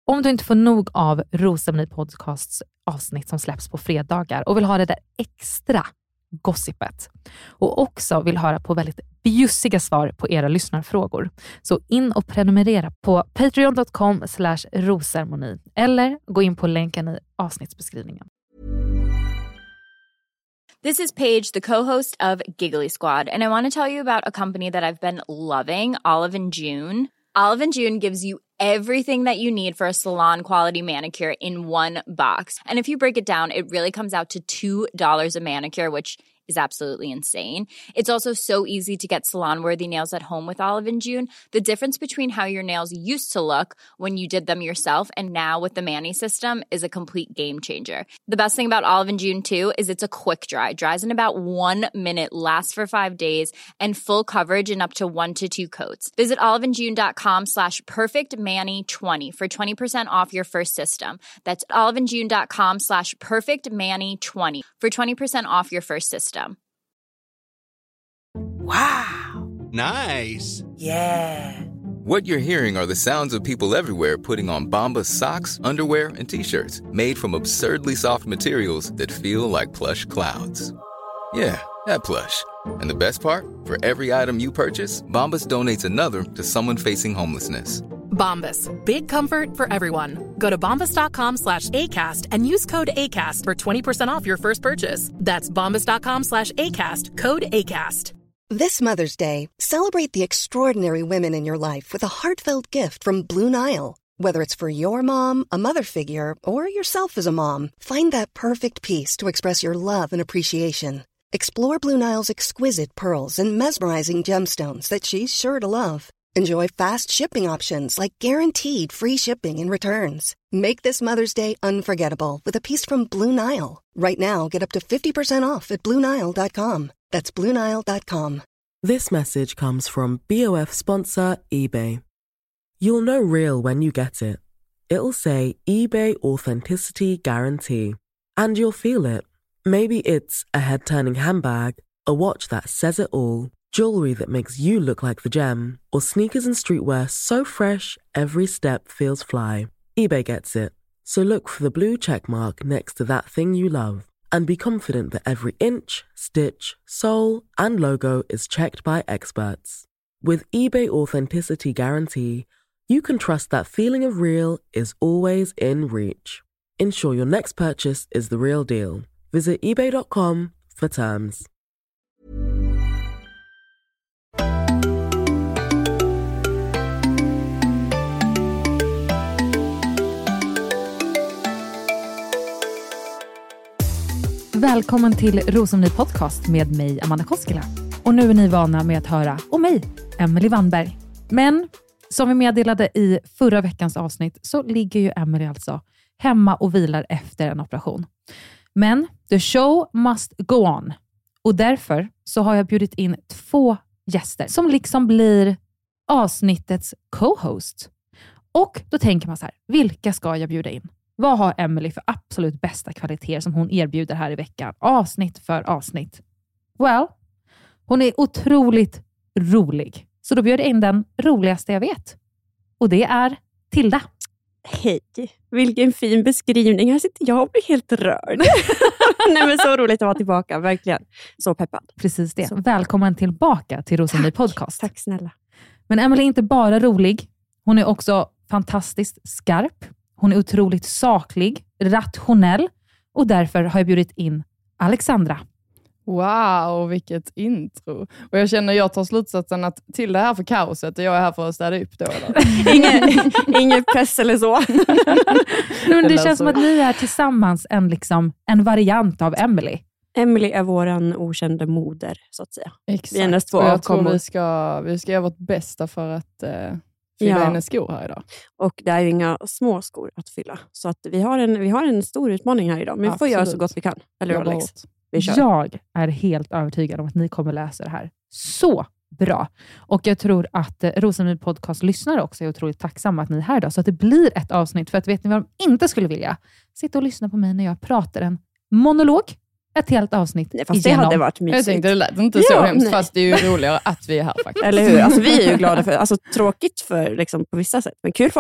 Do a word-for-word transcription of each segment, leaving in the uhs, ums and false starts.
Om du inte får nog av Rosceremoni Podcasts avsnitt som släpps på fredagar och vill ha det där extra gossipet och också vill höra på väldigt bjussiga svar på era lyssnarfrågor, så in och prenumerera på patreon dot com slash rosceremoni eller gå in på länken i avsnittsbeskrivningen. This is Paige, the co-host of Giggly Squad, and I want to tell you about a company that I've been loving, Olive and June. Olive and June gives you everything that you need for a salon quality manicure in one box. And if you break it down, it really comes out to two dollars a manicure, which is absolutely insane. It's also so easy to get salon-worthy nails at home with Olive and June. The difference between how your nails used to look when you did them yourself and now with the Mani system is a complete game changer. The best thing about Olive and June too is it's a quick dry. Dries in about one minute, lasts for five days, and full coverage in up to one to two coats. Visit oliveandjune.com slash perfectmani20 for twenty percent off your first system. That's oliveandjune.com slash perfectmani20 for twenty percent off your first system. Wow. Nice. Yeah. What you're hearing are the sounds of people everywhere putting on Bombas socks, underwear, and T-shirts made from absurdly soft materials that feel like plush clouds. Yeah, that plush. And the best part? For every item you purchase, Bombas donates another to someone facing homelessness. Bombas, big comfort for everyone. Go to bombas.com slash ACAST and use code ACAST for twenty percent off your first purchase. That's bombas.com slash ACAST, code ACAST. This Mother's Day, celebrate the extraordinary women in your life with a heartfelt gift from Blue Nile. Whether it's for your mom, a mother figure, or yourself as a mom, find that perfect piece to express your love and appreciation. Explore Blue Nile's exquisite pearls and mesmerizing gemstones that she's sure to love. Enjoy fast shipping options like guaranteed free shipping and returns. Make this Mother's Day unforgettable with a piece from Blue Nile. Right now, get up to fifty percent off at blue nile dot com. That's blue nile dot com. This message comes from B O F sponsor eBay. You'll know real when you get it. It'll say eBay Authenticity Guarantee. And you'll feel it. Maybe it's a head-turning handbag, a watch that says it all, jewelry that makes you look like the gem, or sneakers and streetwear so fresh every step feels fly. eBay gets it. So look for the blue check mark next to that thing you love and be confident that every inch, stitch, sole, and logo is checked by experts. With eBay Authenticity Guarantee, you can trust that feeling of real is always in reach. Ensure your next purchase is the real deal. Visit ebay dot com for terms. Välkommen till Rosceremoni Podcast med mig, Amanda Koskela. Och nu är ni vana med att höra om mig, Emily Wannberg. Men som vi meddelade i förra veckans avsnitt så ligger ju Emily alltså hemma och vilar efter en operation. Men the show must go on. Och därför så har jag bjudit in två gäster som liksom blir avsnittets co-host. Och då tänker man så här, vilka ska jag bjuda in? Vad har Emily för absolut bästa kvaliteter som hon erbjuder här i veckan? Avsnitt för avsnitt. Well, hon är otroligt rolig. Så då bjöd jag in den roligaste jag vet. Och det är Tilda. Hej, vilken fin beskrivning. Här sitter jag och blir helt rörd. Nej, men så roligt att vara tillbaka, verkligen. Så peppad. Precis det. Så. Välkommen tillbaka till Rosceremoni Podcast. Tack snälla. Men Emily är inte bara rolig. Hon är också fantastiskt skarp. Hon är otroligt saklig, rationell. Och därför har jag bjudit in Alexandra. Wow, vilket intro. Och jag känner jag tar slutsatsen att till det här för kaoset och jag är här för att städa upp då. ingen, ingen press eller så. Men det känns som att ni är tillsammans en, liksom, en variant av Emily. Emily är våran okända moder, så att säga. Exakt. Vi är hennes två och jag avkommor. tror vi ska, vi ska göra vårt bästa för att eh, fylla Ja. hennes skor här idag. Och det är ju inga små skor att fylla. Så att vi har en, vi har en stor utmaning här idag. Men vi får Absolut. göra så gott vi kan. Eller Jobba Alex? hårt. Vi kör. Jag är helt övertygad om att ni kommer läsa det här så bra. Och jag tror att eh, Rosceremoni Podcast lyssnare också är otroligt tacksamma att ni är här idag. Så att det blir ett avsnitt. För att vet ni vad de inte skulle vilja? Sitta och lyssna på mig när jag pratar en monolog. Ett helt avsnitt Nej, fast igenom. det hade varit mysigt. Jag tänkte det lät inte Ja, så hemskt, nej. fast det är ju roligare att vi är här faktiskt. Eller hur? Alltså, vi är ju glada för, alltså tråkigt för liksom, på vissa sätt, men kul för oss.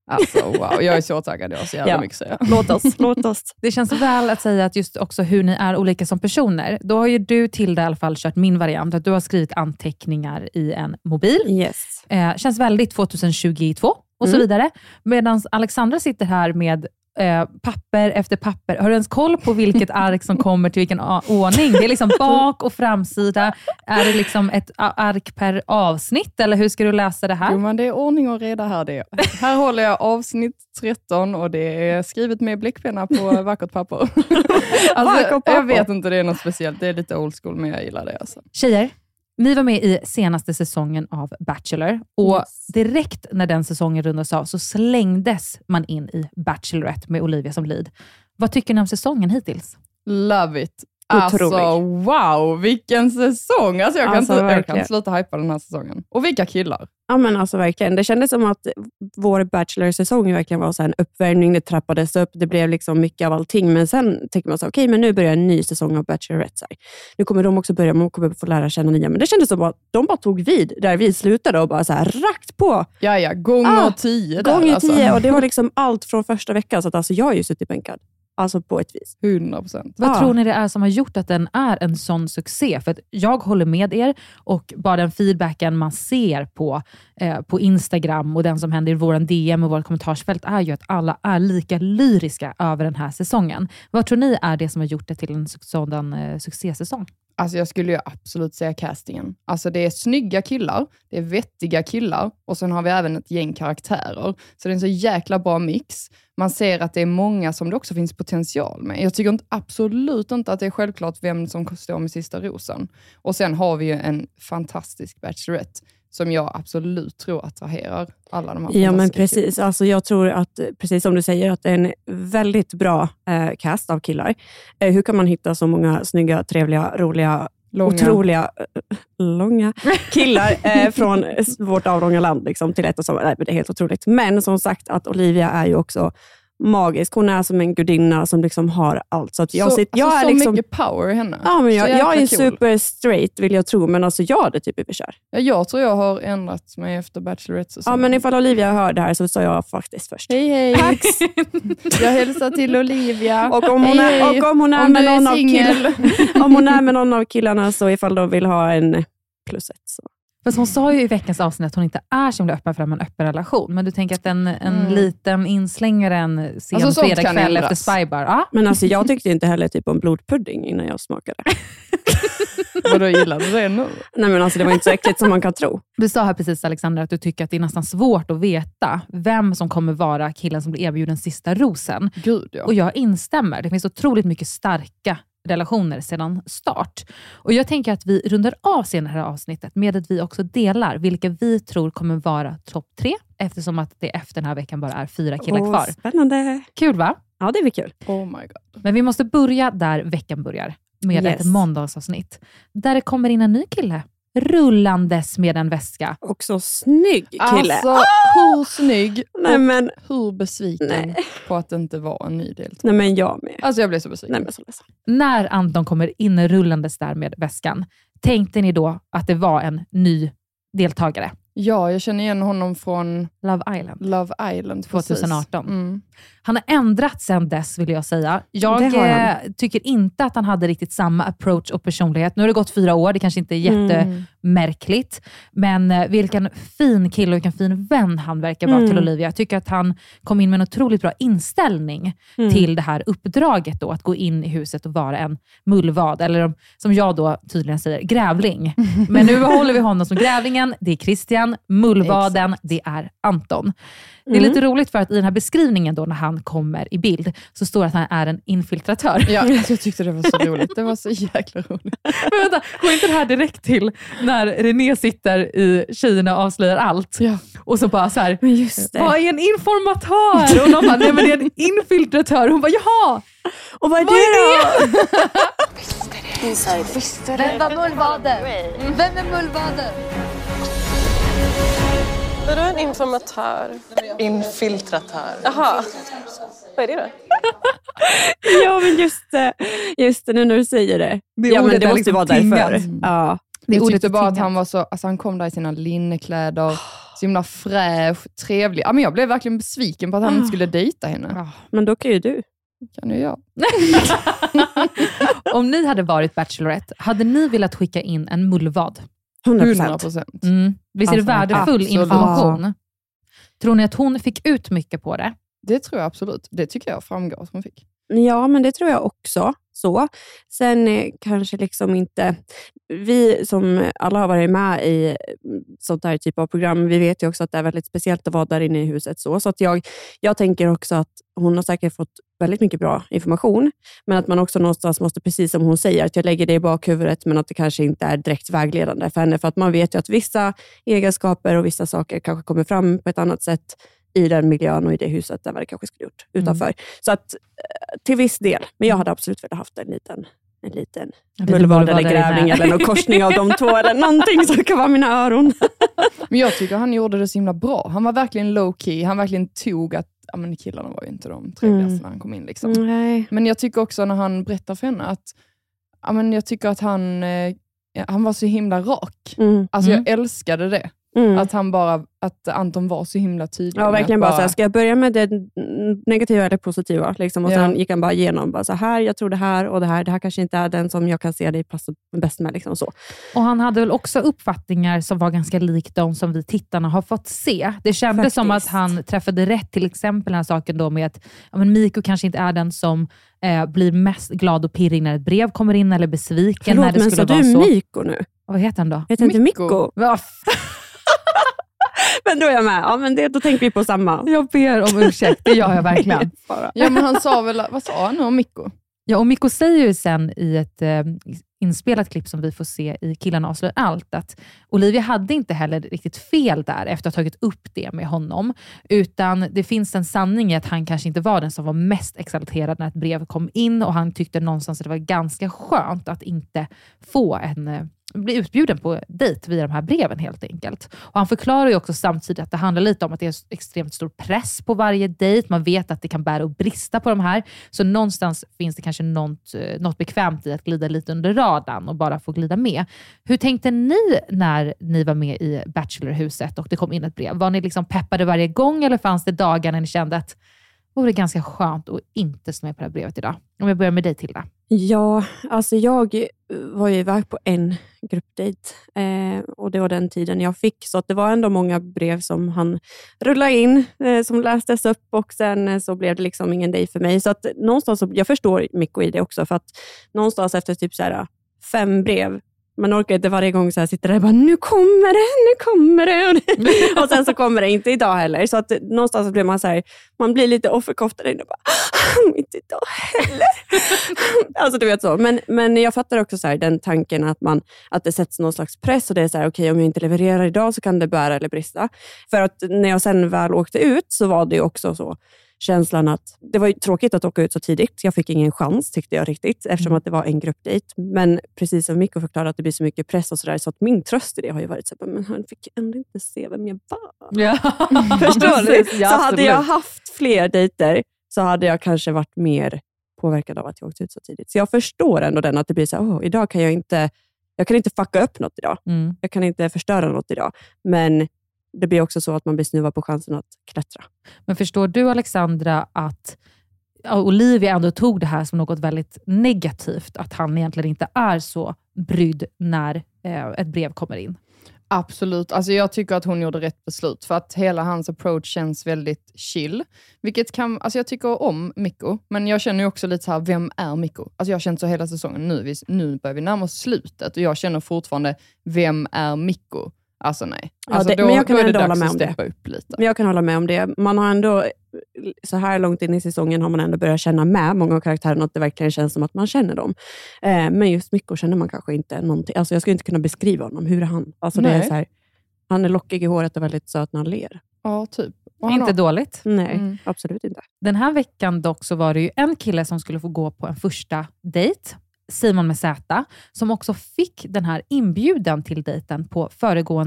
Alltså wow, jag är så taggad. Jag har så jävla Ja. mycket att säga. Låt oss, låt oss. Det känns väl att säga att just också hur ni är olika som personer. Då har ju du till det i alla fall kört min variant. Att du har skrivit anteckningar i en mobil. Yes. Eh, känns väldigt tjugohundratjugotvå och Mm. så vidare. Medan Alexandra sitter här med eh, papper efter papper. Har du ens koll på vilket ark som kommer till vilken a- ordning? Det är liksom bak- och framsida. Är det liksom ett a- ark per avsnitt? Eller hur ska du läsa det här? Jo, men det är ordning och reda här. Det. Här håller jag avsnitt tretton och det är skrivet med bläckpenna på vackert papper. Alltså, Vackert papper. jag vet inte, det är något speciellt. Det är lite old school, men jag gillar det. Alltså. Tjejer, ni var med i senaste säsongen av Bachelor och Yes. direkt när den säsongen rundas av så slängdes man in i Bachelorette med Olivia som lead. Vad tycker ni om säsongen hittills? Love it. Otrolig. Alltså wow, vilken säsong. Alltså, jag, kan Alltså, inte, jag kan verkligen. inte sluta hypa den här säsongen. Och vilka killar. Ja men alltså verkligen. Det kändes som att vår Bachelor-säsong verkligen var så här en uppvärmning. Det trappades upp. Det blev liksom mycket av allting. Men sen tänker man så okej, okay, men nu börjar en ny säsong av Bachelorette. Så här. Nu kommer de också börja, man kommer få lära känna nya. Men det kändes som att de bara tog vid där vi slutade och bara så här rakt på. Ja, ja, gånger Ah, tio där. Gånger alltså. tio. Och det var liksom allt från första veckan. Så att alltså jag är ju suttit bänkad. Alltså på ett vis. hundra procent. Vad Ja. tror ni det är som har gjort att den är en sån succé? För att jag håller med er och bara den feedbacken man ser på, eh, på Instagram och den som händer i våran D M och vårt kommentarsfält är ju att alla är lika lyriska över den här säsongen. Vad tror ni är det som har gjort det till en su- sådan eh, succésäsong? Alltså jag skulle ju absolut säga castingen. Alltså det är snygga killar, det är vettiga killar och sen har vi även ett gäng karaktärer. Så det är en så jäkla bra mix. Man ser att det är många som det också finns potential med. Jag tycker inte, absolut inte att det är självklart vem som står med sista rosen. Och sen har vi ju en fantastisk Bachelorette som jag absolut tror attraherar alla de här Ja men fantastiska killarna. precis, alltså jag tror att precis som du säger att det är en väldigt bra eh, cast av killar. Eh, hur kan man hitta så många snygga, trevliga, roliga, Långa. otroliga, äh, långa killar eh, från vårt avlånga land liksom, till ett och samma. Nej, men det är helt otroligt. Men som sagt att Olivia är ju också magisk. Hon är som en gudinna som liksom har allt. Så att jag, så, sitter, jag alltså, är så liksom... mycket power i henne. Ja, men Så jag, jäkla jag är cool. super straight vill jag tro, men alltså jag hade typ överkör. Ja, jag tror jag har ändrat mig efter Bachelorette-säsongen. Ja, men ifall Olivia hör det här så sa jag faktiskt först. Hej hej! Jag hälsar till Olivia. Och om hon Hej, är, hej. och om hon är, Om med, du är någon av singel. kill, om hon är med någon av killarna så ifall de vill ha en plus ett. Så. Fast hon sa ju i veckans avsnitt att hon inte är som öppen för en öppen relation. Men du tänker att en, en Mm. liten inslängare en sen Alltså, sånt kan fredagkväll efter ändras. Spybar. Ja. Men alltså jag tyckte inte heller typ om blodpudding innan jag smakade. Vadå, gillar du det nu? Nej men alltså det var inte så äckligt som man kan tro. Du sa här precis, Alexandra, att du tycker att det är nästan svårt att veta vem som kommer vara killen som blir erbjuden sista rosen. Gud ja. Och jag instämmer. Det finns otroligt mycket starka relationer sedan start. Och jag tänker att vi rundar av senare här avsnittet med att vi också delar vilka vi tror kommer vara topp tre, eftersom att det efter den här veckan bara är fyra killar Åh, kvar. spännande. Kul va? Ja det blir kul. Oh my god. Men vi måste börja där veckan börjar. Med Yes. ett måndagsavsnitt. Där det kommer in en ny kille. Rullandes med en väska. Också snygg kille. Alltså, hur snygg Nej och men, hur besviken Nej. på att det inte var en ny deltagare. nej men jag med. Alltså jag blev så besviken. Nej men så ledsen. När Anton kommer in rullandes där med väskan. Tänkte ni då att det var en ny deltagare? Ja, jag känner igen honom från Love Island. Love Island. precis. tjugoarton. Mm. Han har ändrat sedan dess vill jag säga. Jag Det har han. eh, tycker inte att han hade riktigt samma approach och personlighet. Nu har det gått fyra år, det kanske inte är jättemärkligt. Men eh, vilken fin kille och vilken fin vän han verkar vara Mm. till Olivia. Jag tycker att han kom in med en otroligt bra inställning Mm. till det här uppdraget då. Att gå in i huset och vara en mullvad. Eller som jag då tydligen säger, grävling. Men nu håller vi honom som grävlingen. Det är Christian. Mullvaden, det är Anton. Det är Mm. lite roligt för att i den här beskrivningen då när han kommer i bild så står det att han är en infiltratör. Ja, alltså, jag tyckte det var så roligt. Det var så jäkla roligt. Men vänta, går inte det här direkt till när René sitter i Tjejerna avslöjar allt? Ja. Och så bara så här, Men just det. vad är en informatör? Och de bara, nej men det är en infiltratör. Hon bara, jaha! Och vad är Vad är det då? Vem var mullvaden? Vem är mullvaden? Vadå en informatör? Infiltratör. Jaha. Vad är det då? Ja men just det. Just det, nu när du säger det. Det ja ordet men det är måste liksom vara därför. tingat. Ja. Det är Jag ordet tyckte är bara att tingat. han var så, alltså han kom där i sina linnekläder, Så himla fräsch, trevlig. Ja, men jag blev verkligen besviken på att han oh. inte skulle dejta henne. Oh. Men då kan ju du. Kan ju jag. Om ni hade varit Bachelorette, hade ni velat skicka in en mullvad? hundra procent. Mm. Visst är det alltså, värdefull absolut. information? Tror ni att hon fick ut mycket på det? Det tror jag absolut. Det tycker jag framgår att hon fick. Ja, men det tror jag också. Så. Sen eh, kanske liksom inte... Vi som alla har varit med i sånt här typ av program, vi vet ju också att det är väldigt speciellt att vara där inne i huset. Så, så att jag, jag tänker också att hon har säkert fått väldigt mycket bra information. Men att man också någonstans måste, precis som hon säger, att jag lägger det i bakhuvudet, men att det kanske inte är direkt vägledande för henne. För att man vet ju att vissa egenskaper och vissa saker kanske kommer fram på ett annat sätt i den miljön och i det huset än vad det kanske skulle gjort utanför. Mm. Så att till viss del. Men jag hade absolut velat haft en liten en liten mullvad eller grävling eller någon korsning av de två eller någonting som kan vara mina öron. Men jag tycker han gjorde det så himla bra. Han var verkligen low key. Han verkligen tog att ja, men killarna var ju inte de trevligaste mm. när han kom in. Liksom. Nej. Men jag tycker också när han berättar för henne att ja, men jag tycker att han, eh, han var så himla rak. Mm. Alltså jag mm. älskade det. Mm. Att han bara, att Anton var så himla tydlig. Ja, verkligen bara, bara så här, ska jag börja med det negativa eller positiva? Liksom, och ja. sen gick han bara igenom, bara så här, jag tror det här och det här, det här kanske inte är den som jag kan se dig passa bäst med. Liksom, så. Och han hade väl också uppfattningar som var ganska lik de som vi tittarna har fått se. Det kändes Faktiskt. som att han träffade rätt, till exempel den här saken då med att ja, men Mikko kanske inte är den som eh, blir mest glad och pirrig när ett brev kommer in eller besviken. Förlåt, när det men skulle så vara du så. Mikko nu? Och vad heter han då? Heter inte Mikko? Vad Men då är jag med. Ja, men det, då tänker vi på samma. Jag ber om ursäkt, det gör jag verkligen. Ja, men han sa väl, vad sa han nu om Mikko? Ja, och Mikko säger ju sen i ett eh, inspelat klipp som vi får se i Killarna avslöjar allt, att Olivia hade inte heller riktigt fel där efter att ha tagit upp det med honom, utan det finns en sanning i att han kanske inte var den som var mest exalterad när ett brev kom in, och han tyckte någonstans att det var ganska skönt att inte få en... bli utbjuden på dejt via de här breven helt enkelt. Och han förklarar ju också samtidigt att det handlar lite om att det är extremt stor press på varje dejt. Man vet att det kan bära och brista på de här. Så någonstans finns det kanske något, något bekvämt i att glida lite under radarn och bara få glida med. Hur tänkte ni när ni var med i Bachelorhuset och det kom in ett brev? Var ni liksom peppade varje gång, eller fanns det dagar när ni kände att det vore ganska skönt att inte stå med på det här brevet idag? Om jag börjar med dig, Tilda. Ja, alltså jag var ju iväg på en gruppdejt eh, och det var den tiden jag fick, så att det var ändå många brev som han rullade in, eh, som lästes upp, och sen eh, så blev det liksom ingen dejt för mig. Så att någonstans, så, jag förstår Mikko i det också, för att någonstans efter typ så här fem brev, man orkar inte varje gång så här sitter där och bara, nu kommer det, nu kommer det. Och sen så kommer det inte idag heller. Så att någonstans så blir man så här, man blir lite offerkoftad och bara, inte idag heller. Alltså du vet så. Men, men jag fattar också så här, den tanken att, man, att det sätts någon slags press, och det är så här, okej, okay, om jag inte levererar idag så kan det bära eller brista. För att när jag sen väl åkte ut så var det också så, känslan att det var ju tråkigt att åka ut så tidigt. Jag fick ingen chans, tyckte jag riktigt, eftersom att det var en gruppdejt. Men precis som Mikko förklarade, att det blir så mycket press och sådär, så att min tröst i det har ju varit så här, men han fick ändå inte se vem jag var. Ja. Förstår du? Ja, så hade jag haft fler dejter så hade jag kanske varit mer påverkad av att jag åkte ut så tidigt. Så jag förstår ändå den, att det blir så här, oh, idag kan jag inte jag kan inte fucka upp något idag. Mm. Jag kan inte förstöra något idag. Men det blir också så att man blir snuvad på chansen att klättra. Men förstår du, Alexandra, att Olivia ändå tog det här som något väldigt negativt? Att han egentligen inte är så brydd när eh, ett brev kommer in? Absolut. Alltså jag tycker att hon gjorde rätt beslut. För att hela hans approach känns väldigt chill. Vilket kan, alltså jag tycker om Mikko. Men jag känner ju också lite så här, vem är Mikko? Alltså jag har känt så hela säsongen. Nu, vi, nu börjar vi närma oss slutet. Och jag känner fortfarande, vem är Mikko? Alltså nej. Alltså ja, det, då, men jag kan då är det ändå dags hålla med att om steppa det. upp lite. Men jag kan hålla med om det. Man har ändå, så här långt in i säsongen har man ändå börjat känna med många av karaktärerna, att det verkligen känns som att man känner dem. Eh, men just Mikko känner man kanske inte någonting. Alltså jag skulle inte kunna beskriva honom. Hur är han? Alltså det är så här, han är lockig i håret och väldigt söt när han ler. Ja, typ. Inte har... dåligt. Nej, mm. absolut inte. Den här veckan dock så var det ju en kille som skulle få gå på en första dejt. Simon med Z, som också fick den här inbjudan till dejten på föregående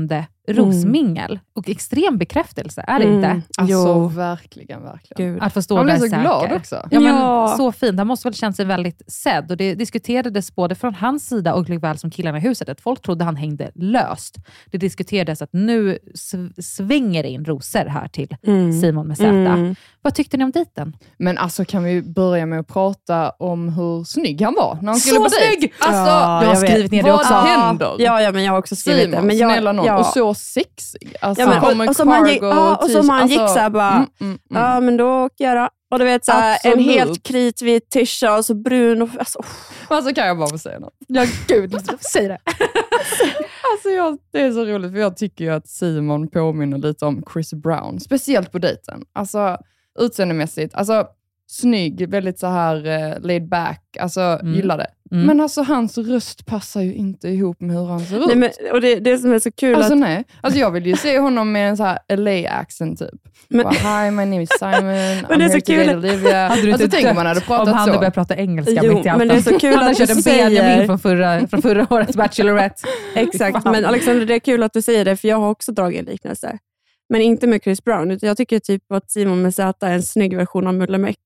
rosmingel och extrem bekräftelse, är det Mm. inte? Alltså Jo. verkligen, verkligen. Att få stå Han där blev så säker. glad också. Ja, men Ja. så fint. Han måste väl känna sig väldigt sedd. Och det diskuterades både från hans sida och likväl som killarna i huset. Att folk trodde han hängde löst. Det diskuterades att nu sv- svänger in rosor här till Mm. Simon med Z. Mm. Vad tyckte ni om dejten? Men alltså kan vi börja med att prata om hur snygg han var när han skulle Så på dejt? snygg! Alltså, Ja, jag har jag vet. skrivit ner det vad också. händer? Ja, ja, men jag har också skrivit Simon, det. Men jag, snälla någon. ja. Och så sexig. Alltså, Ja, men, kommer och, och som han gick, cargo, ja, och som han gick alltså, så här bara, mm, mm, mm. ja men då åker jag då. Och du vet så här, en Absolut. helt kritvit tisha och så brun och alltså, oh. Alltså kan jag bara få säga något? Ja, gud, säg det. Alltså jag, det är så roligt för jag tycker ju att Simon påminner lite om Chris Brown. Speciellt på dejten. Alltså utseendemässigt. Alltså snygg, väldigt så här uh, laid back. Alltså Mm. gillar det. Mm. Men alltså hans röst passar ju inte ihop med hur han ser ut. Nej, men, och det, det som är så kul Alltså att... nej. Alltså jag vill ju se honom med en så här L A-accent typ. Men- Bara, hi, my name is Simon. I'm Men det är så here to kul date att- Olivia. Hade du Alltså inte tänk om dött man hade om pratat han hade så. börjat prata engelska Jo, mitt i allt. men det är så kul Han att hade du kört en Benjamin säger- från förra, från förra årets Bachelorette. Exakt, Fan. men Alexander, det är kul att du säger det, för jag har också dragit en liknelse. Men inte med Chris Brown, utan jag tycker typ att Simon med Z är en snygg version av Mulle Meck.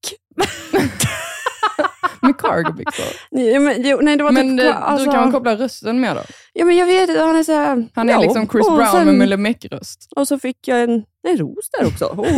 Med cargo-byxor. Ja, men, jo, nej, det var Men typ, eh, alltså, du kan man koppla rösten med då? Ja, men jag vet inte, han är så här... Han är ja, liksom Chris och Brown sen- med Mulle Meck-röst. Och så fick jag en, en ros där också. Oh.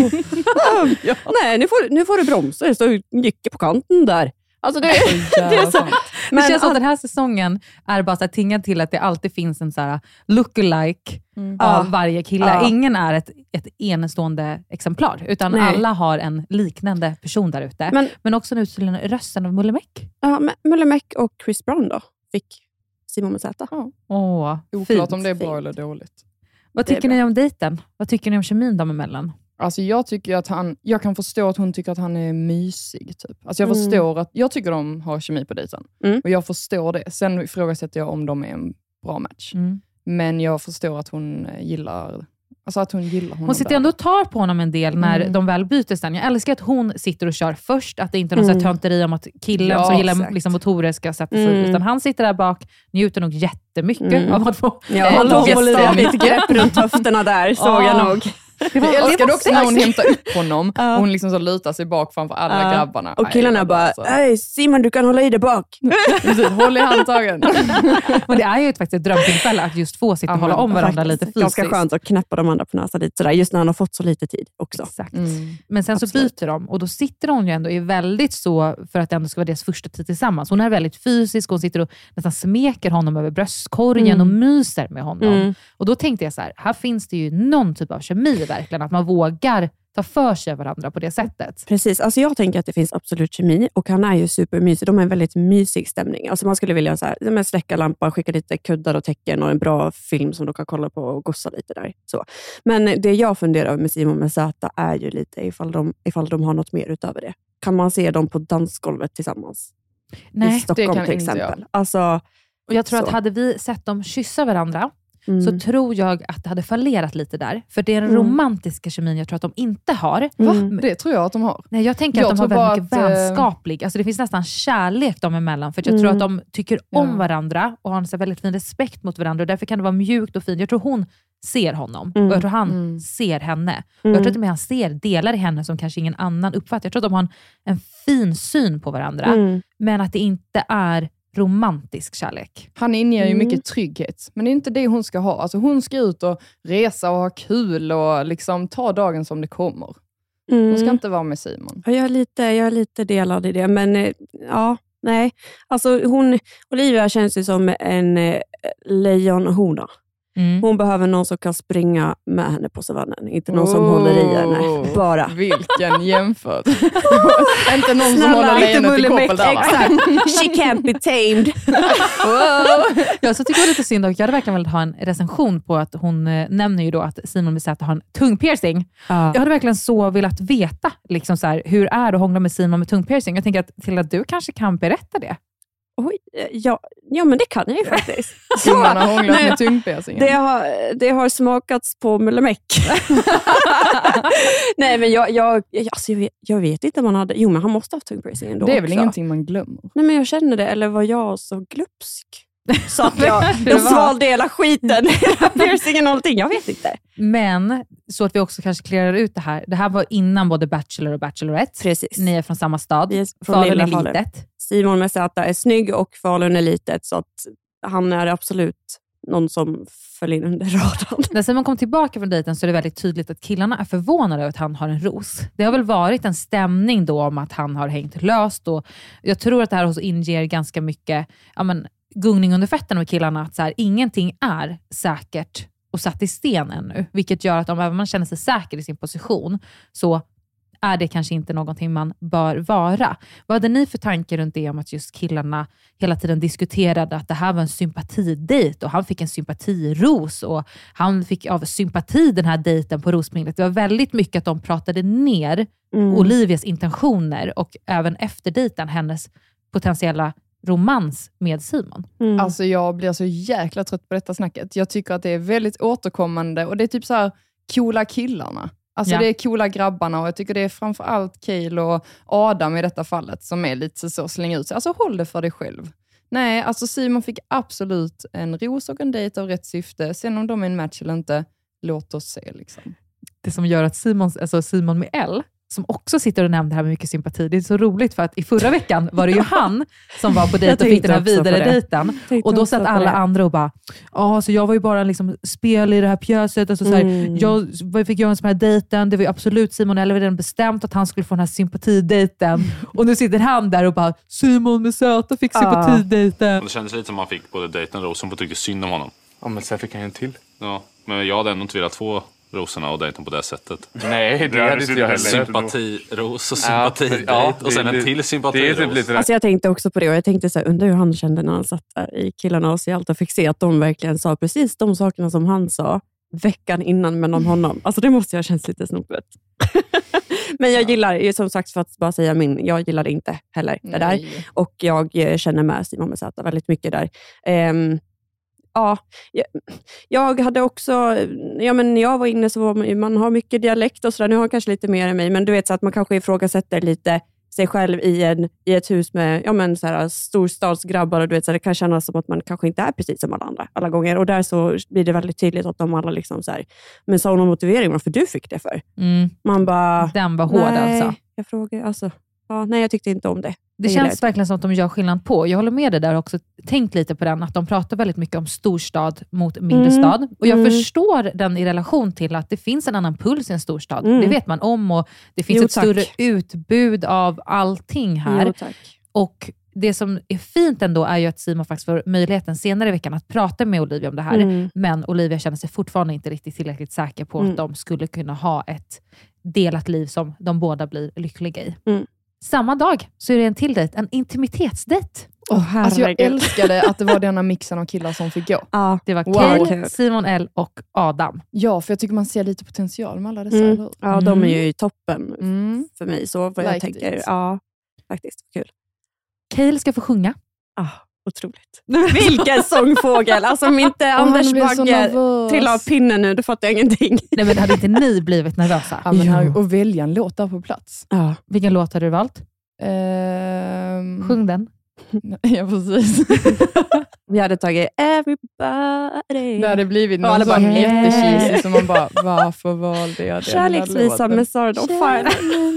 Ja. Nej, nu får, nu får du bromsa. Det står Jycke på kanten där. Alltså det, det är så... Men det känns som att den här säsongen är bara så här tingad till att det alltid finns en så här lookalike Mm. av Ja. varje kille. Ja. Ingen är ett, ett enastående exemplar, utan Nej. alla har en liknande person där ute. Men, Men, också nu tydligen rösten av Mulle Meck. ja, men Mulle Meck och Chris Brown då fick Simon med Z. Åh, Oklart fint. om det är bra fint. eller dåligt. Vad Det är tycker bra. ni om dejten? Vad tycker ni om kemin dem emellan? Alltså jag tycker att han, jag kan förstå att hon tycker att han är mysig typ. Alltså jag Mm. förstår att, jag tycker de har kemi på dejten. Mm. Och jag förstår det. Sen ifrågasätter jag om de är en bra match. Mm. Men jag förstår att hon eh, gillar, alltså att hon gillar honom. Hon sitter där. ändå och tar på honom en del när Mm. de väl byter sen. Jag älskar att hon sitter och kör först. Att det inte är någon Mm. sån här tönteri om att killen Ja, som gillar exakt. liksom, motorer ska sätta sig Mm. full. Utan han sitter där bak, njuter nog jättemycket Mm. av att få Ja, eh, han låg gästa Olivia honom. mitt grepp runt höfterna där, såg Ja. jag nog. Det var- Jag det älskade var också när hon sexigt. hämtar upp honom Ja. och hon liksom så lutar sig bak framför alla Ja. grabbarna. Och killarna Aj, bara, alltså. hej Simon, du kan hålla i dig bak. Precis, håll i handtagen. Men det är ju ett, faktiskt ett drömtillfälle att just få sitta och Ja, hålla men om varandra Faktiskt lite fysiskt. Ganska skönt att knäppa de andra på näsan lite sådär, just när han har fått så lite tid också. Exakt. Mm. Men sen Absolut. så byter de och då sitter hon ju ändå är väldigt så, för att det ändå ska vara deras första tid tillsammans. Hon är väldigt fysisk, hon sitter och nästan smeker honom över bröstkorgen Mm. och myser med honom. Mm. Och då tänkte jag så här, här finns det ju någon typ av kemi verkligen, att man vågar ta för sig av varandra på det sättet. Precis, alltså jag tänker att det finns absolut kemi och han är ju supermysig. De har en väldigt mysig stämning. Alltså man skulle vilja så här, men släcka lampan, skicka lite kuddar och tecken och en bra film som de kan kolla på och gossa lite där. Så. Men det jag funderar över med Simon med Z är ju lite ifall de, ifall de har något mer utöver det. Kan man se dem på dansgolvet tillsammans? I Nej, Stockholm det kan till inte exempel. Alltså, och jag tror Så. att hade vi sett dem kyssa varandra mm. så tror jag att det hade fallerat lite där. För det är den Mm. romantiska kemin jag tror att de inte har. Va? Mm. Det tror jag att de har. Nej, jag tänker Jag att de har tror bara väldigt mycket att, eh, vänskaplig. Alltså det finns nästan kärlek dem emellan. För att jag Mm. tror att de tycker om Ja. varandra och har en så här väldigt fin respekt mot varandra. Och därför kan det vara mjukt och fint. Jag tror hon ser honom Mm. och jag tror han Mm. ser henne. Och Mm. jag tror att med han ser delar i henne som kanske ingen annan uppfattar. Jag tror att de har en, en fin syn på varandra. Mm. Men att det inte är romantisk kärlek. Han inger ju Mm. mycket trygghet. Men det är inte det hon ska ha. Alltså hon ska ut och resa och ha kul och liksom ta dagen som det kommer. Hon ska Mm. inte vara med Simon. Ja, jag, är lite, jag är lite delad i det, men eh, ja, nej. Alltså hon, Olivia känns ju som en eh, lejonhona. Mm. Hon behöver någon som kan springa med henne på savannen. Inte någon som Oh. håller i henne, bara. Vilken jämförelse. Inte någon som Snälla, håller inte lejonet i Mullemäck, koppel där va? exakt. She can't be tamed. Wow. Jag så tycker det var lite synd och jag hade verkligen velat ha en recension på att hon eh, nämner ju då att Simon med Z har en tungpiercing. Ja. Jag hade verkligen så velat veta liksom så här, hur är det att hångla med Simon med tungpiercing. Jag tänker att till att du kanske kan berätta det. Oj, eh, ja, ja, men det kan jag ju faktiskt. Simon har hånglat nej, med tungpiercingen. Det har, det har smakats på Mullemäck. Nej, men jag, jag, alltså jag, vet, jag vet inte om han hade... Jo, men han måste ha haft tungpiercing ändå Det är väl också. ingenting man glömmer. Nej, men jag känner det. Eller var jag så glupsk? Så att jag, jag svalde hela skiten. Piercingen och allting, jag vet inte. Men så att vi också kanske klarar ut det här. Det här var innan både Bachelor och Bachelorette. Precis. Ni är från samma stad. Vi är från Falun lilla är Falun. litet. Simon med Z är snygg och Falun är litet. Så att han är absolut någon som föll in under radarn. När Simon kom tillbaka från dejten så är det väldigt tydligt att killarna är förvånade över att han har en ros. Det har väl varit en stämning då om att han har hängt löst. Och jag tror att det här också inger ganska mycket ja, men, gungning under fötterna med killarna. Att så här, ingenting är säkert och satt i sten ännu. Vilket gör att om även man känner sig säker i sin position så är det kanske inte någonting man bör vara. Vad hade ni för tankar runt det om att just killarna hela tiden diskuterade att det här var en sympatidejt och han fick en sympatiros och han fick av sympati den här dejten på rosminglet. Det var väldigt mycket att de pratade ner mm. Olivias intentioner och även efter dejten hennes potentiella romans med Simon. Mm. Alltså jag blir så jäkla trött på detta snacket. Jag tycker att det är väldigt återkommande och det är typ så här coola killarna. Alltså ja. Det är coola grabbarna och jag tycker det är framförallt Cale och Adam i detta fallet som är lite så slänga ut sig. Alltså håll det för dig själv. Nej, alltså Simon fick absolut en ros och en dejt av rätt syfte. Sen om de är en match eller inte, låt oss se liksom. Det som gör att Simon, alltså Simon med L, som också sitter och nämnde det här med mycket sympati. Det är så roligt för att i förra veckan var det ju han som var på dejt och fick den här vidare dejten. Och då satt alla andra och bara, ja, så jag var ju bara liksom spel i det här pjäset. Alltså, mm. så här, jag fick göra en sån här dejten. Det var ju absolut Simon eller redan bestämt att han skulle få den här sympatidejten. Och nu sitter han där och bara, Simon med söta fick sympatidejten. Det kändes lite som man fick både dejten och Rosen på tyckte synd om honom. Ja, men sen fick han en till. Ja, men jag hade ändå inte velat få rosorna och dejten på det sättet. Nej, det hade inte jag heller. Sympatiros och sympatidejt ja, och sen en till sympatiros. Typ alltså jag tänkte också på det och jag tänkte så här, undrar hur han kände när han satt där i killarna och så allt och fick se att de verkligen sa precis de sakerna som han sa veckan innan men om honom. Alltså det måste jag känns lite snopet. Men jag gillar, som sagt för att bara säga min, jag gillar det inte heller det där. Nej. Och jag känner med Simon med Zäta väldigt mycket där. Um, Ja, jag hade också, ja men när jag var inne så var man, man har mycket dialekt och sådär, nu har jag kanske lite mer än mig, men du vet så att man kanske ifrågasätter lite sig själv i, en, i ett hus med ja men så här storstadsgrabbar och du vet så här, det kan kännas som att man kanske inte är precis som alla andra alla gånger och där så blir det väldigt tydligt att de alla liksom så här, men sa någon motivering varför du fick det för? Mm. Man bara, den var hård nej, alltså. Jag frågar, alltså, ja, nej jag tyckte inte om det. Det känns verkligen som att de gör skillnad på. Jag håller med dig där också. Tänk lite på den. Att de pratar väldigt mycket om storstad mot mindre mm. stad. Och jag mm. förstår den i relation till att det finns en annan puls i en storstad. Mm. Det vet man om. Och det finns jo, ett tack. större utbud av allting här. Jo, tack. Och det som är fint ändå är ju att Simon faktiskt får möjligheten senare i veckan att prata med Olivia om det här. Mm. Men Olivia känner sig fortfarande inte riktigt tillräckligt säker på mm. att de skulle kunna ha ett delat liv som de båda blir lyckliga i. Mm. Samma dag så är det en till dejt, en intimitetsdejt. Oh, alltså jag älskade att det var denna mixen av killar som fick gå. Ja, det var Cale, wow. Simon L och Adam. Ja, för jag tycker man ser lite potential med alla dessa. Mm. Ja, mm. de är ju i toppen mm. för mig. Så vad jag like tänker, it. Ja, faktiskt, kul. Cale ska få sjunga. Ah, otroligt. Vilken sångfågel. Alltså om inte oh, Anders Bagge trillar av pinnen nu, då fattar jag ingenting. Nej, men hade inte ni blivit nervösa? Ja, men här, och välja en låt där på plats. Ja. Vilken låt har du valt? Um... Sjung den. Ja, precis. Vi hade tagit Everybody. Det hade blivit någon sån jättecheesy som man bara, varför valde jag den? Kärleksvisa med Sarah Dawn Fire.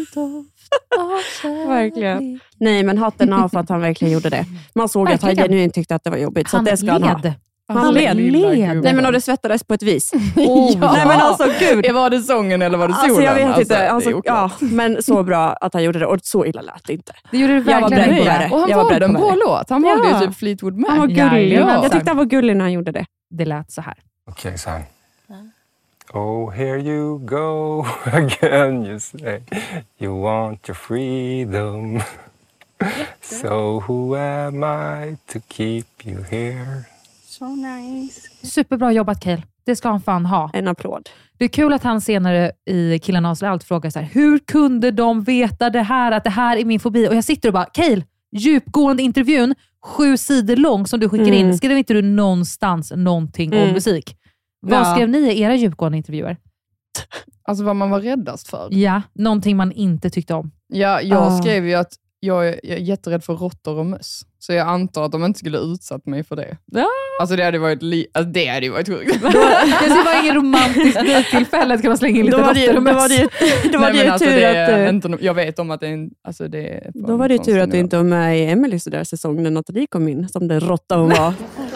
Verkligen. Nej, men hatten av för att han verkligen gjorde det. Man såg verkligen att han genuint tyckte att det var jobbigt. Så han det ska led. Han ha. Han, han led. led. Nej, men och det svettades på ett vis. Oh, ja. Nej, men alltså gud. Var det sången eller var det solen? Alltså jag vet alltså, inte. Alltså, ja, men så bra att han gjorde det. Och så illa lät det inte. Det gjorde det verkligen. Jag var beredd på det. Och han jag valde en bra låt. Han valde ja. ju typ Fleetwood Mac. Han var gullig. Ja, ja. Jag tyckte han var gullig när han gjorde det. Det lät så här. Okej, okay, så här. Oh, here you go again, you say you want your freedom. So who am I to keep you here? So nice. Superbra jobbat, Cale. Det ska han fan ha. En applåd. Det är kul att han senare i Killarna avslöjar allt frågar så här: hur kunde de veta det här, att det här är min fobi? Och jag sitter och bara, Cale, djupgående intervjun, sju sidor lång som du skickar mm. in. Skrev inte du någonstans någonting mm. om musik? Vad ja. skrev ni i era djupgående intervjuer? Alltså vad man var räddast för. Ja, någonting man inte tyckte om. Ja, jag oh. skrev ju att jag är, jag är jätterädd för råttor och möss. Så jag antar att de inte skulle utsatt mig för det. Ja. Alltså det hade varit li- alltså det hade varit sjukt. Det ser bara ingen romantisk dejttillfälle att kunna slänga in lite råttor och möss. Då var det ju, då var det ju alltså tur det att du... inte, jag vet om att det är en, alltså det är Då var det ju tur att du inte var med i Emelies där säsong när Nathalie kom in. Som den råtta hon var.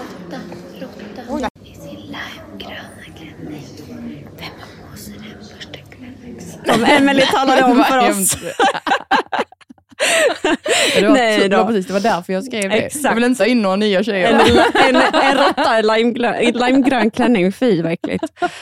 Som Emelie talade om för oss. det, var, Nej, det, var precis, det var därför jag skrev det. Exakt. Jag vill inte ta in några nya tjejer. En, en, en råtta i limegrön, limegrön klänning. Fy, vad äckligt.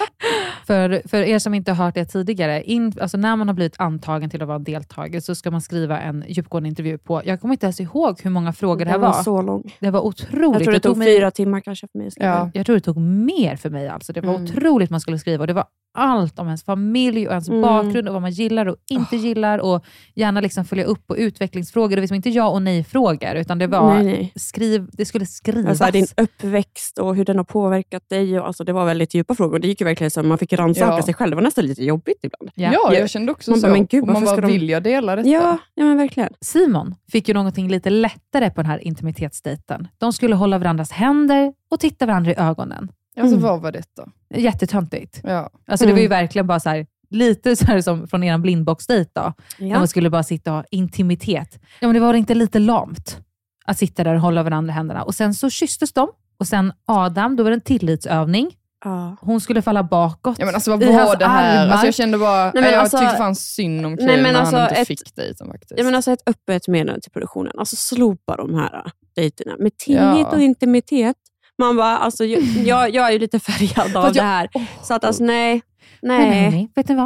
För, för er som inte har hört det tidigare, in, alltså när man har blivit antagen till att vara deltagare så ska man skriva en djupgående intervju på, jag kommer inte ens ihåg hur många frågor det här var. Det var så lång. Det var otroligt. Jag tror det, det tog, tog fyra timmar kanske för mig. Ja, jag tror det tog mer för mig. Alltså. Det var mm. otroligt man skulle skriva och det var allt om ens familj och ens mm. bakgrund och vad man gillar och inte oh. gillar och gärna liksom följa upp på utvecklingsfrågor. Det var liksom inte ja och nej-frågor utan det var nej, nej. Skriv, det skulle skrivas. Alltså, din uppväxt och hur den har påverkat dig. Och, alltså, det var väldigt djupa frågor. Det gick ju verkligen så man fick rannsaka ja. sig själv. Det var nästan lite jobbigt ibland. Ja, ja jag kände också man så. Bara, men gud, och man bara, de... vill jag dela detta? Ja, ja, men verkligen. Simon fick ju någonting lite lättare på den här intimitetsdejten. De skulle hålla varandras händer och titta varandra i ögonen. Alltså mm. vad var detta? Jättetöntigt. Ja. Alltså det var ju verkligen bara så här, lite så här som från er blindboxdejt då. Ja. När man skulle bara sitta och ha intimitet. Ja, men det var inte lite lamt att sitta där och hålla varandra händerna. Och sen så kysstes de. Och sen Adam, då var det en tillitsövning. Ja. Hon skulle falla bakåt. Ja, men alltså vad var det här? Alltså, jag kände bara, nej, jag alltså, tyckte fan synd om killen när alltså, han inte ett, fick dejten faktiskt. Ja, men alltså ett öppet meddelande till produktionen. Alltså slopa de här dejterna med tillit ja. och intimitet. Man bara, alltså jag, jag, jag är ju lite färgad av jag, det här. Oh, så att alltså nej, nej. Men hörni, vet ni vad?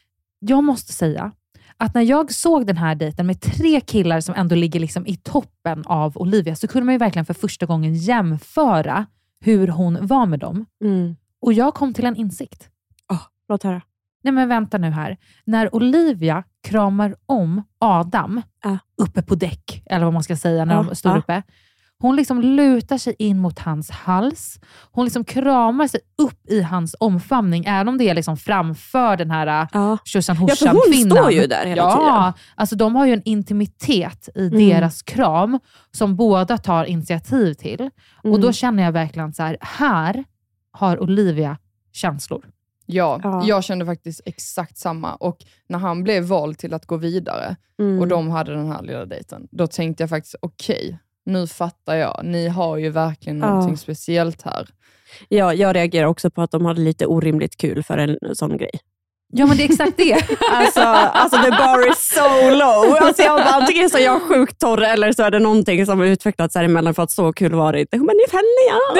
Jag måste säga att när jag såg den här dejten med tre killar som ändå ligger liksom i toppen av Olivia så kunde man ju verkligen för första gången jämföra hur hon var med dem. Mm. Och jag kom till en insikt. Oh, låt höra. Nej men vänta nu här. När Olivia kramar om Adam uh. uppe på däck, eller vad man ska säga när uh. de står uh. uppe. Hon liksom lutar sig in mot hans hals. Hon liksom kramar sig upp i hans omfamning. Även om det är liksom framför den här ja. tjosan ja, för hon kvinnan. står ju där hela ja, tiden. Ja, alltså de har ju en intimitet i mm. deras kram. Som båda tar initiativ till. Mm. Och då känner jag verkligen så här. Här har Olivia känslor. Ja, ja, jag kände faktiskt exakt samma. Och när han blev vald till att gå vidare. Mm. Och de hade den här lilla dejten. Då tänkte jag faktiskt okej. Okay, nu fattar jag. Ni har ju verkligen ja. någonting speciellt här. Ja, jag reagerar också på att de hade lite orimligt kul för en sån grej. Ja, men det är exakt det. alltså, alltså the bar is so low. Alltså jag bara, antingen så är jag sjukt torr eller så är det någonting som har utvecklats här emellan för att så kul var det inte. Men ni fäller jag.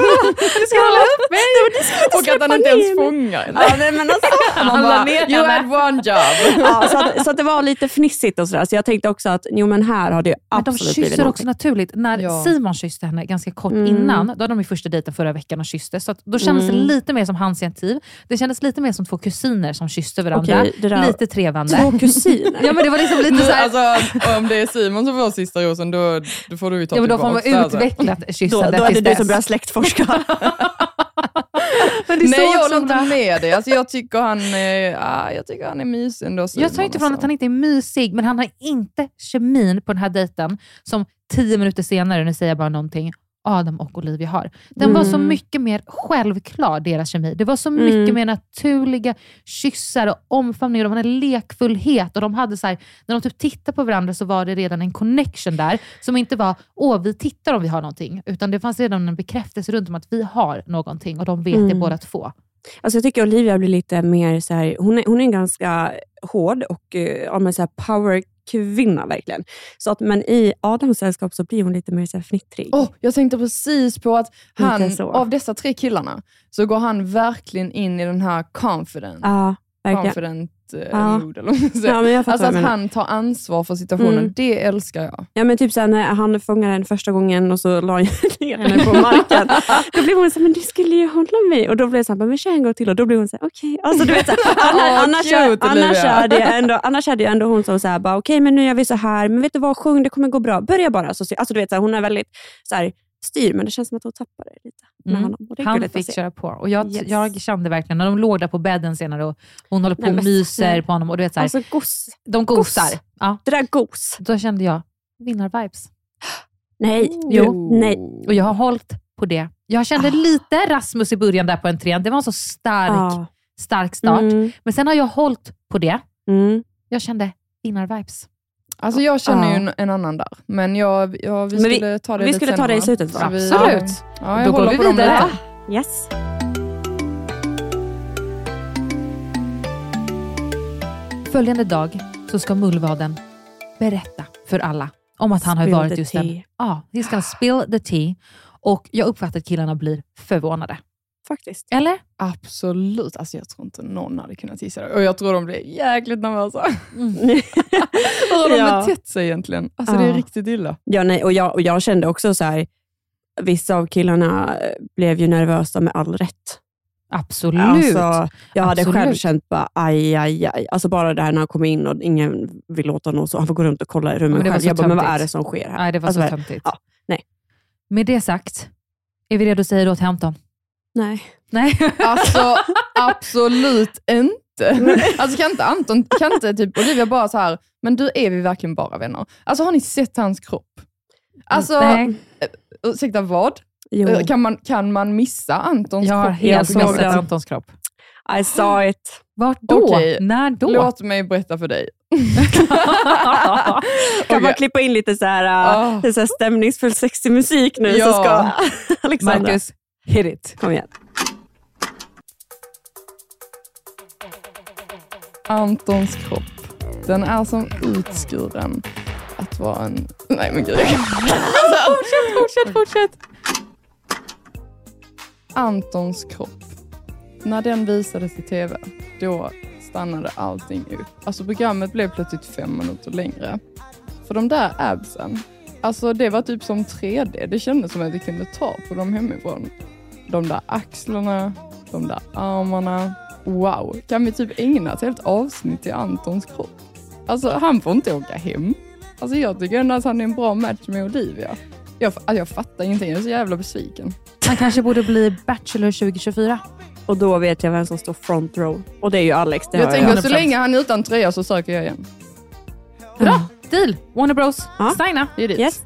Du ska hålla upp mig. Och att han inte ens fångar. Ja, nej, men alltså, man bara, you had one job. ja, så, att, så att det var lite fnissigt och sådär. Så jag tänkte också att jo, men här har det absolut blivit någonting. Men de kysser också naturligt. När ja. Simon kysste henne ganska kort mm. innan, då hade de i första dejten förra veckan och kysste. Så att då kändes mm. det lite mer som hans initiativ. Det kändes lite mer som två kusiner som kysste varandra. Okay, där... Lite trevande. Två kusiner? Ja, men det var liksom lite så här... alltså, om det är Simon som får sista rosen, då, då får du ju ta ja, men då får man tillbaka. utvecklat kyssandet. Då, då är det du som börjar släktforska. Men det nej, jag håller inte med dig. Alltså, jag, tycker han, äh, jag tycker han är mysig ändå. Jag tar inte från att han inte är mysig, men han har inte kemin på den här dejten som tio minuter senare, nu säger jag bara någonting, Adam och Olivia har. Den mm. var så mycket mer självklar, deras kemi. Det var så mycket mm. mer naturliga kyssar och omfamningar. De hade lekfullhet och de hade så här, när de typ tittade på varandra så var det redan en connection där som inte var, åh vi tittar om vi har någonting, utan det fanns redan en bekräftelse runt om att vi har någonting och de vet mm. det båda två. Alltså jag tycker Olivia blir lite mer så här, hon är, hon är en ganska hård och ja, men så här power kvinna verkligen. Så att, men i Adams sällskap så blir hon lite mer så här fnittrig. Oh, jag tänkte precis på att han, av dessa tre killarna så går han verkligen in i den här confident. Ja, verkligen. Confident ja. mood. Eller vad ja, men jag alltså att men... han tar ansvar för situationen, mm. det älskar jag. Ja, men typ så här, när han fångar henne första gången och så la han ner henne på marken. Då blir hon så här, men du skulle ju hålla mig. Och då blir det så här, men kör en gång till. Och då blir hon så här, okej. Okay. Alltså du vet så här, annars, annars, cute, annars, hade jag ändå, annars hade jag ändå hon som så här, bara okej, okay, men nu gör vi så här. Men vet du vad, sjung, det kommer gå bra. Börja bara. Så, alltså du vet så här, hon är väldigt så här styr, men det känns som att hon tappar det lite. Med Mm. honom. Och det är Han gulligt att fick se. köra på. Och jag, Yes. jag kände verkligen, när de låg där på bädden senare och hon håller på Nej, och men- myser nej. på honom. Och du vet, så här, Alltså gos. de gosar. Gos. Ja. Det där gos. Då kände jag, vinnar-vibes. Nej, Jo. nej. Och jag har hållit på det. Jag kände lite Rasmus i början där på entrén. Det var en så stark, Ah. stark start. Mm. Men sen har jag hållit på det. Mm. Jag kände vinnar-vibes. Alltså jag känner ju Ja. en, en annan där. Men jag, jag, vi Men vi- skulle ta det vi lite skulle ta senare. det i slutet, Så va? vi- Absolut. Ja, jag Då går håller vi på dem vidare. lite. Yes. Följande dag så ska Mullvaden berätta för alla om att han har Spill varit the just en... tea. Ja, he's gonna spill the tea. Och jag uppfattar att killarna blir förvånade. Faktiskt. Eller? Absolut. Alltså jag tror inte någon hade kunnat gissa det. Och jag tror de blir jäkligt nervösa. Mm. Hur har de Ja. betett sig egentligen? Alltså det är Ja. riktigt illa. Ja, nej, och, jag, och jag kände också så här, vissa av killarna blev ju nervösa med all rätt. Absolut. Alltså, jag hade Absolut. själv känt bara aj, aj, aj. Alltså bara det här när han kom in och ingen vill låta honom så. Han får gå runt och kolla i rummet Men det var själv. så Jag bara, men vad töntigt. är det som sker här? Nej, det var alltså, så vad- töntigt. Ja, nej. Med det sagt, är vi redo att säga då till Anton? Nej. Nej. Alltså absolut inte. Alltså kan inte Anton, kan inte typ Olivia bara så här, men du, är vi verkligen bara vänner? Alltså har ni sett hans kropp? Alltså, Nej. eh, ursäkta vad? Jo. Eh, Kan man, kan man missa Antons Jag har kropp? helt såg missat den. Antons kropp. I saw it. Vart då? Okej. När då? Låt mig berätta för dig. Kan Okej. man klippa in lite så här, uh, Ah. det är så här stämningsfull sexig musik nu Ja. så ska Alexandra. Marcus, hit it. Kom igen. Antons kropp, den är som utskuren att vara en... Nej men gud. fortsätt, fortsätt, fortsätt. Antons kropp. När den visades i tv, då stannade allting upp. Alltså programmet blev plötsligt fem minuter längre. För de där absen, alltså det var typ som tre D. Det kändes som att vi kunde ta på dem hemifrån. De där axlarna, de där armarna. Wow, kan vi typ ägna ett helt avsnitt till Antons kropp? Alltså han får inte åka hem. Alltså jag tycker ändå att han är en bra match med Olivia. Jag, alltså, jag fattar ingenting, jag är så jävla besviken. Han kanske borde bli Bachelor tjugo tjugofyra. Och då vet jag vem som står front row. Och det är ju Alex. Det Jag har tänker jag. att så länge han är utan tröja så söker jag igen. Bra, deal. Warner Bros. Ja. Signa. Det är dit. Yes.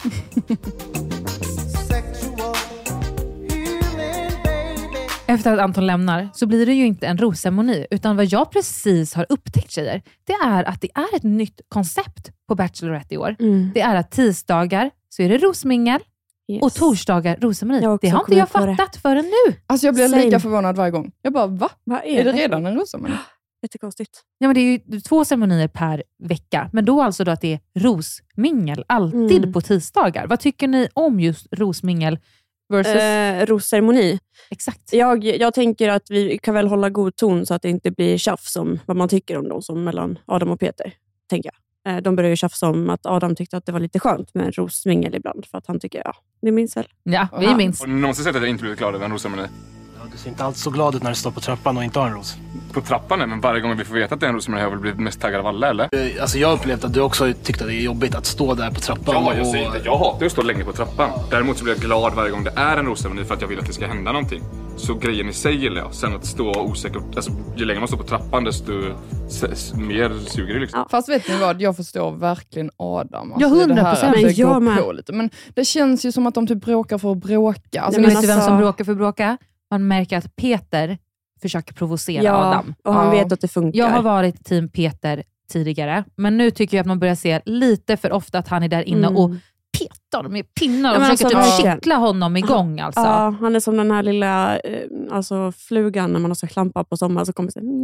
Efter att Anton lämnar så blir det ju inte en rosceremoni, utan vad jag precis har upptäckt, tjejer, det är att det är ett nytt koncept på Bachelorette i år. Mm. Det är att tisdagar så är det rosmingel Yes. och torsdagar rosceremoni. Jag har också Det har inte kommit jag på det. fattat förrän nu. Alltså jag blir Same. lika förvånad varje gång. Jag bara, va? Vad Är det redan en rosceremoni? Jättekonstigt. Ja, men det är ju två ceremonier per vecka, men då alltså då att det är rosmingel alltid Mm. på tisdagar. Vad tycker ni om just rosmingel versus... Eh, rosceremoni. Exakt. Jag, jag tänker att vi kan väl hålla god ton så att det inte blir tjafs om vad man tycker om dem som mellan Adam och Peter, tänker jag. Eh, de började ju tjafsa om att Adam tyckte att det var lite skönt med en rosmingel ibland, för att han tycker, ja, ni minns väl? Ja, vi minns. Har ni någonsin sett att jag inte blivit glad över en rosceremoni? Ja, du ser inte alls så glad ut när du står på trappan och inte har en ros. På trappan, nej, men varje gång vi får veta att det är en rosceremoni har jag väl blivit mest taggad av alla, eller? Eh, Alltså jag har upplevt att du också tyckte att det är jobbigt att stå där på trappan. Ja, jag och... säger inte. Jag hatar att stå länge på trappan. Däremot så blir jag glad varje gång det är en rosceremoni för att jag vill att det ska hända någonting. Så grejen i sig gillar jag. Sen att stå osäker, alltså ju längre man står på trappan desto s- s- mer suger det liksom. Fast vet ni vad, jag förstår verkligen Adam. Ja, det hundra här procent. att Men det jag går med. på lite. Men det känns ju som att de typ bråkar för att bråka. Alltså, Men Nej, vet du vem alltså- som bråkar för bråka? Man märker att Peter försöker provocera Ja, Adam. och han Ja. vet att det funkar. Jag har varit team Peter tidigare, men nu tycker jag att man börjar se lite för ofta att han är där inne Mm. och petar med pinnar och Ja, men försöker alltså, typ verkligen. kittla honom igång. Alltså. Ja, han är som den här lilla eh, alltså flugan när man har så klampa på sommaren så kommer det så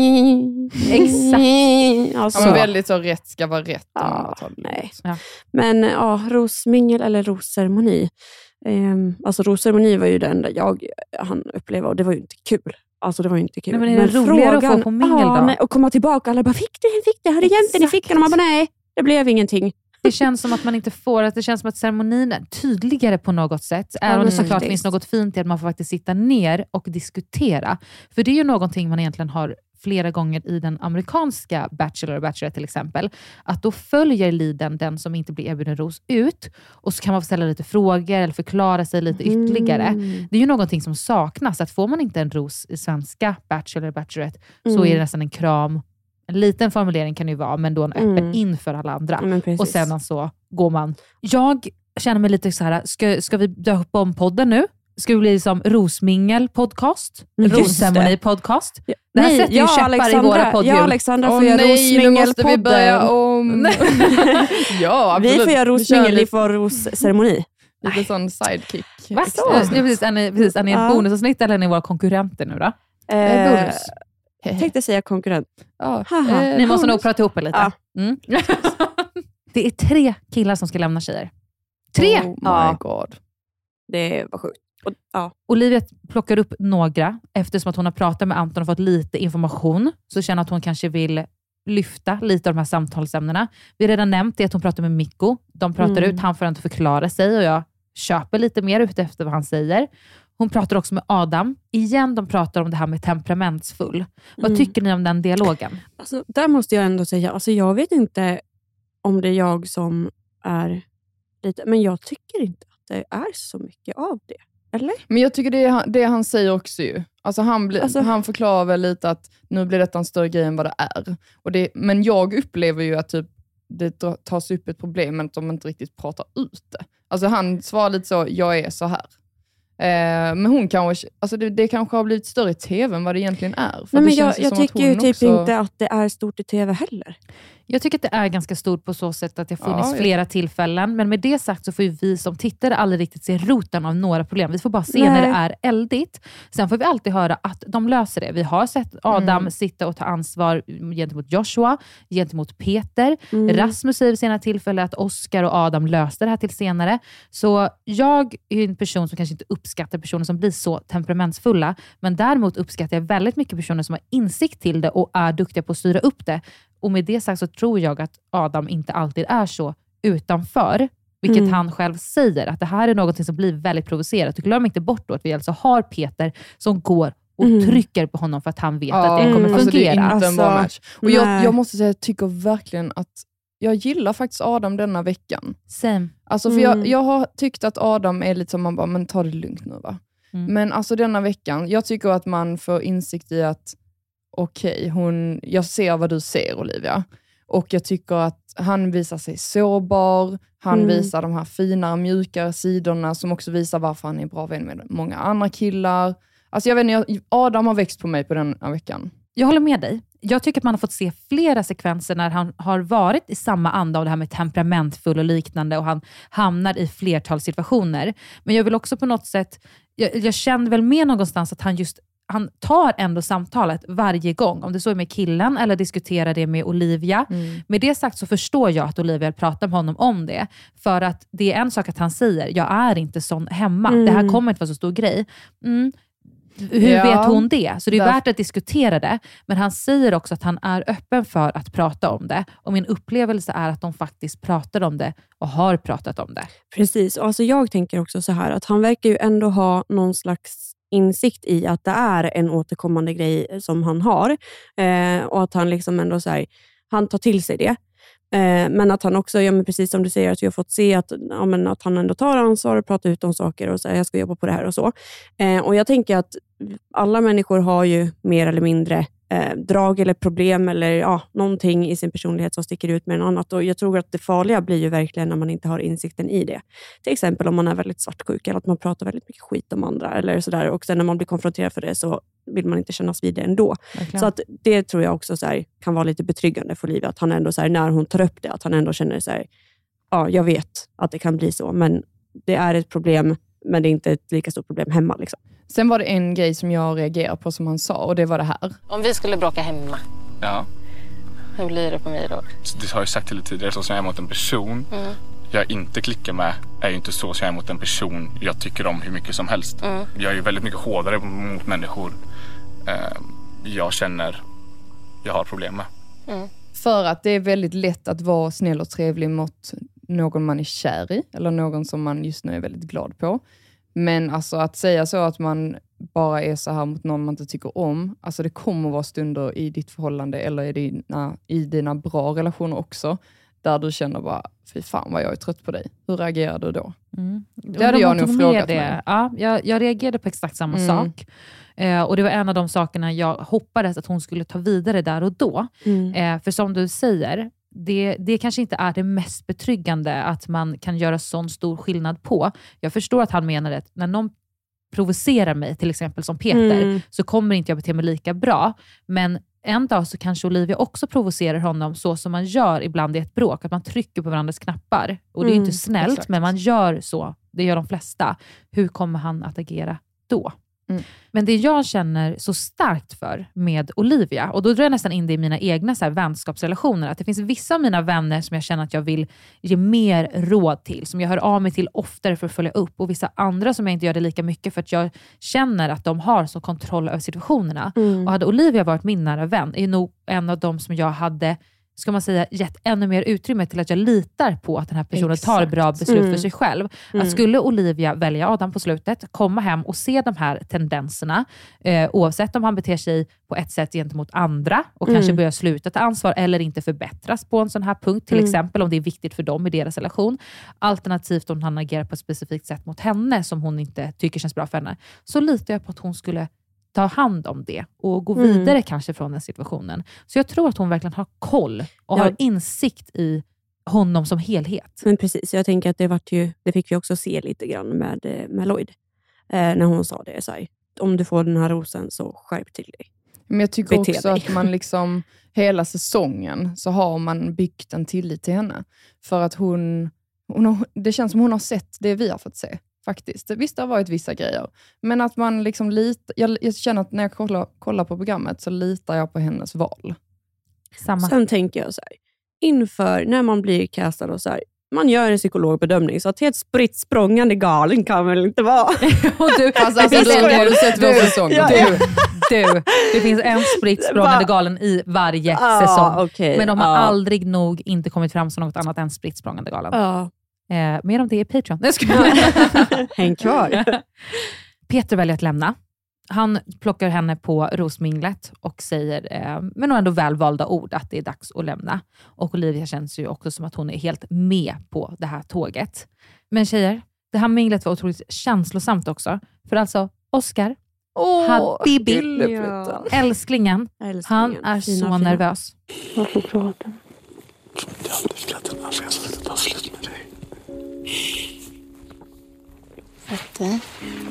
Exakt. Ja, Ja, så. men väldigt så rätt ska vara rätt. om Ja, man tar det nej. lugnt. Ja. Men ja, rosmingel eller rosceremoni. Um, alltså rosceremoni var ju det enda jag han uppleva och det var ju inte kul. Alltså det var ju inte kul. Nej, men är det roligare att få på mingel ja, då? nej, och komma tillbaka alla bara, fick du den, fick du, hade jämt den i fickan och man bara nej, det blev ingenting. Det känns som att man inte får, att det känns som att ceremonin är tydligare på något sätt. Även om det men såklart faktiskt. finns något fint i att man får faktiskt sitta ner och diskutera. För det är ju någonting man egentligen har flera gånger i den amerikanska Bachelor och Bachelorette till exempel, att då följer leaden den som inte blir erbjuden ros ut, och så kan man få ställa lite frågor eller förklara sig lite ytterligare. Mm. Det är ju någonting som saknas, att får man inte en ros i svenska Bachelor och Bachelorette mm. så är det nästan en kram. En liten formulering kan det ju vara, men då en öppen mm. inför alla andra. Och sedan så går man. Jag känner mig lite så här, ska, ska vi döpa om podden nu? Ska vi bli som Rosmingel podcast? Rosceremoni podcast? Ja. Det här nej, sätter ju ja, käppar Alexandra, i våra poddhjul. Ja, Alexandra får oh, göra Rosmingel-podden. Vi börja om. ja, absolut. Vi får göra Rosmingel, vi får Rosceremoni. Lite sån sidekick. Vad så? Är, precis, är ni, precis, är ni ett ja. bonusavsnitt eller är ni våra konkurrenter nu då? Eh, bonus. Jag tänkte säga konkurrent. Ja. Eh, ni måste nog prata ihop er lite. Ja. Mm. Det är tre killar som ska lämna tjejer. Tre! Oh my ja. god. Det var sjukt. Och, ja. Olivia plockar upp några eftersom att hon har pratat med Anton och fått lite information. Så känner att hon kanske vill lyfta lite av de här samtalsämnena. Vi har redan nämnt det att hon pratar med Mikko. De pratar mm. ut, han får inte förklara sig och jag köper lite mer ut efter vad han säger. Hon pratar också med Adam. Igen, de pratar om det här med temperamentsfull. Mm. Vad tycker ni om den dialogen? Alltså, där måste jag ändå säga, alltså jag vet inte om det är jag som är lite, men jag tycker inte att det är så mycket av det. Eller? Men jag tycker det är det han säger också ju. Alltså han, bli, alltså, han förklarar väl lite att nu blir detta en större grej än vad det är. Och det, men jag upplever ju att typ, det tas upp ett problem men att de inte riktigt pratar ut det. Alltså han svarar lite så, jag är så här. Eh, men hon kanske, alltså det, det kanske har blivit större i tv än vad det egentligen är. För Nej, det men jag jag tycker ju typ också inte att det är stort i tv heller. Jag tycker att det är ganska stort på så sätt att det har funnits ja, flera tillfällen. Men med det sagt så får ju vi som tittare aldrig riktigt se roten av några problem. Vi får bara se Nej. när det är eldigt. Sen får vi alltid höra att de löser det. Vi har sett Adam mm. sitta och ta ansvar gentemot Joshua, gentemot Peter. Mm. Rasmus säger vid sena tillfällen att Oscar och Adam löste det här till senare. Så jag är en person som kanske inte uppskattar personer som blir så temperamentsfulla. Men däremot uppskattar jag väldigt mycket personer som har insikt till det och är duktiga på att styra upp det. Och med det sagt så tror jag att Adam inte alltid är så utanför. Vilket mm. han själv säger. Att det här är något som blir väldigt provocerat. Och glöm inte bort då att vi alltså har Peter som går och mm. trycker på honom för att han vet ja, att det kommer mm. fungera. Alltså, det är inte en bra match. Och jag, jag måste säga, jag tycker verkligen att jag gillar faktiskt Adam denna veckan. Same. Alltså för mm. jag, jag har tyckt att Adam är lite som man bara, men ta det lugnt nu va. Mm. Men alltså denna veckan, jag tycker att man får insikt i att okej, okay, hon, jag ser vad du ser Olivia. Och jag tycker att han visar sig sårbar. Han mm. visar de här fina, mjukare sidorna som också visar varför han är bra vän med många andra killar. Alltså jag vet inte, Adam har växt på mig på den här veckan. Jag håller med dig. Jag tycker att man har fått se flera sekvenser när han har varit i samma anda av det här med temperamentfull och liknande och han hamnar i flertal situationer. Men jag vill också på något sätt, jag, jag kände väl med någonstans att han just han tar ändå samtalet varje gång. Om det så är med killen eller diskuterar det med Olivia. Mm. Med det sagt så förstår jag att Olivia pratar med honom om det. För att det är en sak att han säger, jag är inte sån hemma. Mm. Det här kommer inte vara så stor grej. Mm. Hur ja, vet hon det? Så det är där... värt att diskutera det. Men han säger också att han är öppen för att prata om det. Och min upplevelse är att de faktiskt pratar om det och har pratat om det. Precis. Och alltså jag tänker också så här att han verkar ju ändå ha någon slags insikt i att det är en återkommande grej som han har. Eh, och att han liksom ändå så här, han tar till sig det. Eh, men att han också, ja men precis som du säger, att vi har fått se att, ja, men att han ändå tar ansvar och pratar ut om saker och säger jag ska jobba på det här och så. Eh, och jag tänker att alla människor har ju mer eller mindre eh, drag eller problem eller ja, någonting i sin personlighet som sticker ut med en annat. Och jag tror att det farliga blir ju verkligen när man inte har insikten i det. Till exempel om man är väldigt svartsjuk eller att man pratar väldigt mycket skit om andra eller sådär. Och sen när man blir konfronterad för det så vill man inte kännas vid det ändå. Verkligen. Så att det tror jag också så här, kan vara lite betryggande för Olivia. Att han ändå så här, när hon tar upp det, att han ändå känner så här, ja jag vet att det kan bli så. Men det är ett problem, men det är inte ett lika stort problem hemma liksom. Sen var det en grej som jag reagerade på som han sa och det var det här. Om vi skulle bråka hemma. Ja. Hur blir det på mig då? Det har jag sagt till tidigare, så som jag är mot en person mm. jag inte klickar med är ju inte så som jag är mot en person jag tycker om hur mycket som helst. Mm. Jag är ju väldigt mycket hårdare mot människor eh, jag känner jag har problem med. Mm. För att det är väldigt lätt att vara snäll och trevlig mot någon man är kär i eller någon som man just nu är väldigt glad på. Men alltså att säga så att man bara är så här mot någon man inte tycker om. Alltså det kommer vara stunder i ditt förhållande eller i dina, i dina bra relationer också. Där du känner bara, fy fan vad jag är trött på dig. Hur reagerar du då? Mm. Det hade jag nog frågat det. mig. Ja, jag, jag reagerade på exakt samma Mm. sak. Eh, och det var en av de sakerna jag hoppades att hon skulle ta vidare där och då. Mm. Eh, för som du säger, det, det kanske inte är det mest betryggande att man kan göra sån stor skillnad på. Jag förstår att han menar det. När någon provocerar mig, till exempel som Peter, Mm. så kommer inte jag bete mig lika bra. Men en dag så kanske Olivia också provocerar honom så som man gör ibland i ett bråk. Att man trycker på varandras knappar. Och det är ju Mm, inte snällt, exakt. men man gör så. Det gör de flesta. Hur kommer han att agera då? Mm. Men det jag känner så starkt för med Olivia, och då drar jag nästan in det i mina egna så här vänskapsrelationer, att det finns vissa av mina vänner som jag känner att jag vill ge mer råd till, som jag hör av mig till oftare för att följa upp, och vissa andra som jag inte gör det lika mycket för att jag känner att de har så kontroll över situationerna. Mm. Och hade Olivia varit min nära vän, är nog en av dem som jag hade, ska man säga, gett ännu mer utrymme till att jag litar på att den här personen tar Exakt. bra beslut Mm. för sig själv. Mm. Att skulle Olivia välja Adam på slutet, komma hem och se de här tendenserna, eh, oavsett om han beter sig på ett sätt gentemot andra och Mm. kanske börjar sluta ta ansvar eller inte förbättras på en sån här punkt, till Mm. exempel om det är viktigt för dem i deras relation, alternativt om han agerar på ett specifikt sätt mot henne som hon inte tycker känns bra för henne, så litar jag på att hon skulle ta hand om det och gå Mm. vidare kanske från den situationen. Så jag tror att hon verkligen har koll och Ja. har insikt i honom som helhet. Men precis, jag tänker att det vart ju, det fick vi också se lite grann med, eh, med Lloyd. Eh, när hon sa det, så här, om du får den här rosen så skärp till dig. Men jag tycker Bete också dig. att man liksom hela säsongen så har man byggt en tillit till henne. För att hon, hon har, det känns som hon har sett det vi har fått se. Faktiskt. Visst, det har varit vissa grejer. Men att man liksom litar, jag, jag känner att när jag kollar, kollar på programmet så litar jag på hennes val. Samma. Sen tänker jag så här, inför när man blir castad och så här, man gör en psykologbedömning, så att helt spritt språngande galen kan man väl inte vara. Och du, Alltså, alltså, det, har du sett vår säsong? Ja. du, du, det finns en spritt språngande galen i varje Ah, säsong. okej. Men de har Ja. aldrig nog inte kommit fram som något annat än spritt språngande galen. Ja. Eh, mer om det i Patreon. Nej, ska jag. Häng kvar. Peter väljer att lämna. Han plockar henne på rosminglet och säger eh, med några ändå välvalda ord att det är dags att lämna. Och Olivia känns ju också som att hon är helt med på det här tåget. Men tjejer, det här minglet var otroligt känslosamt också. För alltså, Oscar, Åh, Habibi, gulleplutten. älsklingen, Älsklingen, han är fina, så fina. nervös. Varför pratar du? Jag hade velat en resa att ta slut med dig. Petter.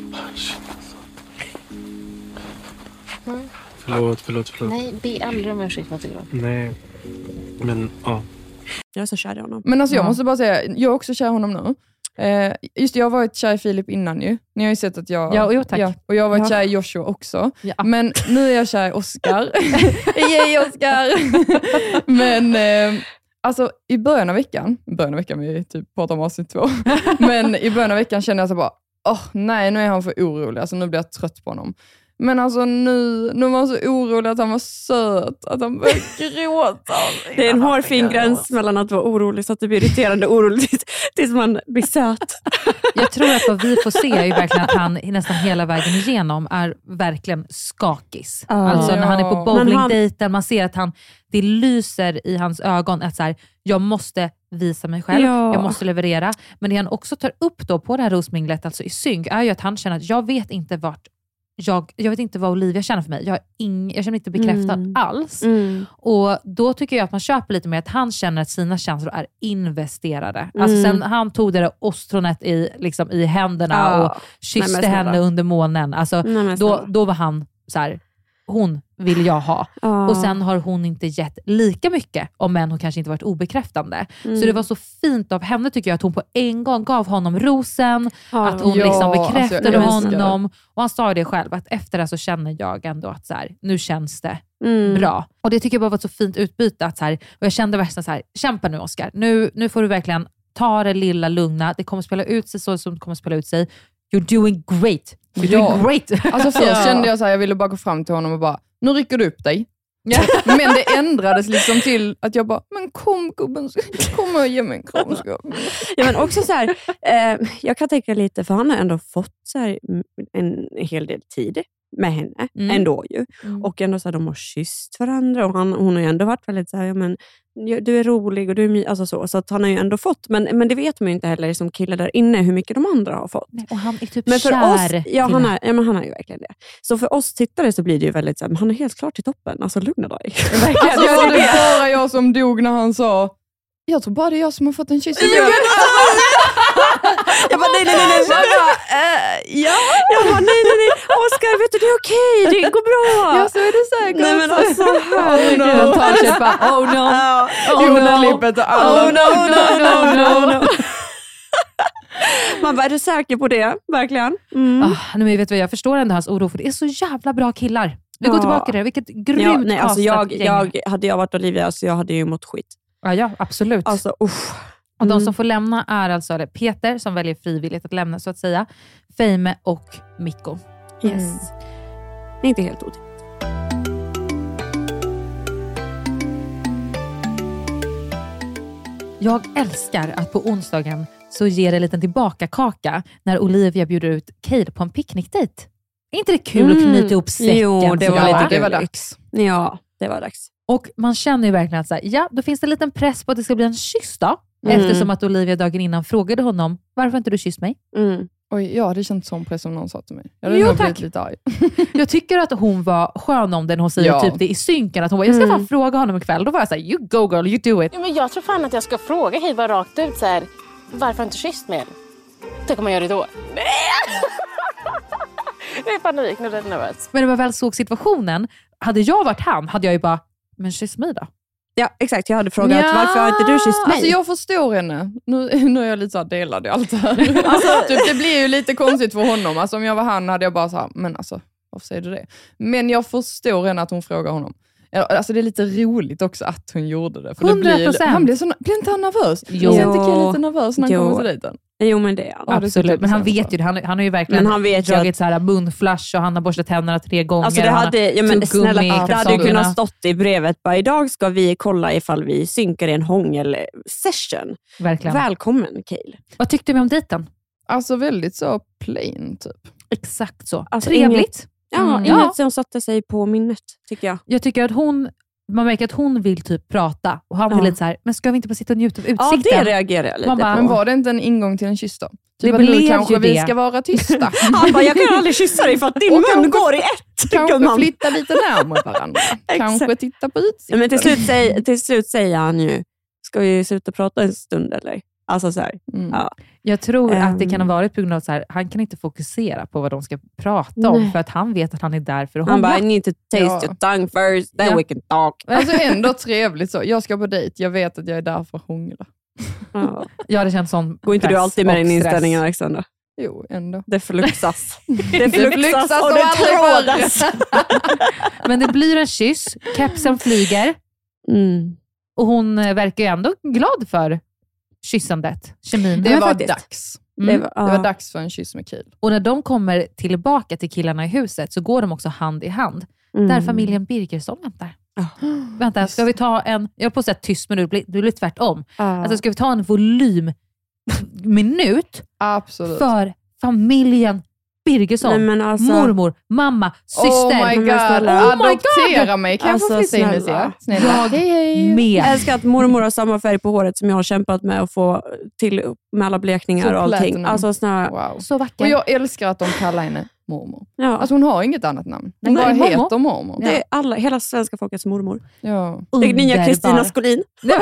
Mm. Förlåt, förlåt, förlåt. Nej, be aldrig om ursäkt Matilda. Nej, men ja. Jag är så kär i honom. Men alltså jag Ja. måste bara säga, jag är också kär i honom nu. Eh, just det, jag har varit kär i Filip innan ju. Ni har ju sett att jag... Ja, och jo, tack. och jag har varit Ja. kär i Joshua också. Ja. Men nu är jag kär i Oscar. Yay, Oscar! Men eh, alltså i början av veckan, i början av veckan, vi typ pratar om avsnitt två. Men i början av veckan kände jag så bara, åh nej, nu är han för orolig. Alltså nu blir jag trött på honom. Men alltså nu, nu var han så orolig att han var söt. Att han började gråta. Det är en hårfin gräns mellan att vara orolig så att det blir irriterande och orolig tills, tills man blir söt. Jag tror att vad vi får se är ju verkligen att han nästan hela vägen igenom är verkligen skakis. Ah. Alltså när han är på Ja. bowlingdejten, man ser att han, det lyser i hans ögon att så här, jag måste visa mig själv, Ja. jag måste leverera. Men det han också tar upp då på det här rosminglet, alltså i synk, är ju att han känner att jag vet inte vart Jag, jag vet inte vad Olivia känner för mig. Jag, har ing, jag känner mig inte bekräftad Mm. alls. Mm. Och då tycker jag att man köper lite mer att han känner att sina känslor är investerade. Alltså Mm. sen han tog det där ostronet i, liksom, i händerna Ja. och kysste Nej, men snälla. henne under månen. Alltså, Nej, men då, snälla. då var han så här, hon vill jag ha. Ja. Och sen har hon inte gett lika mycket, om än hon kanske inte varit obekräftande. Mm. Så det var så fint av henne tycker jag att hon på en gång gav honom rosen, Ja. att hon Ja, liksom alltså, bekräftade jag älskar det. honom. Och han sa det själv, att efter det så känner jag ändå att så här, nu känns det Mm. bra. Och det tycker jag bara var ett så fint utbyte. Att så här, och jag kände verkligen så här, kämpa nu Oscar. Nu, nu får du verkligen ta det lilla lugna. Det kommer spela ut sig så som det kommer spela ut sig. You're doing great. You're Ja. doing great. Alltså först Ja. kände jag så här, jag ville bara gå fram till honom och bara, nu rycker du upp dig. Ja, men det ändrades liksom till att jag bara, men kom gubben, kom och ge mig en kram. Ja, men också så här, eh, jag kan tänka lite, för han har ändå fått så här, en hel del tid med henne, mm. ändå ju. Mm. Och ändå så här, de har kysst varandra och han, hon har ju ändå varit väldigt så här, ja men du är rolig och du är my- alltså så, så att han har ju ändå fått, men, men det vet man ju inte heller som killar där inne hur mycket de andra har fått. Nej, och han är typ men för kär oss, ja, han är, ja men han är ju verkligen det. Så för oss tittare så blir det ju väldigt så här, men han är helt klart i toppen, alltså lugna dig. Alltså var det bara jag som dog när han sa, jag tror bara det är jag som har fått en kyss. Jag bara, nej, nej, nej. Jag bara, äh, ja. Jag bara, nej, nej, nej. Oskar, vet du, det är okej. Det går bra. Ja, så är det säkert. Nej, men alltså, herregud. Oh no. Tanke bara, oh no. Oh no. Lippet och alla. Oh no, no, no, no, no. Man bara, är du säker på det? Verkligen? Mm. Ah, men vet du vad, jag förstår ändå hans oro, för det är så jävla bra killar. Vi går Ja. tillbaka till det. Vilket grymt Ja, nej, alltså jag, gäng. jag, hade jag varit Olivia så jag hade ju mått skit. Ja, ja, absolut. Alltså, usch. Och de Mm. som får lämna är alltså eller Peter som väljer frivilligt att lämna så att säga, Fame och Mikko. Yes. Mm. Det är inte helt otippat. Jag älskar att på onsdagen så ger det en liten tillbaka-kaka när Olivia bjuder ut Cale på en picknickdejt. Är inte det kul att knyta ihop säcken? Jo, det var, sådär? lite det var dags. Ja, det var dags. Och man känner ju verkligen att så här, ja, då finns det en liten press på att det ska bli en kyss då. Mm. Eftersom att Olivia dagen innan frågade honom, varför inte du kysst mig? Mm. Oj, ja, det känns som press som någon sa till mig. Jag hade Jo, nog tack. blivit lite arg. Jag tycker att hon var skön om den. Hon säger Ja. typ det i synken. Att hon bara, jag ska Mm. fan fråga honom ikväll. Då var jag såhär, you go girl, you do it. Ja, men jag tror fan att jag ska fråga hej bara rakt ut så här, varför har inte kysst med? Tänk om man gör det då. Nej! Det är panik, nu är det nervös. Men när man väl såg situationen, hade jag varit han, hade jag ju bara, men kyss mig då. Ja, exakt. Jag hade frågat, ja. varför har inte du kysst mig? Alltså jag förstår henne. Nu, nu är jag lite så här delad i allt det här. Alltså, typ, det blir ju lite konstigt för honom. Alltså om jag var han hade jag bara så här, men alltså, varför säger du det? Men jag förstår henne att hon frågar honom. Alltså det är lite roligt också att hon gjorde det. För hundra procent. Det blir, han blir, så, blir inte han nervös? Jo. Jag inte Kille lite nervös när han Jo. kommer till dejten. Jo, men det är han. Ja, det Absolut, tycker men han jag vet så. ju det. Han, han har ju verkligen Men han vet ju dragit att- så här munflash och han har borstat tänderna tre gånger. Alltså det Han har hade, ja, men tuggummi snälla, i det hade ju kalsongerna. kunnat stått i brevet. Bara, idag ska vi kolla ifall vi synkar i en hångel-session. Verkligen. Välkommen, Cale. Vad tyckte vi om dejten? Alltså väldigt så plain typ. Exakt så. Alltså, Trevligt. Ja, Mm. inget Ja. som satte sig på minnet, tycker jag. Jag tycker att hon, man märker att hon vill typ prata. Och han Ja. vill lite så här, men ska vi inte bara sitta och njuta av utsikten? Ja, det reagerar jag lite Man bara, på. Men var det inte en ingång till en kyss då? Det Typ att nu blev kanske ju vi det. ska vara tysta. Han bara, jag kan aldrig kyssa dig för att din Och mun kanske- går i ett. Kanske gumman. flytta lite närmare varandra. Kanske titta på Ja, utsikten. men till slut, säger, till slut säger han ju, ska vi sluta prata en stund eller? Alltså så här, Mm. ja. Jag tror Um. att det kan ha varit på grund av så här, han kan inte fokusera på vad de ska prata om. Nej. För att han vet att han är där för att Han hångla. bara, I need to taste Ja. your tongue first, then Ja. we can talk. Alltså ändå trevligt så. Jag ska på dejt. Jag vet att jag är där för att hångla. Ja. Ja, det känns sån Går inte du press alltid med och din stress. inställning, Alexandra? Jo, ändå. Det fluxas. Det Det fluxas fluxas och som det aldrig trådas. Men det blir en kyss, kepsen flyger Mm. och hon eh, verkar ju ändå glad för kyssandet, kemin. Det men var faktiskt. dags. Mm. Det var, Det var ja. dags för en kyss med Kil. Och när de kommer tillbaka till killarna i huset så går de också hand i hand. Mm. Där familjen Birgersson väntar. Vänta, ska vi ta en, jag har på att säga tyst minut, det blir tvärtom. Ja. Alltså ska vi ta en volym minut Absolut. för familjen Birgersson? Nej, men alltså- Mormor, mamma, syster. Oh my god, men snälla. Oh my adoptera mig. Kan jag Alltså, få flytta in snälla. Lucia? Snälla. Jag Hej, hej. med. Jag älskar att mormor har samma färg på håret som jag har kämpat med att få till med alla blekningar Så och allting. platinum. Alltså snälla, Wow. Så vacker. Och jag älskar att de kallar henne mormor. ja. Alltså hon har inget annat namn. Hon Nej, bara mormor. heter mormor. Det är alla, hela svenska folkets mormor. Ja. Det är nya Underbar. Kristina Skolin.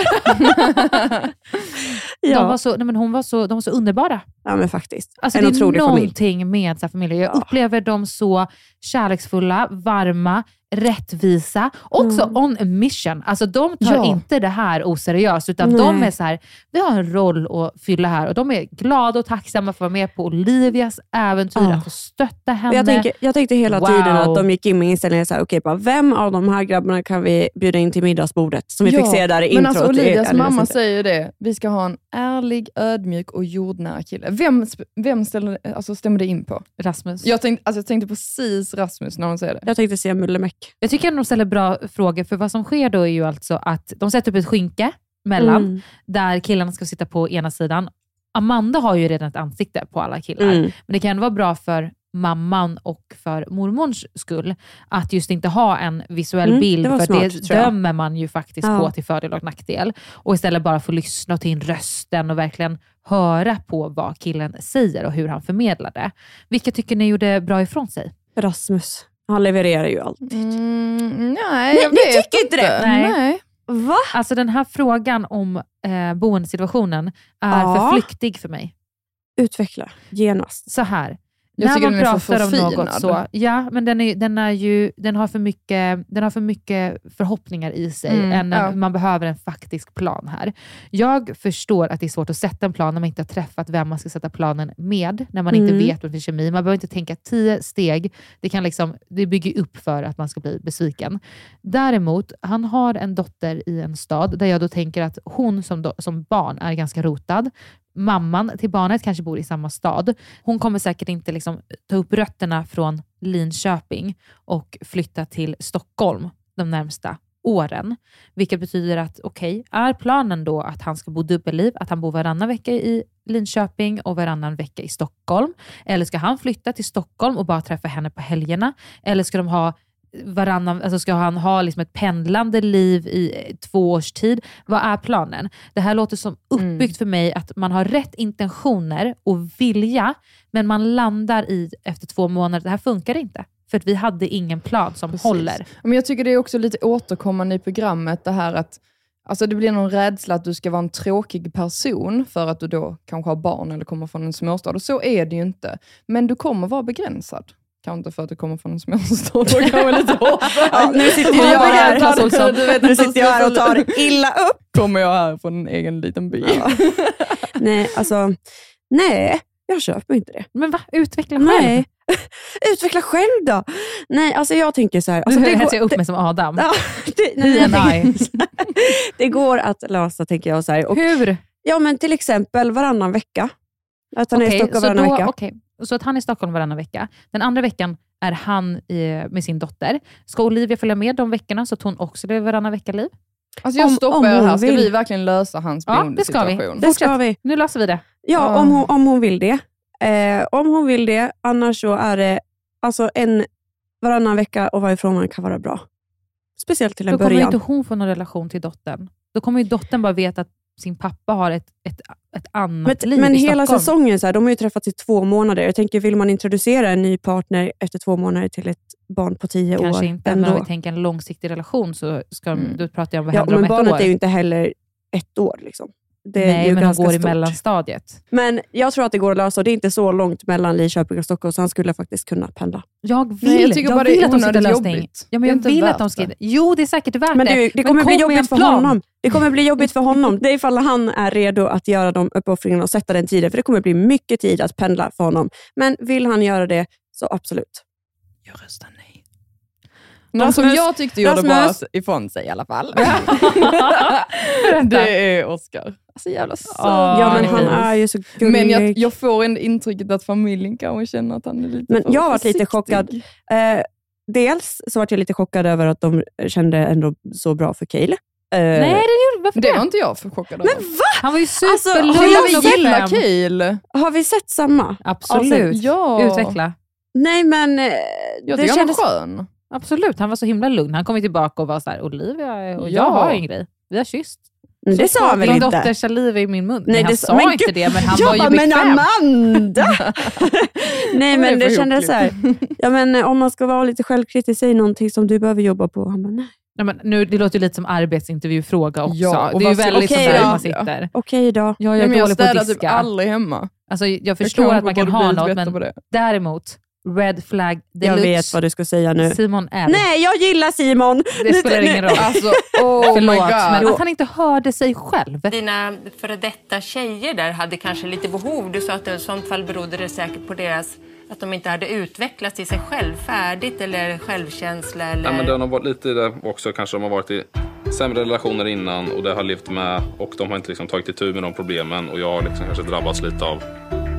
De Ja. var så, nej men hon var så, de var så underbara. ja, men faktiskt. Alltså En det är otrolig familj. någonting med så här familjer. Jag Ja. upplever dem så kärleksfulla, varma, rättvisa. Också Mm. on a mission. Alltså de tar Ja. inte det här oseriöst. Utan Nej. de är så här, vi har en roll att fylla här. Och de är glada och tacksamma för att vara med på Olivias äventyr. Ja. Att få stötta henne. Och Jag, tänker, jag tänkte hela Wow. tiden att de gick in med inställningen så här, okej, bara, vem av de här grabbarna kan vi bjuda in till middagsbordet? Som vi Ja, fick se där i men introt. alltså i- Olivias eller mamma vad säger säger det. Vi ska ha en ärlig, ödmjuk och jordnära kille. Vem, vem ställer, alltså stämmer det in på? Rasmus. Jag tänkte, alltså jag tänkte precis Rasmus när hon säger det. Jag tänkte säga Mullemäck. Jag tycker att de ställer bra frågor, för vad som sker då är ju alltså att de sätter upp ett skynke mellan, mm. där killarna ska sitta på ena sidan. Amanda har ju redan ett ansikte på alla killar. Mm. Men det kan vara bra för mamman och för mormons skull att just inte ha en visuell mm, bild, det för smart, det dömer man ju faktiskt ja. på till fördel och nackdel, och istället bara få lyssna och ta in rösten och verkligen höra på vad killen säger och hur han förmedlar det. Vilka tycker ni gjorde bra ifrån sig? Rasmus. Han levererar ju alltid. Mm, nej, jag nej, vet tycker inte det. Nej. nej. Va? Alltså den här frågan om eh, boendesituationen är ja. för flyktig för mig. Utveckla genast. Så här. Jag när man pratar om något så, ja, men den, är, den, är ju, den, har för mycket, den har för mycket förhoppningar i sig mm, än ja. man behöver en faktisk plan här. Jag förstår att det är svårt att sätta en plan när man inte har träffat vem man ska sätta planen med, när man mm. inte vet vad det är kemi. Man behöver inte tänka tio steg. Det kan liksom, det bygger upp för att man ska bli besviken. Däremot, han har en dotter i en stad där jag då tänker att hon som, do, som barn är ganska rotad. Mamman till barnet kanske bor i samma stad. Hon kommer säkert inte liksom ta upp rötterna från Linköping och flytta till Stockholm de närmsta åren. Vilket betyder att okej, okay, är planen då att han ska bo dubbelliv, att han bor varannan vecka i Linköping och varannan vecka i Stockholm? Eller ska han flytta till Stockholm och bara träffa henne på helgerna? Eller ska de ha varannan, alltså ska han ha liksom ett pendlande liv i två års tid? Vad är planen? Det här låter som uppbyggt mm. för mig att man har rätt intentioner och vilja, men man landar i efter två månader, det här funkar inte. För att vi hade ingen plan som Precis. håller. Men jag tycker det är också lite återkommande i programmet, det här att alltså det blir någon rädsla att du ska vara en tråkig person för att du då kanske har barn eller kommer från en småstad. Och så är det ju inte. Men du kommer vara begränsad. Kanske inte för att du kommer från en småstad. Då kan man lite ja, nu sitter jag här, du vet, nu sitter jag här och tar illa upp. Kommer jag här från en egen liten by. Ja. Nej, alltså, nej, jag köper inte det. Men va? Utveckla själv. Nej. Utveckla själv då. Nej, alltså jag tänker så här. Alltså, det går, jag upp mig som Adam. Ja, det, nej, jag tänker, det går att lösa, tänker jag så här. Och, hur? Ja, men till exempel varannan vecka. Att han okay, är i Stockholm varannan då, vecka. Okay. Så att han är i Stockholm varannan vecka. Den andra veckan är han i, med sin dotter. Ska Olivia följa med de veckorna så att hon också lever varannan vecka-liv? Alltså jag om, stoppar om jag här. Ska vill. vi verkligen lösa hans boendesituation? Ja, det ska vi. Det ska vi. Nu löser vi det. Ja, uh. om, hon, om hon vill det. Eh, om hon vill det. Annars så är det alltså en varannan vecka och varifrån man kan vara bra. Speciellt till en Då början. Då kommer inte hon få någon relation till dottern. Då kommer ju dottern bara veta att sin pappa har ett, ett, ett annat men, liv Men i hela Stockholm. säsongen, så här, de har ju träffats i två månader. Jag tänker, vill man introducera en ny partner efter två månader till ett barn på tio Kanske år? Kanske inte, men om vi tänker en långsiktig relation så ska de, mm. då pratar jag om vad ja, händer om ett år. Men barnet är ju inte heller ett år liksom. Det Nej, är men de går stort. i mellanstadiet. Men jag tror att det går att lösa. Det är inte så långt mellan Linköping och Stockholm, så han skulle faktiskt kunna pendla. Jag vill, Nej, jag tycker jag bara vill det är att de ska hitta lösning. Jobbigt. Ja, men jag vill att de ska... Jo, det är säkert värt men det. Det, det kommer men bli kom jobbigt för honom. Det kommer bli jobbigt för honom. Det är ifall han är redo att göra de uppoffringarna och sätta den tiden. För det kommer bli mycket tid att pendla för honom. Men vill han göra det, så absolut. Jag röstar nej. Någon som jag tyckte gjorde bra ifrån sig i alla fall. Det är Oscar. Alltså jävla så. Ja, men han är ju så gullig. Men jag, jag får en intrycket att familjen kanske känner att han är lite Men för jag har varit försiktig. lite chockad. Eh, dels så var jag lite chockad över att de kände ändå så bra för Cale. Eh, Nej, det gjorde varför det var inte jag för chockad över. Men va? Han var ju superlugn. Alltså, jag gillar Cale. Har vi sett samma? Absolut. Alltså, ja. Utveckla. Nej, men... Eh, jag det tycker kändes... han var skön. Absolut, han var så himla lugn. Han kom ju tillbaka och var så här, Olivia och jag ja. har en grej. Vi har kysst. Men det sa han väl inte? inte? Min dotter saliv i min mun. Nej, Nej, han det sa men inte gud, det, men han jag var ju bara, bekväm. Men Amanda! Nej, men det, det kändes så här. Ja, men om man ska vara lite självkritisk, säg någonting som du behöver jobba på. Han bara, nej. Nej, men nu, det låter ju lite som arbetsintervjufråga också. Ja, det är ju väldigt okay, sådär då. man sitter. Okej då. Jag, jag, ja, men jag städar typ aldrig hemma. Alltså, jag förstår jag att man kan ha något, men däremot red flag deluxe. Jag vet vad du ska säga nu. Simon L. Nej, jag gillar Simon. Det spelar ingen roll. Alltså, oh Förlåt, my God. men att han inte hörde sig själv. Dina före detta tjejer där hade kanske lite behov. Du sa att i sånt fall berodde det säkert på deras... Att de inte hade utvecklats i sig själv färdigt eller självkänsla eller... Ja, men det har varit lite i det också. Kanske de har varit i sämre relationer innan och det har levt med och de har inte liksom tagit itu med de problemen och jag har liksom kanske drabbats lite av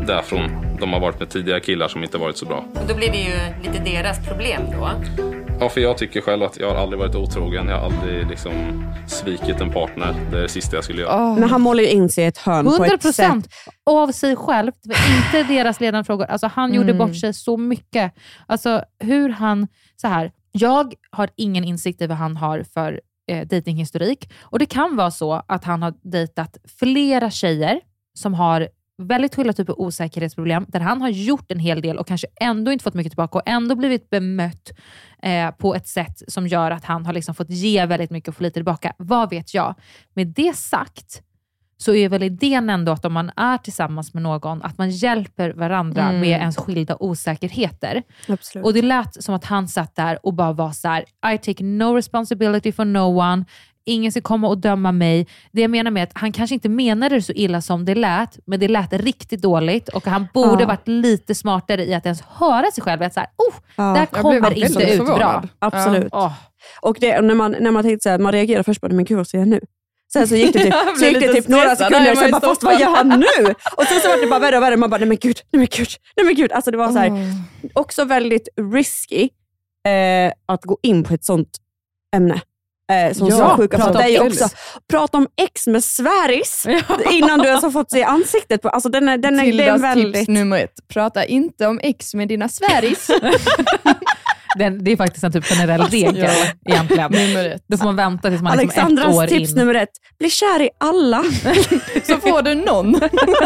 därifrån de har varit med tidigare killar som inte varit så bra. Och då blir det ju lite deras problem då. Ja, för jag tycker själv att jag har aldrig varit otrogen. Jag har aldrig liksom svikit en partner. Det är det sista jag skulle göra. Oh. Men han målar ju in sig i ett hörn hundra på ett procent sätt. av sig själv. Det var inte deras ledande frågor. Alltså, han gjorde Mm. bort sig så mycket. Alltså hur han... Så här, jag har ingen insikt i vad han har för eh, datinghistorik. Och det kan vara så att han har dejtat flera tjejer som har väldigt skilda typer av osäkerhetsproblem, där han har gjort en hel del och kanske ändå inte fått mycket tillbaka och ändå blivit bemött eh, på ett sätt som gör att han har liksom fått ge väldigt mycket och få lite tillbaka. Vad vet jag? Med det sagt så är väl idén ändå att om man är tillsammans med någon, att man hjälper varandra Mm. med ens skilda osäkerheter. Absolut. Och det lät som att han satt där och bara var så här: I take no responsibility for no one. Ingen ska komma och döma mig. Det jag menar med att han kanske inte menade det så illa som det lät, men det lät riktigt dåligt och han borde Ja. varit lite smartare i att ens höra sig själv. Att så här, oh, Ja. det här Jag kommer blev inte väldigt ut förvånad. bra. Absolut. Ja. Och det, när, man, när man tänkte så här, man reagerar först på det, men gud vad säger jag nu? Sen så gick det typ, Jag så gick blev det lite typ några stressad. sekunder Nej, och sen man bara, är fast vad stoppad. gör han nu? Och sen så var det bara värre och värre. Man bara, nej men gud, nej men gud, nej men gud. Alltså det var så här, Oh. också väldigt risky eh, att gå in på ett sånt ämne. Eh, som Ja, så sjuka prata för. Det är ju om också, ex. prata om ex med sväris innan du ens har fått se ansiktet på. Alltså den är, den är, det är Tildas väldigt... tips nummer ett. Prata inte om ex med dina sväris. Den, det är faktiskt en typ generell Alltså, regel ja. egentligen. Nummer ett. Då får man vänta tills man är liksom ett Alexandras år tips in. nummer ett. Bli kär i alla. Så får du någon.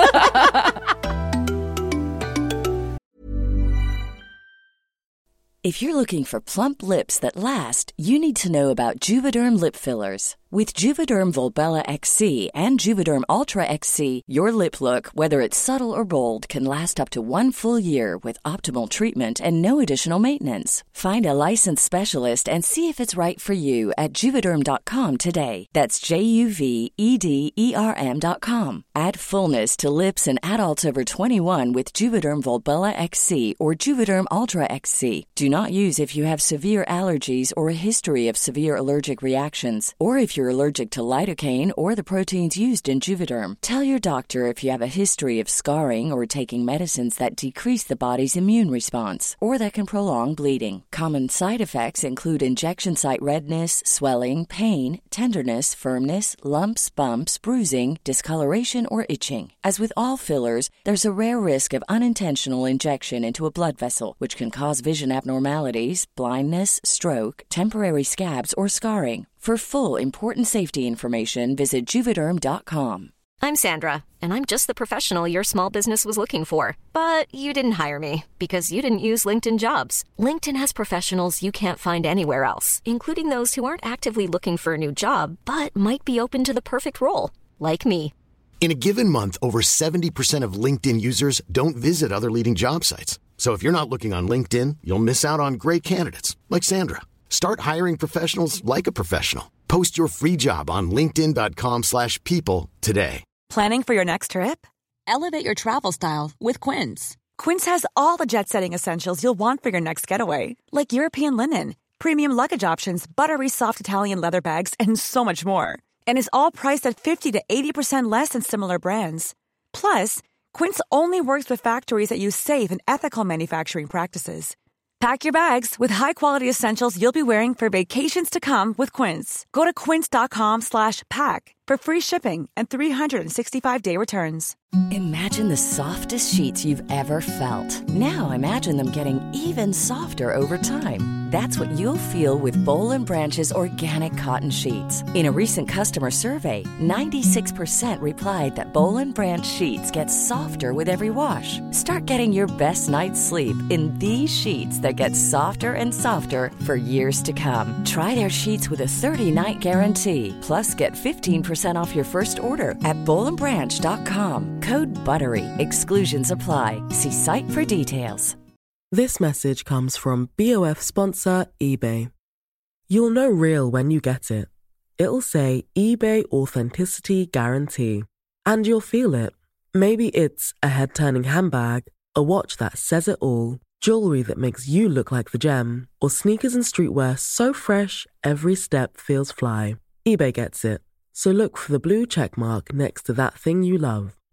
If you're looking for plump lips that last, you need to know about Juvederm lip fillers. With Juvederm Volbella X C and Juvederm Ultra X C, your lip look, whether it's subtle or bold, can last up to one full year with optimal treatment and no additional maintenance. Find a licensed specialist and see if it's right for you at juvederm dot com today. That's J U V E D E R M dot com. Add fullness to lips in adults over twenty-one with Juvederm Volbella X C or Juvederm Ultra X C. Do not use if you have severe allergies or a history of severe allergic reactions, or if you're allergic to lidocaine or the proteins used in Juvederm. Tell your doctor if you have a history of scarring or taking medicines that decrease the body's immune response or that can prolong bleeding. Common side effects include injection site redness, swelling, pain, tenderness, firmness, lumps, bumps, bruising, discoloration, or itching. As with all fillers, there's a rare risk of unintentional injection into a blood vessel, which can cause vision abnormalities, blindness, stroke, temporary scabs, or scarring. For full, important safety information, visit Juvederm dot com. I'm Sandra, and I'm just the professional your small business was looking for. But you didn't hire me because you didn't use LinkedIn Jobs. LinkedIn has professionals you can't find anywhere else, including those who aren't actively looking for a new job, but might be open to the perfect role, like me. In a given month, over seventy percent of LinkedIn users don't visit other leading job sites. So if you're not looking on LinkedIn, you'll miss out on great candidates like Sandra. Start hiring professionals like a professional. Post your free job on linkedin dot com slash people today. Planning for your next trip? Elevate your travel style with Quince. Quince has all the jet-setting essentials you'll want for your next getaway, like European linen, premium luggage options, buttery soft Italian leather bags, and so much more. And is all priced at fifty to eighty percent less than similar brands. Plus, Quince only works with factories that use safe and ethical manufacturing practices. Pack your bags with high-quality essentials you'll be wearing for vacations to come with Quince. Go to quince dot com slash pack for free shipping and three sixty-five day returns. Imagine the softest sheets you've ever felt. Now imagine them getting even softer over time. That's what you'll feel with Boll and Branch's organic cotton sheets. In a recent customer survey, ninety-six percent replied that Boll and Branch sheets get softer with every wash. Start getting your best night's sleep in these sheets that get softer and softer for years to come. Try their sheets with a thirty-night guarantee. Plus, get fifteen percent off your first order at boll and branch dot com. Code BUTTERY. Exclusions apply. See site for details. This message comes from B O F sponsor eBay. You'll know real when you get it. It'll say eBay Authenticity Guarantee. And you'll feel it. Maybe it's a head-turning handbag, a watch that says it all, jewelry that makes you look like the gem, or sneakers and streetwear so fresh every step feels fly. eBay gets it. So look for the blue check mark next to that thing you love.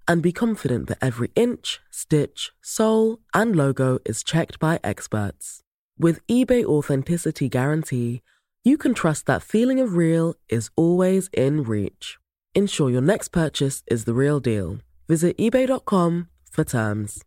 and be confident that every inch, stitch, sole, and logo is checked by experts. With eBay Authenticity Guarantee, you can trust that feeling of real is always in reach. Ensure your next purchase is the real deal. Visit ebay dot com for terms.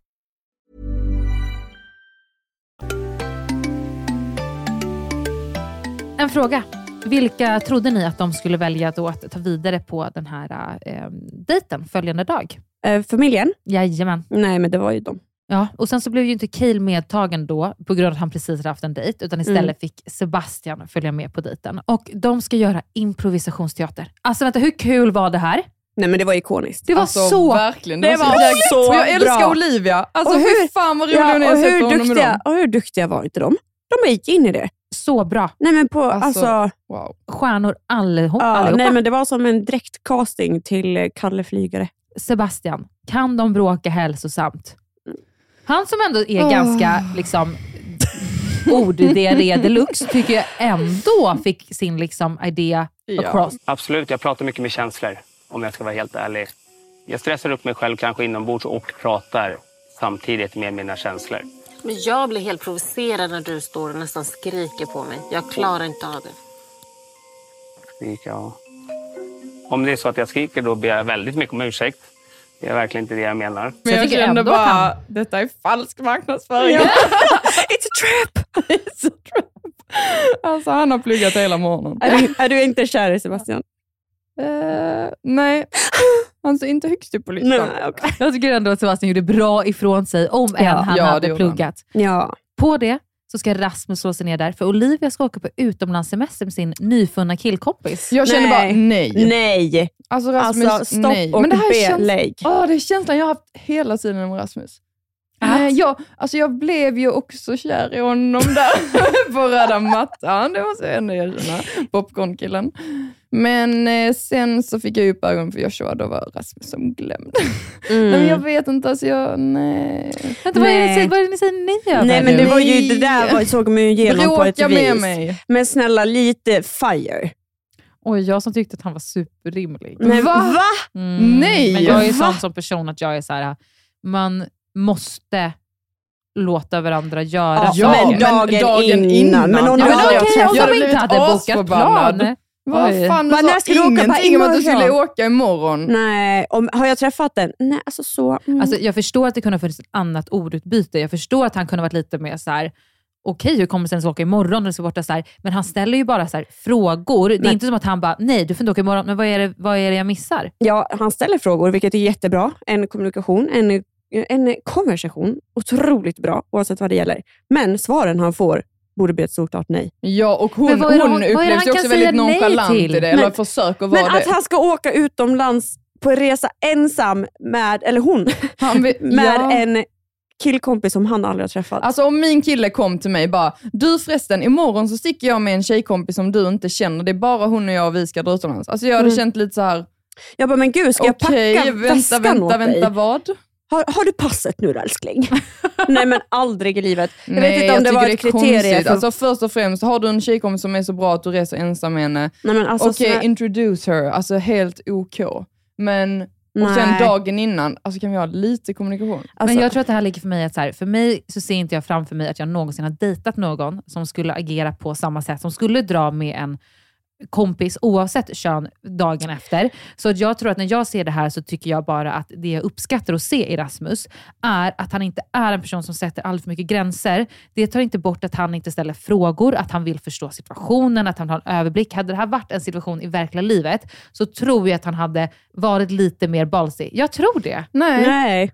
En fråga. Vilka trodde ni att de skulle välja då att ta vidare på den här eh, dejten följande dag? Eh, familjen? Jajamän. Nej, men det var ju de. Ja, och sen så blev ju inte Cale medtagen då på grund av att han precis hade haft en dejt, utan istället mm. fick Sebastian följa med på dejten. Och de ska göra improvisationsteater. Alltså vänta, hur kul var det här? Nej, men det var ikoniskt. Det var alltså, så verkligen. Det, det var, var så, så jag älskar bra. Olivia. Alltså och hur, hur fan vad rolig ja, hon är och att se hur på honom duktiga, med dem. och hur duktiga var inte de? De gick in i det. Så bra. Nej, men på, alltså, alltså wow. Stjärnor allihop, ja, allihopa. Nej, men det var som en direkt casting till Kalle Flygare. Sebastian, kan de bråka hälsosamt? Han som ändå är oh. ganska liksom orddiarré deluxe tycker jag ändå fick sin liksom idé across. Ja. Absolut, jag pratar mycket med känslor om jag ska vara helt ärlig. Jag stressar upp mig själv kanske inombords och pratar samtidigt med mina känslor. Men jag blir helt provocerad när du står och nästan skriker på mig. Jag klarar inte av det. Ja. Om det är så att jag skriker då ber jag väldigt mycket om ursäkt. Det är verkligen inte det jag menar. Men jag, jag kände bara, han... detta är falsk marknadsföring. Ja. It's a trap! It's a trap. Alltså han har pluggat hela morgonen. Är du, är du inte kär i Sebastian? Uh, nej, han ser inte högst upp på listan. Nej, okay. Jag tycker ändå att Sebastian gjorde bra ifrån sig om än ja, han ja, hade pluggat. Han. Ja. På det så ska Rasmus slå sig ner där, för Olivia ska åka på utomlandssemester med sin nyfunna killkompis. Jag känner bara nej. Nej. Alltså Rasmus, alltså, stopp nej. och men det här känns, lägg. Åh, det är känslan jag har haft hela tiden med Rasmus. Äh, jag, alltså jag blev ju också kär i honom där på röda mattan. Det måste jag ändå erkänna. Popcornkillen. Men eh, sen så fick jag upp ögonen för Joshua. Då var Rasmus som glömd. Mm. Nej, men jag vet inte. Alltså jag, nej. Vänta, vad, är det, vad är det ni säger nej över? Nej, men det var ju det där var, såg man ju igenom Bråka på ett med vis. Mig. Men snälla, lite fire. Och jag som tyckte att han var superrimlig. Men va? va? Mm. Nej. Men jag är ju va? sån som person att jag är så här, man måste låta varandra göra ja, saker. Men dagen, dagen innan. innan. Men, ja, men okej, okay, om de inte hade bokat plan. Vad fan, du sa ingenting om att du skulle åka imorgon. Nej, om, har jag träffat den? Nej, alltså så. Mm. Alltså, jag förstår att det kunde ha funnits ett annat ordutbyte. Jag förstår att han kunde ha varit lite mer så här: okej, hur kommer sen så åka imorgon? Och så borta, så här. Men han ställer ju bara så här, frågor. Det är nej. Inte som att han bara, nej du får inte åka imorgon. Men vad är, det, vad är det jag missar? Ja, han ställer frågor, vilket är jättebra. En kommunikation, en, en konversation. Otroligt bra, oavsett vad det gäller. Men svaren han får borde bli ett stort klart nej. Ja, och hon, hon, hon upplevs ju också väldigt nonchalant i det. Eller försöker vara men det. Att han ska åka utomlands på en resa ensam med, eller hon, han vill, med ja. en killkompis som han aldrig har träffat. Alltså om min kille kom till mig bara, du förresten, imorgon så sticker jag med en tjejkompis som du inte känner. Det är bara hon och jag och vi ska dra utomlands. Alltså jag hade mm. känt lite så här. Jag bara, men gud, ska jag okay, packa vänta, väskan vänta, åt vänta, dig? vad? Har, har du passet nu, älskling? Nej, men aldrig i livet. Jag Nej, vet inte om det var ett kriterium. För... Alltså först och främst, har du en tjejkompis som är så bra att du reser ensam med henne? Alltså, Okej, okay, så... introduce her. Alltså helt ok. Men... Och Nej. sen dagen innan, alltså kan vi ha lite kommunikation. Alltså, men jag tror att det här ligger för mig att så här, för mig så ser inte jag framför mig att jag någonsin har dejtat någon som skulle agera på samma sätt, som skulle dra med en kompis oavsett kön dagen efter. Så att jag tror att när jag ser det här så tycker jag bara att det jag uppskattar att se i Rasmus är att han inte är en person som sätter allt för mycket gränser. Det tar inte bort att han inte ställer frågor, att han vill förstå situationen, att han har en överblick. Hade det här varit en situation i verkliga livet så tror jag att han hade varit lite mer ballsy. Jag tror det. Nej. Nej.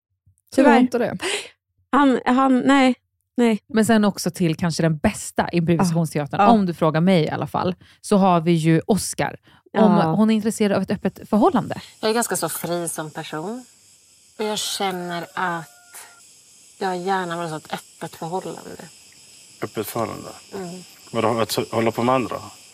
Tyvärr inte det. Han, han, nej. Nej. Men sen också till kanske den bästa improvisationsteatern, ah. om du frågar mig i alla fall, så har vi ju Oscar. Om ah. hon är intresserad av ett öppet förhållande. Jag är ganska så fri som person. Och jag känner att jag gärna vill ha ett öppet förhållande. Öppet förhållande? Mm. Vadå, att hålla på med andra?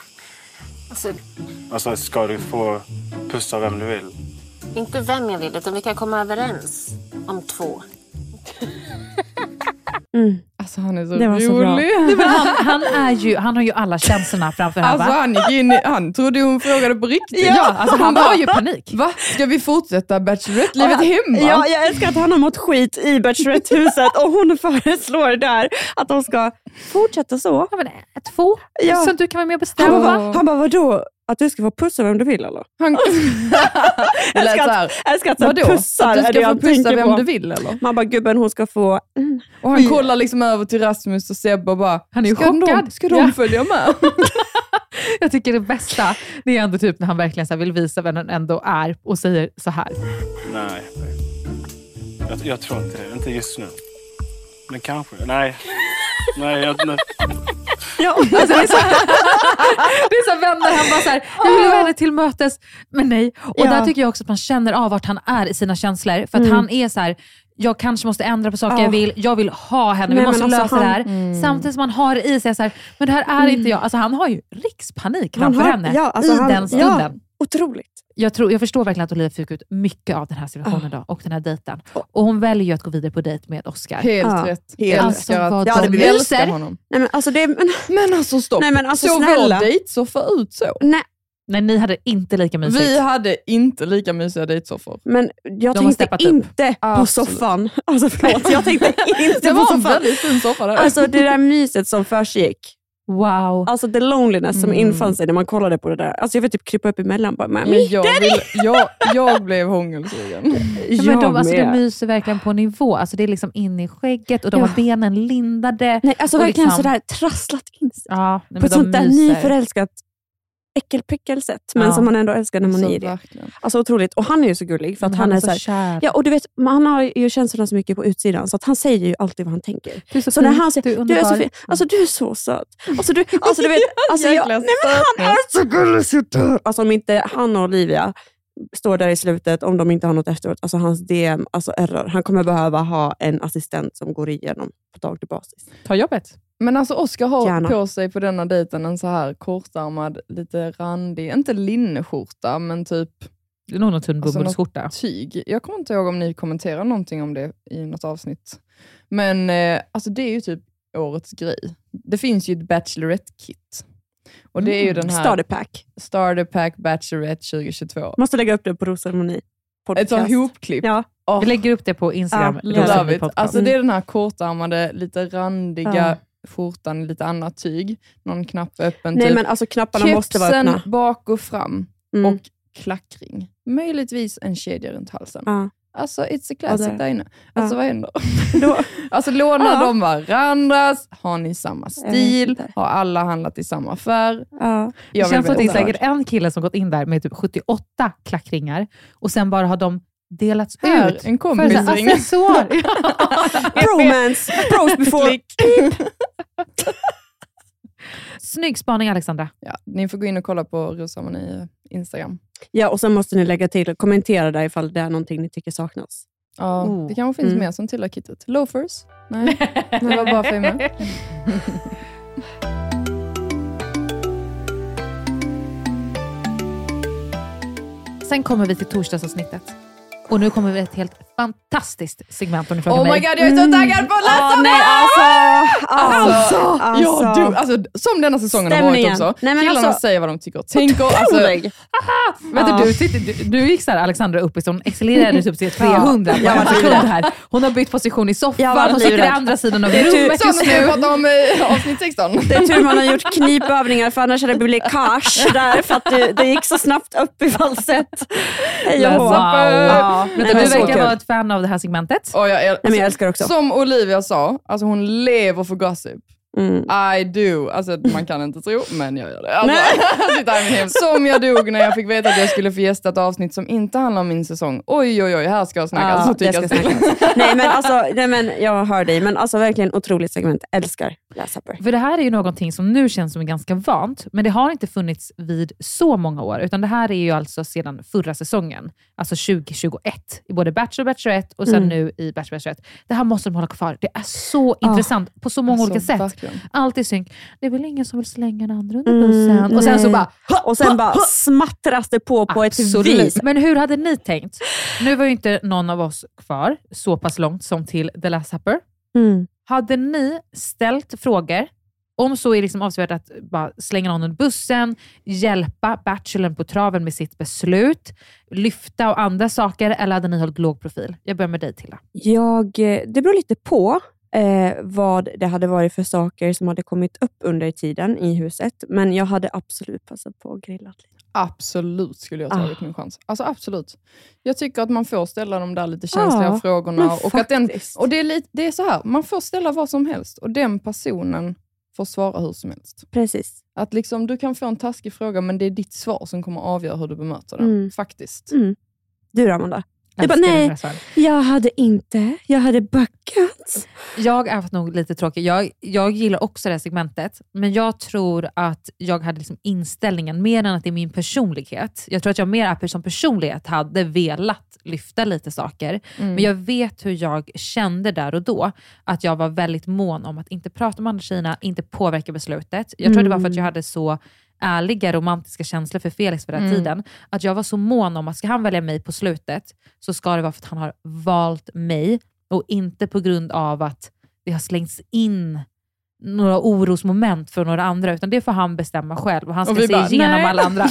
Alltså, alltså, ska du få pussa vem du vill? Inte vem jag vill, utan vi kan komma överens om två. Mm. Alltså han är så Det var så bra. rolig. Nej, men han, han, är ju, han har ju alla känslorna framför här, Alltså va? han gick in i, han trodde hon frågade på riktigt. Ja, alltså han har ju panik. Va? Ska vi fortsätta Bachelorette-livet hemma? Ja, jag älskar att han har mått skit i Bachelorette-huset och hon föreslår där att de ska fortsätta så. Ja, men två, Ja. så att du kan vara med och bestämma. Han bara, han bara, vadå? Att du ska få pussa vem du vill eller? Han... Jag älskar att, älskar att så pussar att du är det ska få jag pussa tänker vem på. du vill eller? Man bara, gubben hon ska få... Mm. Och han kollar liksom över till Rasmus och Sebbe och bara, han är ju ska chockad. De, ska de Ja. följa med? Jag tycker det bästa, det är ändå typ när han verkligen så här vill visa vem han ändå är och säger så här. Nej. Jag, jag tror inte det. Inte just nu. Men kanske. Nej. Nej, jag... Nej. Ja, alltså det är så det är så vänner, han bara så här, jag vill vara henne till mötes, men nej. Och Ja. där tycker jag också att man känner av vart han är i sina känslor. För att Mm. han är så här, jag kanske måste ändra på saker Ja. jag vill. Jag vill ha henne, vi Nej, måste men alltså lösa han- det här. Mm. Samtidigt som han har i sig så här, men det här är Mm. inte jag. Alltså han har ju rikspanik Han framför har- henne ja, alltså i han- den stunden. ja, otroligt. Jag, tror, jag förstår verkligen att Olivia fick ut mycket av den här situationen då, och den här dejten. Och hon väljer ju att gå vidare på dejt med Oscar. Helt Ja, rätt. helt Älskar rätt. att Alltså, Ja, det de blir- älskar honom. Nej men alltså det... Men, Men alltså stopp. Nej, men alltså, så snälla. vår dejtsoffa ut så? nej, Nej, ni hade inte lika mysigt. Vi hade inte lika mysiga dejtsoffor. men jag De har tänkte steppat upp. inte på Absolut. soffan. Alltså förlåt, jag tänkte inte Det på var en soffan. väldigt fin soffa där. Alltså det där myset som försiggick. Wow. Alltså the loneliness som Mm. infann sig när man kollade på det där. Alltså jag vill typ krypa upp emellan. Bara, men Men jag, vill, jag, jag blev hångelsugen. Ja, men de, alltså, med. de myser verkligen på nivå. Alltså, det är liksom in i skägget och de Ja. har benen lindade. Nej, alltså och verkligen liksom- sådär trasslat in sig. Ja, nej, På men ett de sånt där myser. nyförälskat äckelpäckelsätt. Men Ja. som man ändå älskar när man Så är i det. verkligen. Alltså otroligt. Och han är ju så gullig. För att Men han, är så så här, kär. ja, och du vet, man- han har ju känslorna så mycket på utsidan. Så att han säger ju alltid vad han tänker. Du är så, Så när fin, han säger, du är du är så underbar. fin. Alltså du är så söt. Alltså du, alltså, du vet, alltså, jag, Jäkla nej, men han är så gullig. Så dör. Alltså om inte han och Olivia står där i slutet, om de inte har något efteråt, alltså hans D M, alltså error. Han kommer behöva ha en assistent som går igenom på daglig basis. Ta jobbet. Men alltså Oscar har Gärna. på sig på denna dejten en så här kortärmad, lite randig, inte linneskjorta, men typ Det är nog någon tunn Alltså, bomullsskjorta. tyg. Jag kommer inte ihåg om ni kommenterar någonting om det i något avsnitt. Men eh, alltså det är ju typ årets grej. Det finns ju ett Bachelorette-kit. Och det är ju Mm. den här Starter pack. Starter Pack Bachelorette tjugohundratjugotvå. Måste lägga upp det på Rosceremoni. Ett sånt hopklipp. Ja. Oh, Vi lägger upp det på Instagram. Ja, Rosa love Ny it. podcast. Alltså det är den här kortärmade, lite randiga Ja. skjortan, lite annat tyg. Någon knapp öppen Nej typ. men alltså knapparna måste vara Kepsen öppna. bak och fram. Mm. Och klackring. Möjligtvis en kedja runt halsen. Ja. Alltså it's a classic Och där- där inne. Alltså Ja. vad händer? Då, Alltså lånar Ja. de varandras? Har ni samma stil? inte. Har alla handlat i samma affär? ja. Det Jag känns som att det är veta. säkert en kille som gått in där med typ sjuttioåtta klackringar och sen bara har de delats Här, ut. en för kompisring. så här accessoar. Bromance. Bros before. Snygg spaning, Alexandra. Ja, ni får gå in och kolla på Rosamoni Instagram. Ja, och sen måste ni lägga till, kommentera där ifall det är någonting ni tycker saknas. Ja, Oh. det kanske finns Mm. mer som tillhör kittet. Loafers? Nej, det var bara för mig. Sen kommer vi till torsdagsavsnittet. Och nu kommer vi ett helt fantastiskt segment om ni frågar Oh my mig. god, jag är så taggad på att läsa Ah, nej, det! alltså, Alltså, alltså. ja, du, alltså, som denna säsongen har Stämningen. varit också. Nej, men Killarna alltså- säger vad de tycker och tänker. Alltså, Otrolig. Vänta, Ja. du, sitter, du, du gick så här, Alexandra upp så hon accelererade typ till trehundra på jag en var sekund livrädd. här. Hon har bytt position i Jag soffan, var hon sitter i livrädd. andra sidan av Det är tur- rummet som just vi har nu. pratat om i avsnitt sexton. Det är tur man har gjort knipövningar för annars hade det blivit kars där för att det, det gick så snabbt upp i falsett. Hej och hå. Wow. Ja, Vänta, nej, men du så verkar kul. vara ett fan av det här segmentet. Och jag, Nej, men jag älskar också. Som Olivia sa, alltså hon lever för gossip. Mm. I do. Alltså man kan inte tro, men jag gör det. Alltså, sitter i min hem. Som jag dog när jag fick veta att jag skulle få gästa ett avsnitt som inte handlar om min säsong. Oj, oj, oj, här ska jag snacka. Ja, så det tycker ska jag snackas. nej, men alltså, nej men jag hör dig. Men alltså verkligen otroligt segment. Älskar Läshapper. För det här är ju någonting som nu känns som är ganska vant, men det har inte funnits vid så många år, utan det här är ju alltså sedan förra säsongen, alltså tjugo tjugoett, i både Bachelor och Bachelorette och sen Mm. nu i Bachelor och Bachelorette. Det här måste de hålla kvar. Det är så intressant på så många Alltså, olika sätt. verkligen. Allt är synk. Det är väl ingen som vill slänga den andra under Mm, bussen. Och sen så nej. bara... Och sen bara smattras det på på ett Absolut. vis. Men hur hade ni tänkt? Nu var ju inte någon av oss kvar så pass långt som till The Last Supper. Mm. hade ni ställt frågor, om så är liksom avsvärt att bara slänga någon under bussen, hjälpa bachelorn på traven med sitt beslut, lyfta och andra saker, eller hade ni hållit låg profil? Jag börjar med dig, Tilda. Jag, det beror lite på eh, vad det hade varit för saker som hade kommit upp under tiden i huset. Men jag hade absolut passat på att grilla lite. Absolut skulle jag tagit Ah. min chans. Alltså absolut. Jag tycker att man får ställa de där lite känsliga Ja, frågorna. men Och, att den, faktiskt. och det, är lite, det är så här, man får ställa vad som helst. Och den personen får svara hur som helst. Precis. Att liksom, du kan få en taskig fråga, men det är ditt svar som kommer avgöra hur du bemöter den. Mm. Faktiskt. Mm. Du då, Amanda? Du bara, Älskar nej, det här. jag hade inte. Jag hade backat. Jag har haft nog lite tråkigt. Jag, jag gillar också det här segmentet. Men jag tror att jag hade liksom inställningen mer än att det är min personlighet. Jag tror att jag mer som personlighet hade velat lyfta lite saker. Mm. Men jag vet hur jag kände där och då. Att jag var väldigt mån om att inte prata med andra tjejerna, inte påverka beslutet. Jag tror Mm. det var för att jag hade så ärliga romantiska känslor för Felix för den Mm. tiden. Att jag var så mån om att ska han välja mig på slutet, så ska det vara för att han har valt mig och inte på grund av att det har slängts in några orosmoment för några andra, utan det får han bestämma själv och han ska Och vi se bara, igenom nej. alla andra.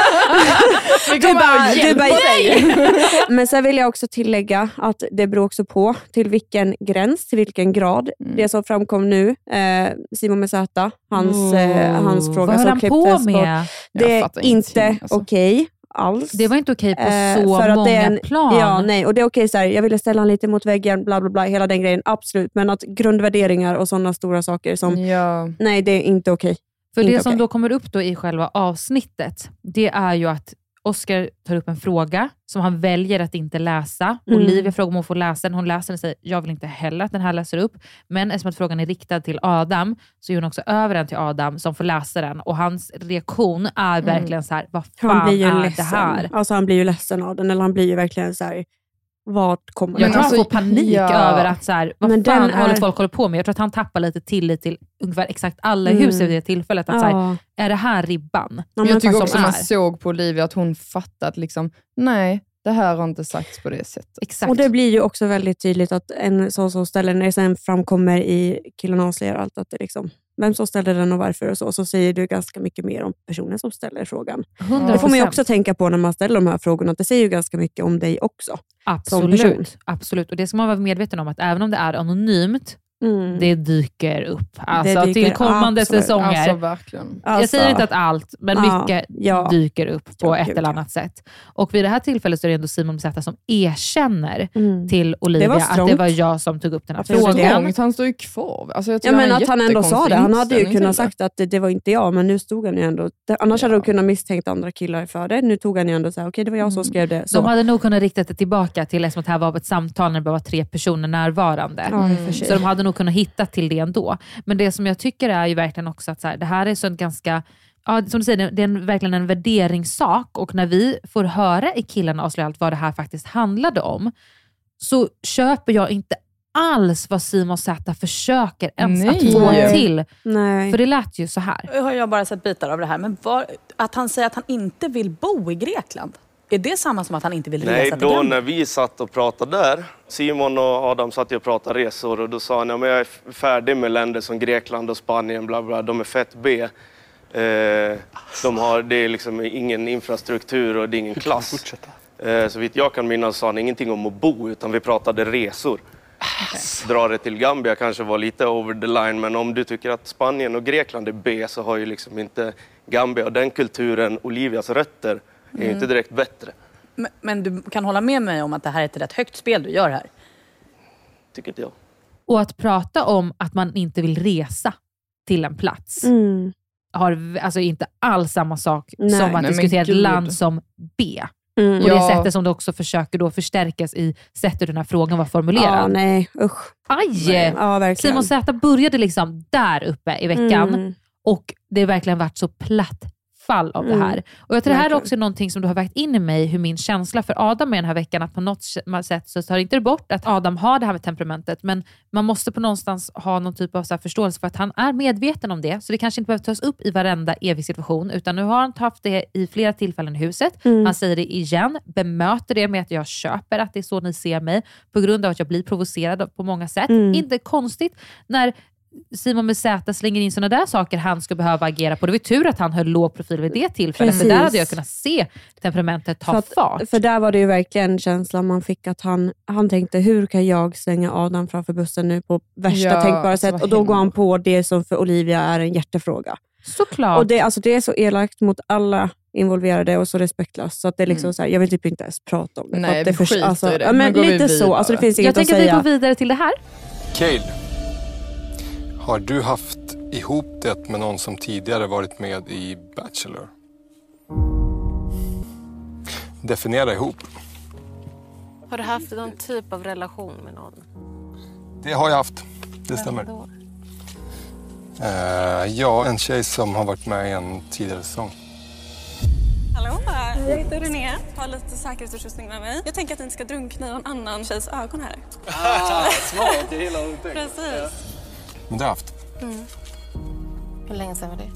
Vi Du kommer bara, att du hjälpa bara, dig. Men sen vill jag också tillägga att det beror också på till vilken gräns, till vilken grad. Mm. Det som framkom nu, eh, Simon med Z, hans, eh, hans fråga Vad höll som han på klipptes bort. med? Det Jag är fattar inte ingenting, alltså. okej alls. Det var inte okej på Eh, så för att många det är en- plan. Ja, nej. Och det är okej så här, jag ville ställa han lite mot väggen, bla bla bla, hela den grejen, absolut. Men att grundvärderingar och sådana stora saker som, Ja. nej, det är inte okej. För Inte det som okej. då kommer upp då i själva avsnittet, det är ju att Oscar tar upp en fråga som han väljer att inte läsa. Mm. Olivia frågar om hon får läsa den. Hon läser den och säger, jag vill inte heller att den här läser upp. Men eftersom att frågan är riktad till Adam, så gör hon också över den till Adam som får läsa den. Och hans reaktion är verkligen så här, vad fan Han blir ju är ledsen. det här? Alltså han blir ju ledsen av den, eller han blir ju verkligen så här, vart kommer Jag det? tror alltså, han får panik ja. över att så här, vad Men fan den håller är- folk håller på med. Jag tror att han tappar lite tillit till ungefär exakt alla i Mm. huset vid det tillfället. Att så här, Ja. är det här ribban? Ja, Men men jag tycker som också är. man såg på Olivia att hon fattat liksom, nej, det här har inte sagts på det sättet. Exakt. Och det blir ju också väldigt tydligt att en sån som ställer, när det sen framkommer i killarna avslöjar allt, att det liksom, vem som ställer den och varför och så, så säger du ganska mycket mer om personen som ställer frågan. hundra Det får man ju procent. också tänka på när man ställer de här frågorna, att det säger ju ganska mycket om dig också. som person. Absolut, absolut. Och det ska man vara medveten om, att även om det är anonymt, Mm. det dyker upp. Alltså Det dyker till kommande absolut. säsonger. Alltså verkligen. Jag Alltså, säger inte att allt, men ja, mycket ja. dyker upp på Ja, ett gud, eller ja. annat sätt. Och vid det här tillfället så är det ändå Simon Zäta som erkänner Mm. till Olivia Det var att det strångt. var jag som tog upp den här Absolut. frågan. Långt, han står ju kvar. Alltså, jag Ja, tycker men han är att han ändå sa jättekonstig det. Han hade ju inställning kunnat till det. sagt att det, det var inte jag, men nu stod han ju ändå. Det, annars Ja. hade de kunnat misstänkt andra killar för det. Nu tog han ju ändå så här, okej, det var jag som skrev det. Så. De hade nog kunnat rikta det tillbaka till eftersom att det här var ett samtal när det bara var tre personer närvarande. Ja, i och för sig. Så de hade nog kunnat hitta till det ändå. Men det som jag tycker är ju verkligen också att så här, det här är så en ganska, ja, som du säger, det är en, verkligen en värderingssak. Och när vi får höra i killarna avslöja allt vad det här faktiskt handlade om, så köper jag inte alls vad Simon Zäta försöker ens Nej. att få Nej. till. Nej. För det lät ju så här. Nu har jag bara sett bitar av det här, men var, att han säger att han inte vill bo i Grekland, är det samma som att han inte vill Nej, resa till då Grekland? när vi satt och pratade där, Simon och Adam satt ju och pratade resor och då sa han, ja, men jag är f- färdig med länder som Grekland och Spanien, bla bla, de är fett B. Eh, de har, det är liksom ingen infrastruktur och det är ingen klass. Eh, så vitt jag kan minnas sa han ingenting om att bo, utan vi pratade resor. Okay. Dra det till Gambia kanske var lite over the line, men om du tycker att Spanien och Grekland är B, så har ju liksom inte Gambia och den kulturen, Olivias rötter, är ju Mm. inte direkt bättre. Men, men du kan hålla med mig om att det här är ett rätt högt spel du gör här. Tycker inte jag. Och att prata om att man inte vill resa till en plats Mm. har alltså inte alls samma sak Nej. som att Nej, men diskutera ett gud. land som B. Mm. Och det Ja. sättet som det också försöker då förstärkas i sättet den här frågan var formulerad. Ja, nej, usch. Aj! Ja, verkligen. Simon Zäta började liksom där uppe i veckan Mm. och det har verkligen varit så platt utfall av mm. det här. Och jag tror det här är också någonting som du har vägt in i mig, hur min känsla för Adam är den här veckan, att på något sätt så tar inte det bort att Adam har det här med temperamentet, men man måste på någonstans ha någon typ av så här förståelse för att han är medveten om det, så det kanske inte behöver tas upp i varenda evig situation, utan nu har han haft det i flera tillfällen i huset. Mm. Han säger det igen, bemöter det med att jag köper att det är så ni ser mig, på grund av att jag blir provocerad på många sätt. Mm. Inte konstigt när Simon med Z slänger in såna där saker han ska behöva agera på. Det var tur att han höll låg profil vid det tillfället. För där hade jag kunnat se temperamentet ta för att, fart. För där var det ju verkligen känslan man fick att han, han tänkte, hur kan jag slänga Adam framför bussen nu på värsta ja, tänkbara sätt? Och då går han på det som för Olivia är en hjärtefråga. Såklart. Och det, alltså, det är så elakt mot alla involverade och så respektlöst, så att det är liksom mm. så här, jag vill typ inte ens prata om det. Nej, det vi skiter alltså, i det. Ja, men lite så. Alltså, det finns inget jag att säga. Jag tänker att vi går vidare till det här. Cale, har du haft ihop det med någon som tidigare varit med i Bachelor? Definiera ihop. Har du haft någon typ av relation med någon? Det har jag haft, det stämmer. Uh, ja, en tjej som har varit med i en tidigare säsong. Hallå, jag heter René. Har lite säkerhetsutrustning med mig. Jag tänker att ni ska drunkna i någon annan tjejs ögon här. Ah, smart, jag gillar det. Precis. Men det har jag haft. Mm. Hur länge sedan var det?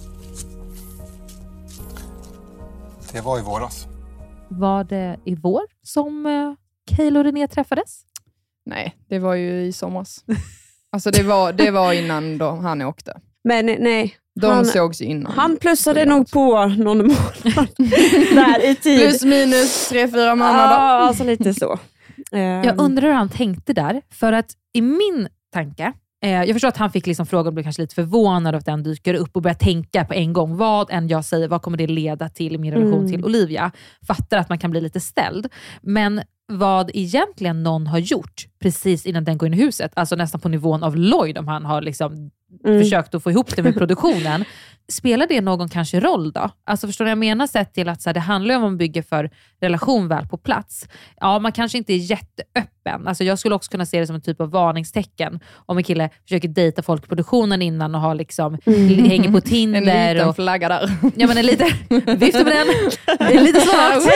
Det var i våras. Var det i vår som uh, Cale och René träffades? Nej, det var ju i somras. Alltså det var, det var innan då han åkte. Men nej. De han, sågs innan. Han plussade nog på någon månad där i tid. Plus minus tre, fyra månader. Ja, alltså lite så. Jag undrar hur han tänkte där. För att i min tanke, eh, jag förstår att han fick liksom frågan och blev kanske lite förvånad av att den dyker upp och börjar tänka på en gång. Vad än jag säger, vad kommer det leda till i min relation mm. till Olivia? Fattar att man kan bli lite ställd. Men vad egentligen någon har gjort precis innan den går in i huset, alltså nästan på nivån av Lloyd, om han har liksom mm. försökt att få ihop det med produktionen, spelar det någon kanske roll då? Alltså förstår du jag menar, sett till att så här, det handlar om att bygga för relation väl på plats. Ja, man kanske inte är jätteöppen. Alltså jag skulle också kunna se det som en typ av varningstecken om en kille försöker dejta folk i produktionen innan och har liksom mm. hänger på Tinder. En liten och, flagga där. Ja, men en liten vifta med den. Det är lite svagt.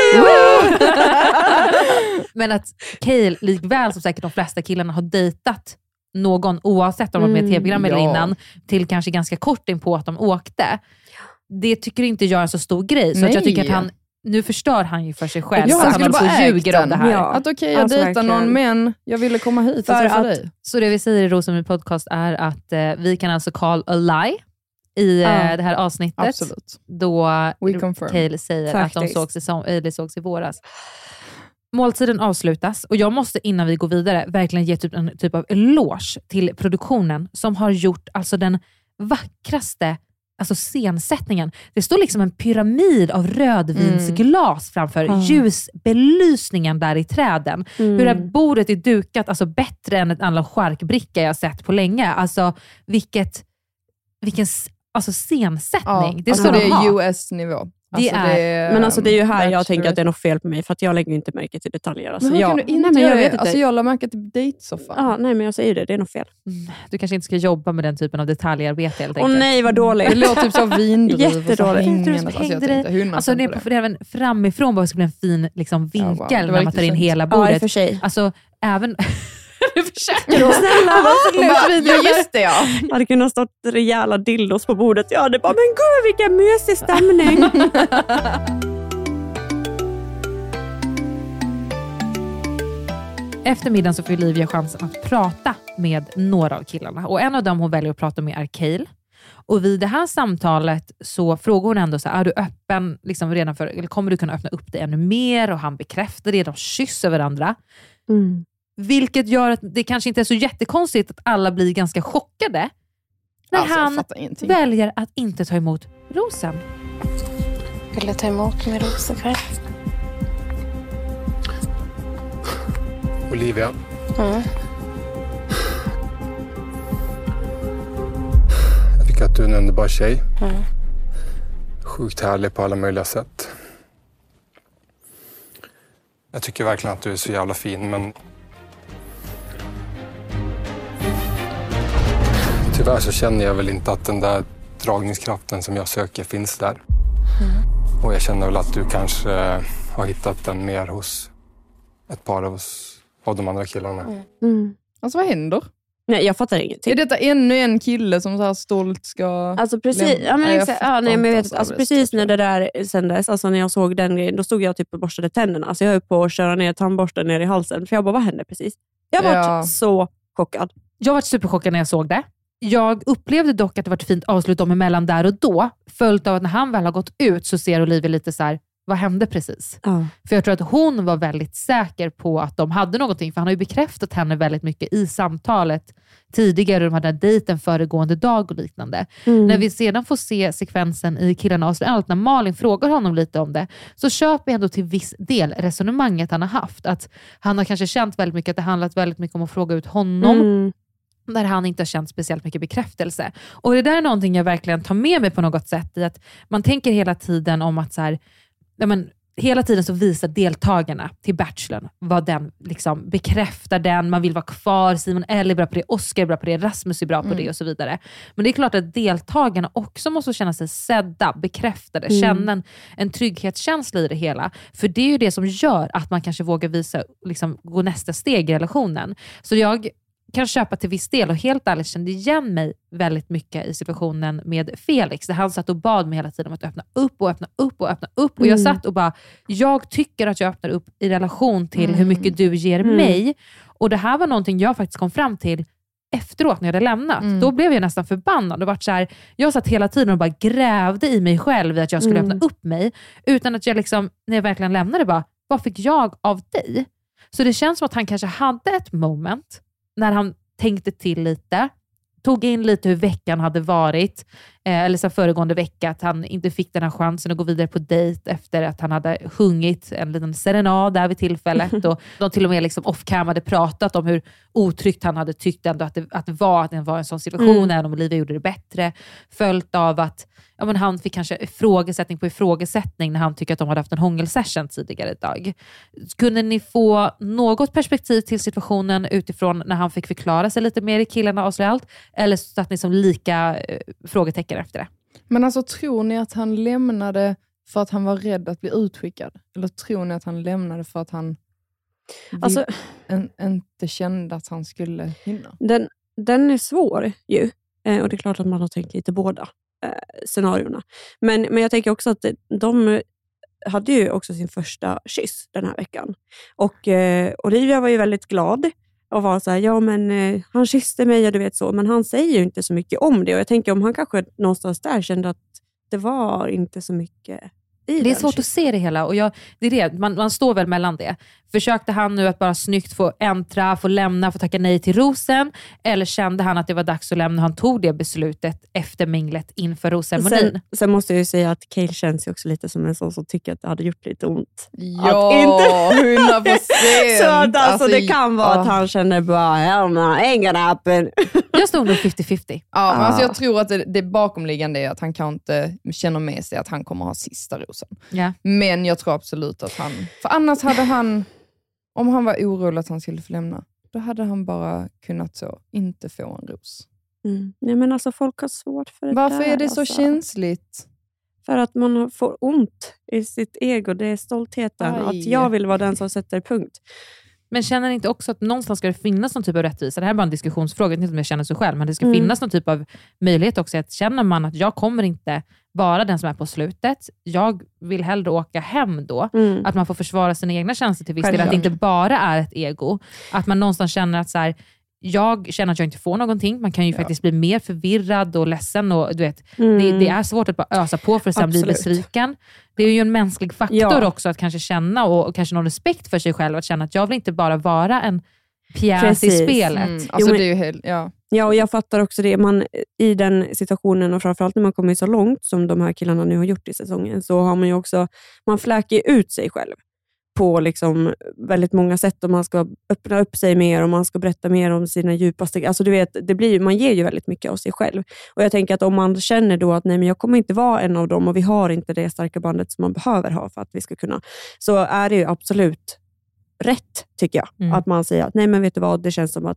Men att Cale, likväl som säkert de flesta killarna, har dejtat någon oavsett om de var med i tv-program eller ja. innan, till kanske ganska kort in på att de åkte. Det tycker inte jag är en så stor grej. Så att jag tycker att han, nu förstör han ju för sig själv. Ja, så han han skulle bara ljuger om det här. Ja. Att okej, okay, jag alltså, dejtar någon, men jag ville komma hit för att, dig. Så det vi säger i Rosenby podcast är att eh, vi kan alltså call a lie i eh, det här avsnittet. Absolut. Då confirm. Cale säger Faktiskt. att de sågs i, som, eller sågs i våras. Måltiden avslutas och jag måste innan vi går vidare verkligen ge typ en typ av eloge till produktionen som har gjort alltså den vackraste alltså scensättningen. Det står liksom en pyramid av rödvinsglas mm. framför mm. ljusbelysningen där i träden. Mm. Hur det här bordet är dukat alltså bättre än ett annat charkbricka jag sett på länge. Alltså vilket vilken alltså scensättning. Ja, det alltså står det är ha. U S-nivå. Det alltså är, det är, men alltså det är ju här jag bachelor. tänker att det är något fel på mig, för att jag lägger ju inte märke till detaljer. Alltså, men hur jag, kan du inte nej, men jag göra vet det? inte. Alltså jag la märke till dejtsoffan. Ja, nej men jag säger det, det är något fel. Mm. Du kanske inte ska jobba med den typen av detaljarbete helt Åh enkelt. nej, vad dåligt. Det låter typ så vindruv. Jättedåligt. Alltså jag tänkte hundra alltså det är även framifrån bara det skulle bli en fin liksom, vinkel ja, wow. när man tar in fint. hela bordet. Ja, för sig. Alltså även... Du försöker då. Snälla, vad ja, just det, ja. Det hade kunnat stått rejäla dildos på bordet. Ja, det bara, men gud vilken mysig stämning. Efter middagen så får Olivia chansen att prata med några av killarna. Och en av dem hon väljer att prata med är Cale. Och vid det här samtalet så frågar hon ändå så här, är du öppen liksom redan för, eller kommer du kunna öppna upp det ännu mer? Och han bekräftar det, de kysser varandra. Mm. Vilket gör att det kanske inte är så jättekonstigt att alla blir ganska chockade när alltså, han väljer att inte ta emot rosen. Vill du ta emot med rosen själv? Olivia. Mm. Jag tycker att du är en underbar tjej. Mm. Sjukt härlig på alla möjliga sätt. Jag tycker verkligen att du är så jävla fin, men tyvärr så känner jag väl inte att den där dragningskraften som jag söker finns där. Mm. Och jag känner väl att du kanske har hittat den mer hos ett par av, oss, av de andra killarna. Mm. Mm. Alltså vad händer? Nej, jag fattar ingenting. Är detta ännu en kille som så här stolt ska... Alltså precis, lämna? ja, men Nej, exakt, ja, nej, men jag vet, alltså, precis när det det där sändes, alltså när jag såg den grejen, då stod jag typ och borstade tänderna. Alltså jag höll på att köra ner tandborsten ner i halsen. För jag bara, vad hände precis? Jag var Ja. så chockad. Jag var superchockad när jag såg det. Jag upplevde dock att det var ett fint avslut dem emellan där och då. Följt av att när han väl har gått ut så ser Olivia lite så här: vad hände precis? Ja. För jag tror att hon var väldigt säker på att de hade någonting. För han har ju bekräftat henne väldigt mycket i samtalet tidigare. De hade dejten föregående dag och liknande. Mm. När vi sedan får se sekvensen i Killarna och allt, när Malin frågar honom lite om det, så köper jag ändå till viss del resonemanget han har haft. Att han har kanske känt väldigt mycket att det handlat väldigt mycket om att fråga ut honom. Mm. Där han inte har känt speciellt mycket bekräftelse. Och det där är någonting jag verkligen tar med mig på något sätt. I att man tänker hela tiden om att så här, ja men, hela tiden så visar deltagarna till Bachelorn vad den liksom bekräftar den. Man vill vara kvar. Simon L är bra på det. Oscar är bra på det. Rasmus är bra på Mm. det och så vidare. Men det är klart att deltagarna också måste känna sig sedda, bekräftade. Mm. Känna en, en trygghetskänsla i det hela. För det är ju det som gör att man kanske vågar visa, liksom, gå nästa steg i relationen. Så jag kan köpa till viss del och helt ärligt kände igen mig väldigt mycket i situationen med Felix. Där han satt och bad mig hela tiden om att öppna upp och öppna upp och öppna upp. Och jag Mm. satt och bara, jag tycker att jag öppnar upp i relation till Mm. hur mycket du ger Mm. mig. Och det här var någonting jag faktiskt kom fram till efteråt när jag hade lämnat. Mm. Då blev jag nästan förbannad. Och varit så här, jag satt hela tiden och bara grävde i mig själv i att jag skulle Mm. öppna upp mig. Utan att jag liksom, när jag verkligen lämnade, bara, vad fick jag av dig? Så det känns som att han kanske hade ett moment när han tänkte till lite, tog in lite hur veckan hade varit, eh, eller så föregående vecka, att han inte fick den här chansen att gå vidare på dejt efter att han hade sjungit en liten serenad där vid tillfället. Och de till och med liksom off-cam hade pratat om hur otryggt han hade tyckt ändå att det, att det var att det var en sån situation, Mm. även om Olivia gjorde det bättre. Följt av att ja, men han fick kanske ifrågasättning på ifrågasättning när han tycker att de hade haft en hångelsession tidigare idag. Kunde ni få något perspektiv till situationen utifrån när han fick förklara sig lite mer i Killarna och allt? Eller satt ni som lika eh, frågetecken efter det? Men alltså, tror ni att han lämnade för att han var rädd att bli utskickad? Eller tror ni att han lämnade för att han Alltså, en, inte kände att han skulle hinna? Den, den är svår ju. Eh, och det är klart att man har tänkt lite båda eh, scenarierna. Men, men jag tänker också att de hade ju också sin första kyss den här veckan. Och eh, Olivia var ju väldigt glad och var så här, ja men eh, han kysste mig och du vet så. Men han säger ju inte så mycket om det. Och jag tänker om han kanske någonstans där kände att det var inte så mycket i Det är den svårt att se det hela. Och jag, det är det, man, man står väl mellan det. Försökte han nu att bara snyggt få äntra, få lämna, få tacka nej till rosen? Eller kände han att det var dags att lämna? Han tog det beslutet efter minglet inför rosceremonin. Sen, sen måste jag ju säga att Cale känns ju också lite som en sån som tycker att det hade gjort lite ont. Ja, att inte... hundra procent! Så att alltså, Alltså, det kan vara ja. att han känner bara, hell no, ain't gonna happen. Jag stod nog femtio femtio. Ja, men alltså Ah. jag tror att det, det bakomliggande är att han kanske inte känner med sig att han kommer ha sista rosen. Ja. Men jag tror absolut att han... För annars hade han... Om han var orolig att han skulle få lämna, då hade han bara kunnat så inte få en ros. Mm. Nej, men alltså folk har svårt för det Varför där, är det så alltså. känsligt? För att man får ont i sitt ego. Det är stoltheten. Aj. Att jag vill vara den som sätter punkt. Men känner ni inte också att någonstans ska det finnas någon typ av rättvisa? Det här är bara en diskussionsfråga, inte om jag känner så själv, men det ska Mm. finnas någon typ av möjlighet också att känner man att jag kommer inte vara den som är på slutet, jag vill hellre åka hem då, Mm. att man får försvara sina egna känslor till viss del, Självklart. att det inte bara är ett ego, att man någonstans känner att så här, jag känner att jag inte får någonting. Man kan ju Ja. faktiskt bli mer förvirrad och ledsen. Och, du vet, Mm. det, det är svårt att bara ösa på för att sen bli Absolut. besviken. Det är ju en mänsklig faktor Ja. också att kanske känna och, och kanske någon respekt för sig själv. Att känna att jag vill inte bara vara en pjäs Precis. i spelet. Mm. Alltså Jo, men- det är ju helt... Ja. Ja, och jag fattar också det. Man, i den situationen och framförallt när man kommer så långt som de här killarna nu har gjort i säsongen, så har man ju också, man fläker ut sig själv på liksom väldigt många sätt, och man ska öppna upp sig mer och man ska berätta mer om sina djupaste, alltså du vet, det blir, man ger ju väldigt mycket av sig själv. Och jag tänker att om man känner då att nej, men jag kommer inte vara en av dem och vi har inte det starka bandet som man behöver ha för att vi ska kunna, så är det ju absolut rätt, tycker jag. Mm. Att man säger att nej, men vet du vad, det känns som att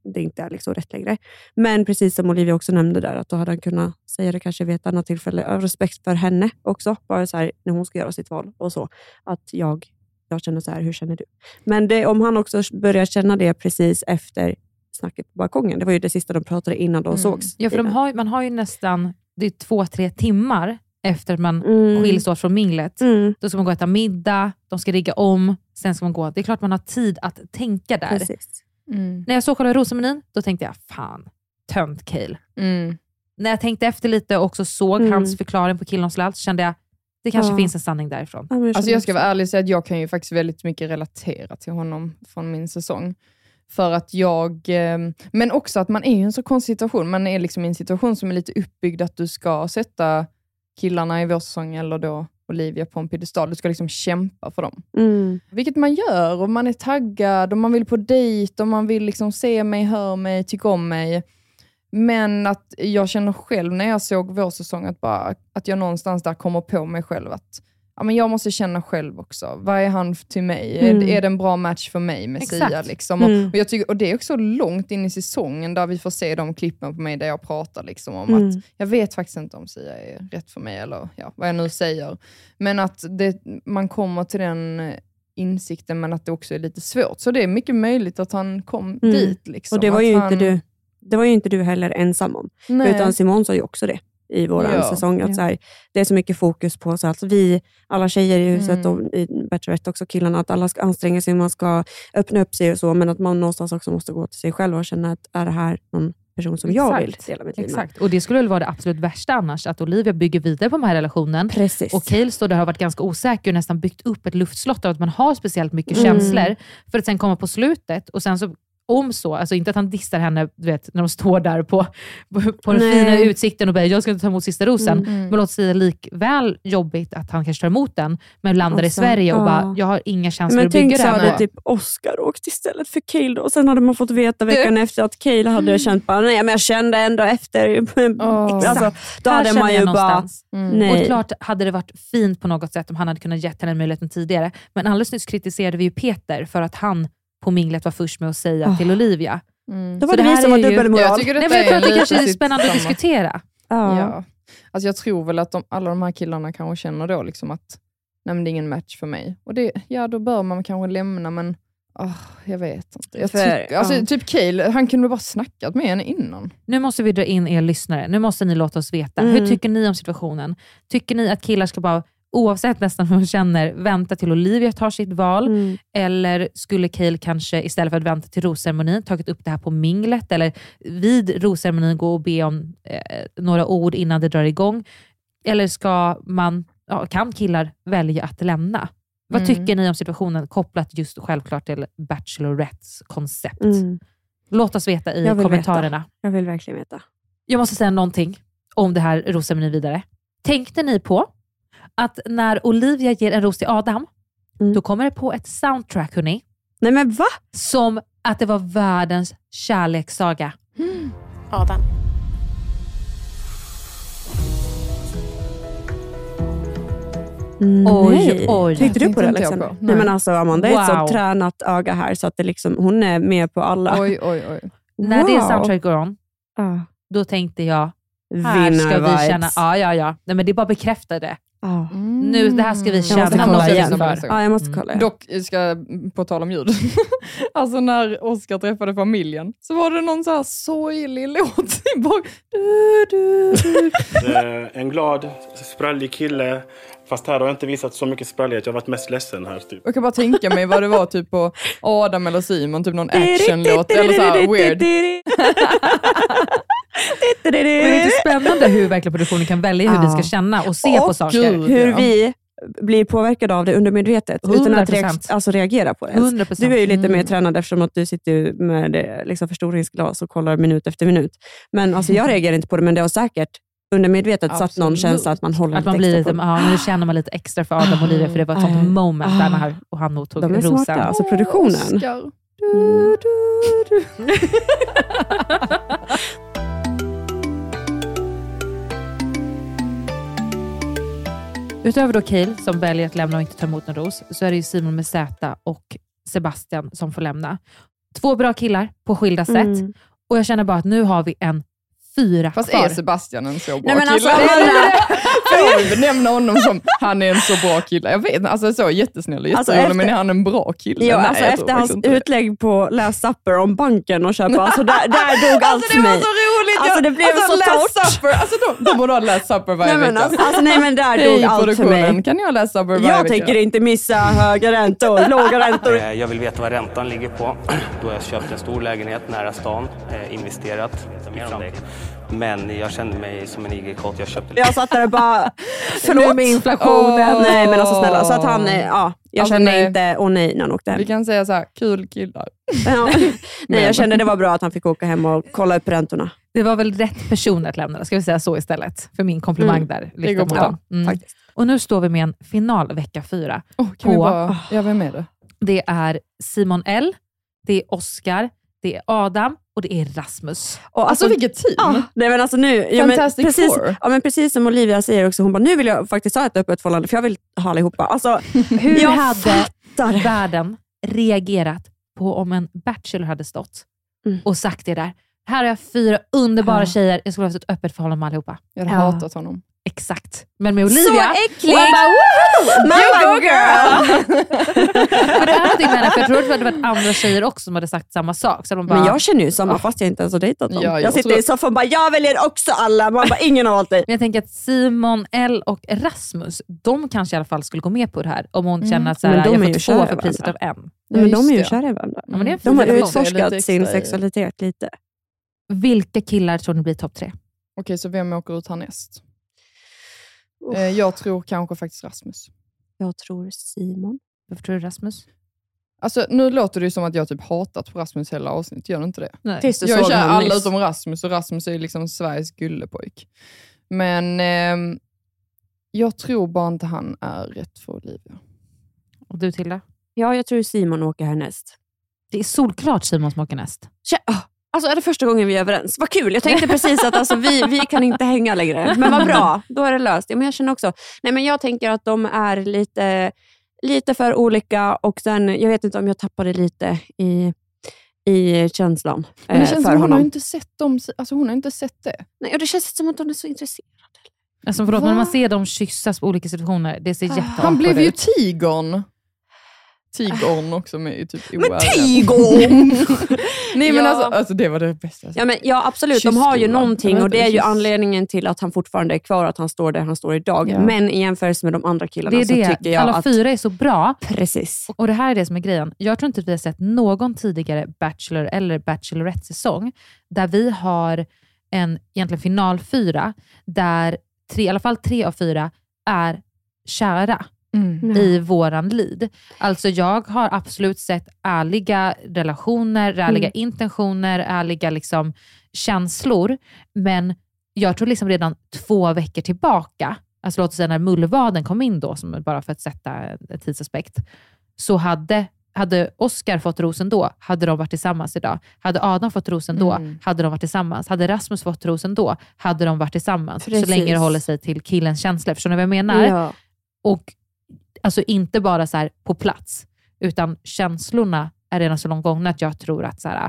det inte är liksom rätt längre. Men precis som Olivia också nämnde där, att då hade han kunnat säga det kanske vid ett annat tillfälle, av respekt för henne också, bara så här när hon ska göra sitt val och så, att jag, jag känner så här, hur känner du? Men det, om han också börjar känna det precis efter snacket på balkongen, det var ju det sista de pratade innan de mm. sågs. Ja, för de har, man har ju nästan, det är två, tre timmar efter att man mm. skiljs åt från minglet. Mm. Då ska man gå och äta middag, de ska rigga om, sen ska man gå. Det är klart man har tid att tänka där. Precis. Mm. När jag såg själva rosenmenyn, då tänkte jag, fan, tönt Cale. Mm. När jag tänkte efter lite och också såg mm. hans förklaring på Killen så kände jag, det kanske ja. finns en sanning därifrån. Ja, jag, alltså jag ska vara ärlig och säga att jag kan ju faktiskt väldigt mycket relatera till honom från min säsong. För att jag, men också att man är i en så konstig situation. Man är liksom i en situation som är lite uppbyggd att du ska sätta killarna i vår säsong eller då Olivia på en piedestal. Du ska liksom kämpa för dem. Mm. Vilket man gör och man är taggad och man vill på dejt och man vill liksom se mig, hör mig, tycka om mig. Men att jag känner själv när jag såg vår säsong att, bara, att jag någonstans där kommer på mig själv att ja, men jag måste känna själv också. Vad är han till mig? Mm. Är, är det en bra match för mig med Exakt. Sia? Liksom? Mm. Och, och, jag tycker, och det är också långt in i säsongen där vi får se de klippen på mig där jag pratar liksom om Mm. att jag vet faktiskt inte om Sia är rätt för mig eller ja, vad jag nu säger. Men att det, man kommer till den insikten men att det också är lite svårt. Så det är mycket möjligt att han kom Mm. dit. Liksom. Och det var ju han... inte du. Det var ju inte du heller ensam om. Nej. Utan Simon sa ju också det i vår Ja. säsong. Att Ja. så här, det är så mycket fokus på så att vi, alla tjejer i huset Mm. och i Bachelorette också killarna, att alla ska anstränga sig, man ska öppna upp sig och så. Men att man någonstans också måste gå till sig själv och känna att är det här någon person som jag vill dela mitt liv med? Exakt. Och det skulle väl vara det absolut värsta annars, att Olivia bygger vidare på den här relationen. Precis. Och Cale står där och har varit ganska osäker och nästan byggt upp ett luftslott av att man har speciellt mycket Mm. känslor. För att sen komma på slutet och sen så om så, alltså inte att han dissar henne du vet, när de står där på, på, på den Nej. fina utsikten och bara, jag ska inte ta emot sista rosen. Mm. Men låt säga likväl jobbigt att han kanske tar emot den, men landar Alltså, i Sverige och ja. bara, jag har inga känslor Men att bygga tänk det så här hade med. typ Oscar åkt istället för Cale då. Och sen hade man fått veta veckan efter att Cale hade känt bara, nej men jag kände ändå efter. Oh. Alltså, då Här hade känner man jag ju bara, någonstans. Mm. nej. Och klart hade det varit fint på något sätt om han hade kunnat ge henne möjligheten tidigare. Men alldeles nyss kritiserade vi ju Peter för att han på minglet var först med att säga Oh. till Olivia. Mm. Då var Så det det vi här som var är ju- dubbelmoral. Jag tycker Nej, detta men jag tror att det lite kanske är sitt spännande att samma. diskutera. Ja. Ja. Alltså jag tror väl att de, alla de här killarna kanske känner då liksom att nej, men det är ingen match för mig. Och det, ja, då bör man kanske lämna, men oh, jag vet inte. Jag För, tycker, alltså, ja. typ Cale, han kunde bara snackat med henne innan. Nu måste vi dra in er lyssnare. Nu måste ni låta oss veta. Mm. Hur tycker ni om situationen? Tycker ni att killar ska bara, oavsett nästan hur man känner, vänta till Olivia tar sitt val? Mm. Eller skulle Cale kanske istället för att vänta till rosceremonin tagit upp det här på minglet? Eller vid rosceremonin gå och be om eh, några ord innan det drar igång? Eller ska man, ja, kan killar välja att lämna? Vad Mm. tycker ni om situationen kopplat just självklart till Bachelorettes koncept? Mm. Låt oss veta i Jag vill kommentarerna. Veta. Jag vill verkligen veta. Jag måste säga någonting om det här rosceremonin vidare. Tänkte ni på att när Olivia ger en ros till Adam, Mm. då kommer det på ett soundtrack, hörni. Nej men va? Som att det var världens kärlekssaga. Adam. Oj, oj. Tänkte du på det, tänkte jag Alexander? på. Nej. Nej men alltså Amanda är ett Wow. sånt tränat öga här så att det liksom, hon är med på alla. Oj, oj, oj. När det Wow. soundtrack går on, Ja. då tänkte jag, här ska vi Vinnarvibes. känna, ja ja ja. Nej, men det bara bekräftade. Ja. Nu, det här ska vi Jag känna. måste Han kolla måste igen. lyssna för. Ja, jag måste Mm. kolla igen. Dock, ska jag på tal om ljud. Alltså när Oscar träffade familjen så var det någon så här sorglig låt i bak. Du, du, du. Eh, En glad, sprallig kille. Fast här har jag inte visat så mycket sprallighet. Jag har varit mest ledsen här typ. Jag kan bara tänka mig vad det var typ på Adam eller Simon, typ någon actionlåt eller så här weird. Men det är inte spännande hur verkligen produktionen kan välja hur Ja. vi ska känna och se på Och saker. hur ja. vi blir påverkade av det undermedvetet utan hundra att reak- procent. alltså reagera på det. hundra procent. Du är ju lite Mm. mer tränad eftersom att du sitter ju med det, liksom förstoringsglas och kollar minut efter minut. Men alltså, jag reagerar inte på det, men det har säkert undermedvetet satt någon Absolut. känsla att man håller Att man lite blir extra lite, på. ja, nu känner man lite extra för Adam och Olivia för det var ett sånt Ah. moment där Ah. när och han nog tog De är rosen. smarta, alltså produktionen. Oscar. Du, du, du. Utöver då Cale som väljer att lämna och inte ta emot en ros, så är det ju Simon med Z och Sebastian som får lämna. Två bra killar på skilda sätt. Mm. Och jag känner bara att nu har vi en fyra Fast kvar. är Sebastian en så bra Nej, men kille? alltså, Får jag benämna honom som han är en så bra kille? Jag vet alltså så jättesnäll och Alltså, jätterolig, efter- men är han en bra kille? Ja, Nej, alltså jag efter tror hans faktiskt inte det. utlägg på Last Supper om banken och köpa, alltså där, där dog allt Alltså för det var mig. så roligt! Alltså Jag- det blev alltså, så Last torrt. Supper, alltså de, de borde ha Last Supper varje Nej, men vecka. alltså, alltså, nej men där Hej, dog allt för produktionen. mig. Kan ni ha Last Supper varje Jag vecka? tänker inte missa höga räntor, låga räntor. Eh, Jag vill veta vad räntan ligger på. Då har jag köpt en stor lägenhet nära stan, eh, investerat i framtiden. Men jag kände mig som en igelkott. Jag köpte... Jag satt där och bara, förlåt med inflationen. Åh. Nej men alltså snälla, så att han, eh, ja, jag Alltså, kände nej. inte, åh nej när han åkte hem. Vi kan säga så här, kul killar. Ja. Nej, Men- jag kände det var bra att han fick åka hem och kolla upp räntorna. Det var väl rätt person att lämna, ska vi säga så istället. För min komplimang Mm. där. Det går mot bra, dem. Mm. Och nu står vi med en final vecka fyra. Oh, kan vi bara, jag var med det. Det är Simon L, det är Oscar, det är Adam och det är Rasmus. Och Alltså, vilket team. Ja, nej, men alltså nu, ja, men Fantastic precis, Four. ja, men precis som Olivia säger också, hon bara, nu vill jag faktiskt ha ett öppet förhållande för jag vill ha allihopa. Alltså, Hur jag hade fattar. världen reagerat på om en bachelor hade stått Mm. och sagt det där? Här har jag fyra underbara Ja. tjejer, jag skulle ha haft ett öppet förhållande med allihopa. Jag hade Ja. hatat honom. Exakt. Men med Olivia... Så äckligt! hon bara, "Woo! Man You bara, go girl!" Men det är någonting med henne, för jag tror att det hade varit andra tjejer också som hade sagt samma sak. Så de bara, Men jag känner ju samma fast jag inte ens har dejtat dem. Ja, jag, jag sitter tror- i soffan och bara, jag väljer också alla. Man bara, ingen har valt dig. Men jag tänker att Simon L och Rasmus, de kanske i alla fall skulle gå med på det här. Om hon Mm. känner att så Men här, de jag är får ju två kära för i priset av varandra. en. Nej, men Ja, de är ju just det. kära i varandra. Ja, men det är en De har fin relation. utforskat lite sin extra i- sexualitet lite. Vilka killar tror ni blir topp tre? Okej, så vem åker ut härnäst? Eh, jag tror kanske faktiskt Rasmus. Jag tror Simon. Varför tror du Rasmus? Alltså, nu låter det ju som att jag typ hatat på Rasmus hela avsnitt. Gör det inte det? Nej. Tills du Jag är såg kär honom alla nyss. utom Rasmus, och Rasmus är ju liksom Sveriges gullepojk. Men ehm, jag tror bara inte han är rätt för Olivia. Och du Tilda? Ja, jag tror Simon åker härnäst. Det är solklart Simon som åker näst. Kä- ah, Alltså är det första gången vi är överens? Vad kul, jag tänkte precis att alltså, vi, vi kan inte hänga längre. Men vad bra, då är det löst. Ja, men jag känner också, nej men jag tänker att de är lite, lite för olika och sen, jag vet inte om jag tappade lite i, i känslan Men det eh, känns för som hon har honom. inte sett dem, alltså hon har inte sett det. Nej, och det känns som att de är så intresserade. Alltså förlåt, Va? men när man ser dem kyssas på olika situationer, det ser jätteawkward ut. Han blev ju tigern. Tigern också med i typ Men O R. tigern! Nej men Ja. alltså, alltså det var det bästa. Ja, men, ja absolut, de har ju Kyssskolan. någonting Jag och det är vet ju inte, kyss. anledningen till att han fortfarande är kvar, att han står där han står idag. Ja. Men i jämförelse med de andra killarna Det är så det, tycker jag alla att... fyra är så bra. Precis. Och det här är det som är grejen. Jag tror inte att vi har sett någon tidigare Bachelor eller Bachelorette-säsong där vi har en egentligen finalfyra där tre, i alla fall tre av fyra är kära Mm. i våran lead. Alltså jag har absolut sett ärliga relationer, ärliga Mm. intentioner, ärliga liksom känslor. Men jag tror liksom redan två veckor tillbaka, alltså låt oss säga när mullvaden kom in då, som bara för att sätta en tidsaspekt, så hade Hade Oscar fått rosen då, hade de varit tillsammans idag. Hade Adam fått rosen då, Mm. hade de varit tillsammans. Hade Rasmus fått rosen då, hade de varit tillsammans. Precis. Så länge det håller sig till killens känslor. Förstår ni vad jag menar? Ja. Och alltså inte bara så här på plats, utan känslorna är redan så långt gångna att jag tror att så här,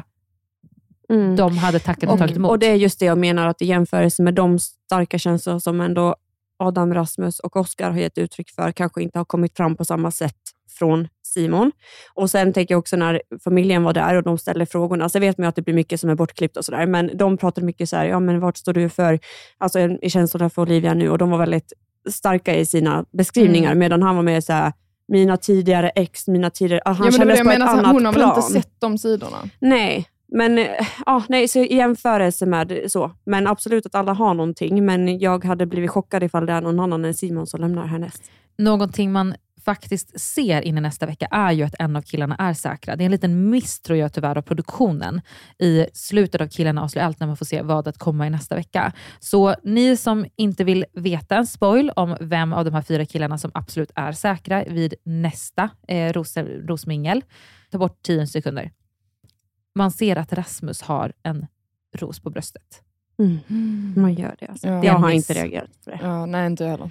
Mm. de hade tackat och, och, tagit emot. och det är just det jag menar, att i jämförelse med de starka känslor som ändå Adam, Rasmus och Oscar har gett uttryck för, kanske inte har kommit fram på samma sätt från Simon. Och sen tänker jag också när familjen var där och de ställde frågorna, så vet man ju att det blir mycket som är bortklippt och sådär, men de pratade mycket så här, ja men vart står du för, alltså i känslorna för Olivia nu, och de var väldigt starka i sina beskrivningar, Mm. medan han var med så här, mina tidigare ex, mina tidigare, han Ja, men det var kändes det på jag ett menar, så annat hon har väl plan. inte sett de sidorna? Nej, men eh, ja, nej, så i jämförelse med så. Men absolut att alla har någonting. Men jag hade blivit chockad ifall det är någon annan än Simon som lämnar härnäst. Någonting man faktiskt ser in i nästa vecka är ju att en av killarna är säkra. Det är en liten miss, tror jag tyvärr, av produktionen. I slutet av Killarna avslöjar allt när man får se vad att komma i nästa vecka. Så ni som inte vill veta en spoil om vem av de här fyra killarna som absolut är säkra vid nästa eh, ros, rosmingel, ta bort tio sekunder. Man ser att Rasmus har en ros på bröstet. Mm. Man gör det. Alltså. Ja. Jag har miss. inte reagerat på det. Ja, nej, inte jag heller.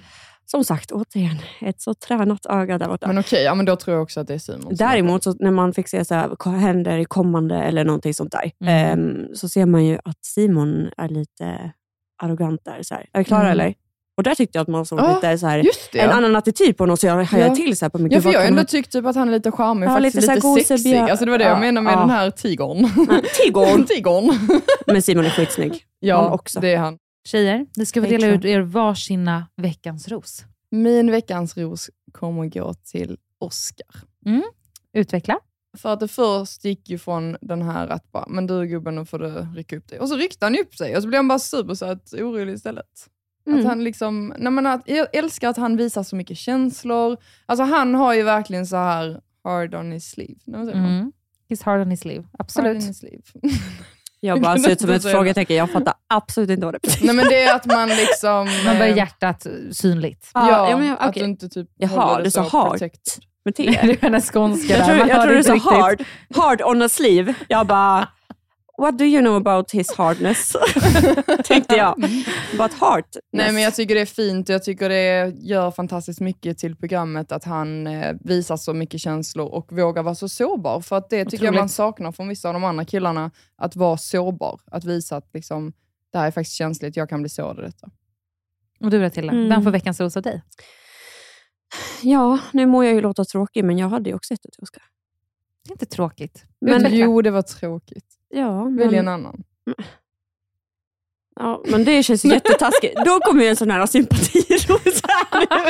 som sagt, återigen, ett så tränat öga där borta. Men okej, ja, men då tror jag också att det är Simon. Däremot så när man fick se så här, vad händer i kommande eller någonting sånt där, Mm. um, så ser man ju att Simon är lite arrogant där. Så här. Är vi klara Mm. eller? Och där tyckte jag att man såg Ja, lite så här, just det, en ja. annan attityd på honom, så jag hajade Ja. till så här på mig. Ja, Gud, för vad jag har kan ändå man- tyckt typ att han är lite charmig, Ja, faktiskt lite så här lite, gosebjörn. sexig. Alltså det var det Ja, jag menar med ja. den här tigern. Tigern. tigern. Men Simon är skitsnygg. Ja, Han också. det är han. Tjejer, ni ska få dela ut er varsina veckans ros. Min veckans ros kommer gå till Oscar. Mm. Utveckla. För att det först gick ju från den här att bara, men du gubben, nu får du rycka upp dig. Och så ryckte han ju upp sig och så blev han bara super så att orolig istället. Mm. Att han liksom, nej men att, jag älskar att han visar så mycket känslor. Alltså han har ju verkligen så här hard on his sleeve. Mm. He's hard on his sleeve. Absolut. Hard on his sleeve. Jag bara ser ut som ett frågetecken. Jag fattar absolut inte vad det betyder. Nej men det är att man liksom... Man börjar eh, hjärtat synligt. Ja, Ja, ja, men jag- att okej. du inte typ Jaha, håller det du så sa hard. protected. Men Det är hennes skånska. Jag där. tror, Man jag hör tror du inte sa riktigt. hard. Hard on a sleeve. Jag bara, what do you know about his hardness? Tänkte jag. But heart. Nej men jag tycker det är fint och jag tycker det gör fantastiskt mycket till programmet att han eh, visar så mycket känslor och vågar vara så sårbar. För att det tycker jag Otroligt. man saknar från vissa av de andra killarna. Att vara sårbar. Att visa att liksom, det här är faktiskt känsligt, jag kan bli sårad av detta. Och du Attila, Mm. vem får veckans ros av dig? Ja, nu må jag ju låta tråkig, men jag hade ju också ett till Oscar. Det är inte tråkigt. Men- Utveckla. Jo, det var tråkigt. Ja, men, Välj en annan. ja, men det känns ju jättetaskigt. Då kommer ju en sån här sympatiros här nu.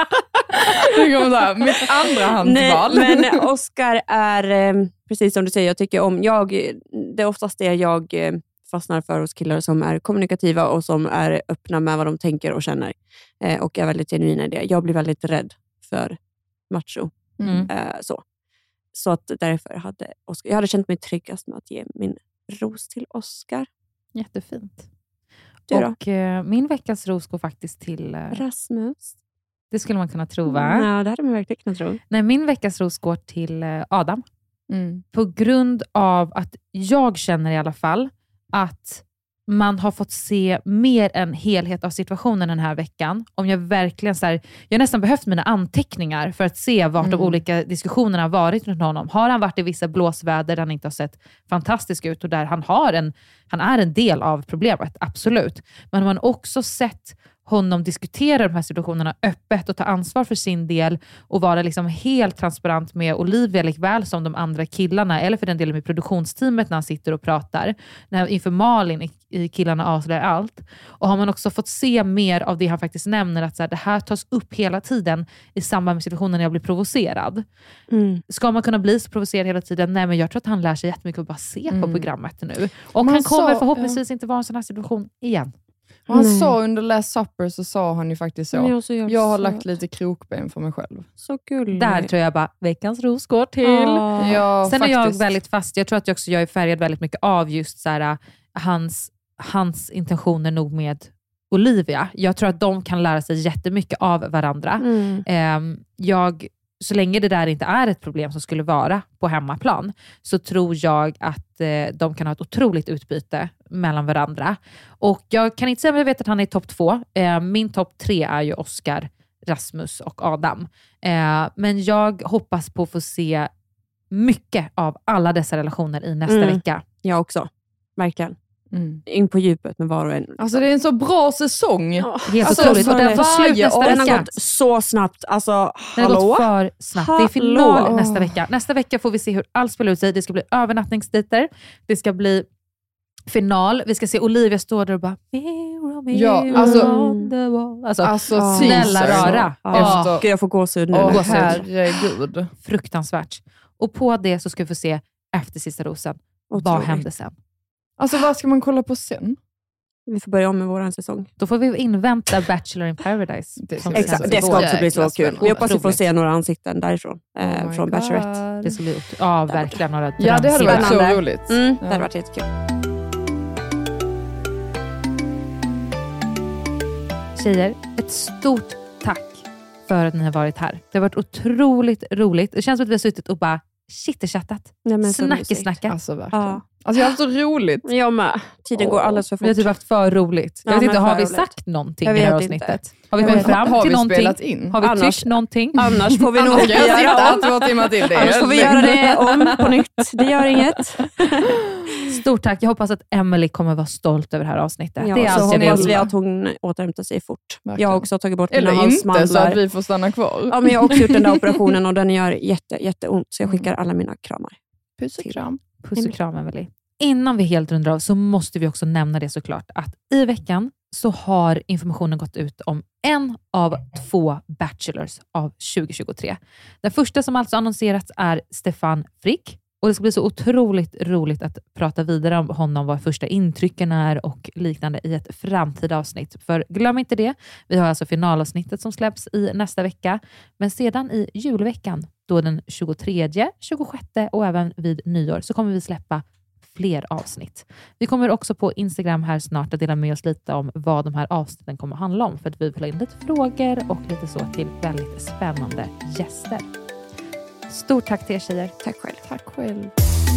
Det kommer så här, mitt andra handsval. Nej, men Oscar är, eh, precis som du säger, jag tycker om, jag, det är oftast det jag eh, fastnar för hos killar som är kommunikativa och som är öppna med vad de tänker och känner. Eh, och är väldigt genuina i det. Jag blir väldigt rädd för macho. Mm. Eh, så. så att därför hade Oscar, jag hade känt mig tryggast med att ge min ros till Oscar. Jättefint. Du då? Och eh, min veckans ros går faktiskt till... Eh, Rasmus. det skulle man kunna tro, va? Ja, det hade man verkligen kunnat tro. Nej, min veckans ros går till eh, Adam. Mm. På grund av att jag känner i alla fall att man har fått se mer en helhet av situationen den här veckan. Om jag verkligen så här, jag har nästan behövt mina anteckningar för att se vart Mm. de olika diskussionerna har varit runt honom. Har han varit i vissa blåsväder där han inte har sett fantastisk ut och där han, har en, han är en del av problemet, absolut. Men har man också sett honom diskutera de här situationerna öppet och ta ansvar för sin del och vara liksom helt transparent med Olivia likväl som de andra killarna eller för den delen med produktionsteamet när han sitter och pratar när, inför Malin i, i Killarna avslöjar allt. Och har man också fått se mer av det han faktiskt nämner att så här, det här tas upp hela tiden i samband med situationen när jag blir provocerad. Mm. Ska man kunna bli så provocerad hela tiden? Nej, men jag tror att han lär sig jättemycket att bara se på Mm. programmet nu. Och Men han han kommer sa- förhoppningsvis inte vara i en sån här situation igen. Och han Nej. sa under Last Supper så sa han ju faktiskt så. Men jag är så jävla jag har söt. lagt lite krokben för mig själv. Så gullig. Där tror jag bara, veckans ros går till. Ja. Ja, Sen är jag faktiskt. väldigt fast, jag tror att jag också jag är färgad väldigt mycket av just så här, hans, hans intentioner nog med Olivia. Jag tror att de kan lära sig jättemycket av varandra. Mm. Ehm, jag, så länge det där inte är ett problem som skulle vara på hemmaplan så tror jag att eh, de kan ha ett otroligt utbyte mellan varandra. Och jag kan inte säga att jag vet att han är topp två. Eh, min topp tre är ju Oscar, Rasmus och Adam. Eh, men jag hoppas på att få se mycket av alla dessa relationer i nästa Mm. vecka. Jag också. Verkligen. Mm. In på djupet med var och en. Alltså det är en så bra säsong. Ja. Helt Alltså, otroligt. Och den får varje slut nästa år- Den har vecka. gått så snabbt. Alltså, Den har hallå? gått för snabbt. Det är final Hallå? nästa vecka. Nästa vecka får vi se hur allt spelar ut sig. Det ska bli övernattningsdejter. Det ska bli final. Vi ska se Olivia stå där och bara mirror, mirror Ja, alltså- on the wall. Alltså, Alltså, Ja. snälla teaser. rara. Ja. Ja. Gud, jag får gåshud nu. Åh, Gåshud. herregud. Fruktansvärt. Och på det så ska vi få se efter sista rosen. Vad Otroligt. hände sen? Alltså vad ska man kolla på sen? Vi får börja om med våran säsong. Då får vi invänta Bachelor in Paradise. Det som ska sänds Exakt, i det ska vår. också bli så Jäkla kul. spännande. Jag hoppas vi får Otroligt. se några ansikten därifrån. Eh, Oh my från God. Bachelorette. Det ska bli ot- ja, verkligen några Ja, det hade varit drömsidor. så Spännande. roligt. Mm, Ja. det hade varit jättekul. Tjejer, ett stort tack för att ni har varit här. Det har varit otroligt roligt. Det känns som att vi har suttit och bara chitterchattat. Ja, men så mysigt. Snackesnackat. Alltså verkligen. Ja. Alltså jag har haft så roligt. Jag med. Tiden oh. går alldeles för fort. Vi har typ haft för roligt. Jag ja, vet inte, har vi roligt. sagt någonting i det här avsnittet? Inte. Har vi kommit fram har till vi någonting? Spelat in? Har vi annars, tyckt någonting? Annars får vi nog göra om. Två timmar till. Det annars får vi göra det om på nytt. Det gör inget. Stort tack. Jag hoppas att Emily kommer vara stolt över det här avsnittet. Ja, det är så alltså hoppas vi att hon återhämtar sig fort. Verkligen. Jag har också tagit bort Eller mina inte, halsmandlar. så att vi får stanna kvar. Ja, men jag har också gjort den där operationen och den gör jätte, jätteont. Så jag skickar alla mina kramar. Puss och kram. Puss och kram, Emily. Innan vi helt rundar av så måste vi också nämna det såklart att i veckan så har informationen gått ut om en av två Bachelors av tjugo tjugotre. Den första som alltså annonserats är Stefan Frick. Och det ska bli så otroligt roligt att prata vidare om honom, vad första intrycken är och liknande i ett framtida avsnitt. För glöm inte det, vi har alltså finalavsnittet som släpps i nästa vecka. Men sedan i julveckan, då den tjugotredje, tjugosjätte och även vid nyår så kommer vi släppa fler avsnitt. Vi kommer också på Instagram här snart att dela med oss lite om vad de här avsnitten kommer att handla om. För att vi vill ha in lite frågor och lite så till väldigt spännande gäster. Stort tack till er tjejer. Tack själv. Tack själv.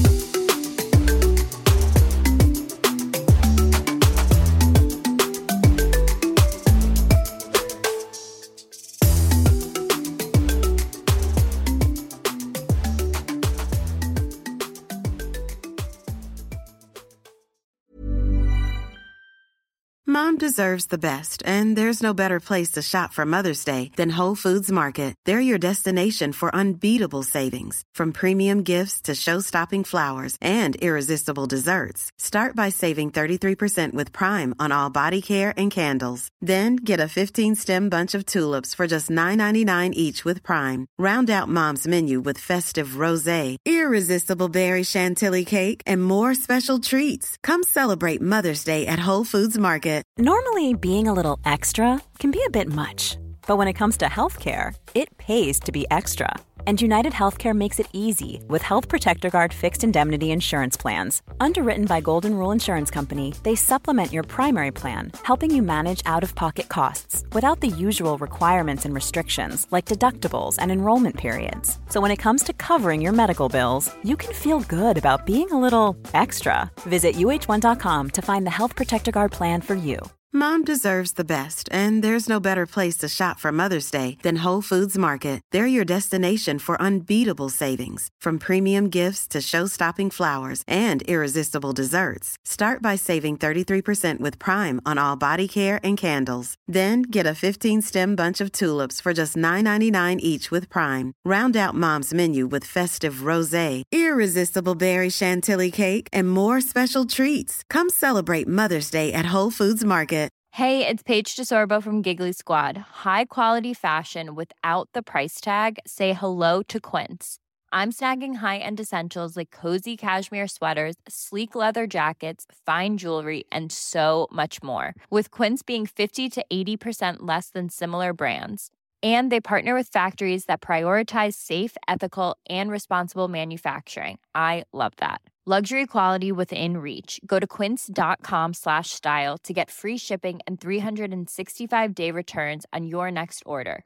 Mom deserves the best, and there's no better place to shop for Mother's Day than Whole Foods Market. They're your destination for unbeatable savings, from premium gifts to show-stopping flowers and irresistible desserts. Start by saving thirty-three percent with Prime on all body care and candles. Then get a fifteen-stem bunch of tulips for just nine ninety-nine each with Prime. Round out Mom's menu with festive rosé, irresistible berry chantilly cake, and more special treats. Come celebrate Mother's Day at Whole Foods Market. Normally, being a little extra can be a bit much, but when it comes to healthcare, it pays to be extra. And United Healthcare makes it easy with Health Protector Guard fixed indemnity insurance plans. Underwritten by Golden Rule Insurance Company, they supplement your primary plan, helping you manage out-of-pocket costs without the usual requirements and restrictions like deductibles and enrollment periods. So when it comes to covering your medical bills, you can feel good about being a little extra. Visit U H one dot com to find the Health Protector Guard plan for you. Mom deserves the best, and there's no better place to shop for Mother's Day than Whole Foods Market. They're your destination for unbeatable savings, from premium gifts to show-stopping flowers and irresistible desserts. Start by saving thirty-three percent with Prime on all body care and candles. Then get a fifteen-stem bunch of tulips for just nine ninety-nine each with Prime. Round out Mom's menu with festive rosé, irresistible berry chantilly cake, and more special treats. Come celebrate Mother's Day at Whole Foods Market. Hey, it's Paige DeSorbo from Giggly Squad. High quality fashion without the price tag. Say hello to Quince. I'm snagging high-end essentials like cozy cashmere sweaters, sleek leather jackets, fine jewelry, and so much more. With Quince being fifty to eighty percent less than similar brands. And they partner with factories that prioritize safe, ethical, and responsible manufacturing. I love that. Luxury quality within reach. Go to quince.com slash style to get free shipping and three sixty-five day returns on your next order.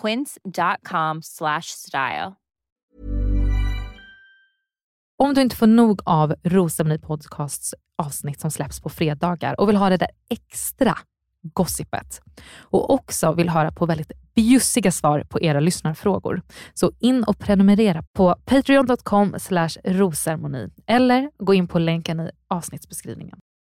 Quince.com slash style. Om du inte får nog av Rosceremoni Podcasts avsnitt som släpps på fredagar och vill ha det där extra gossipet och också vill höra på väldigt bjussiga svar på era lyssnarfrågor, så in och prenumerera på patreon dot com slash rosceremoni eller gå in på länken i avsnittsbeskrivningen.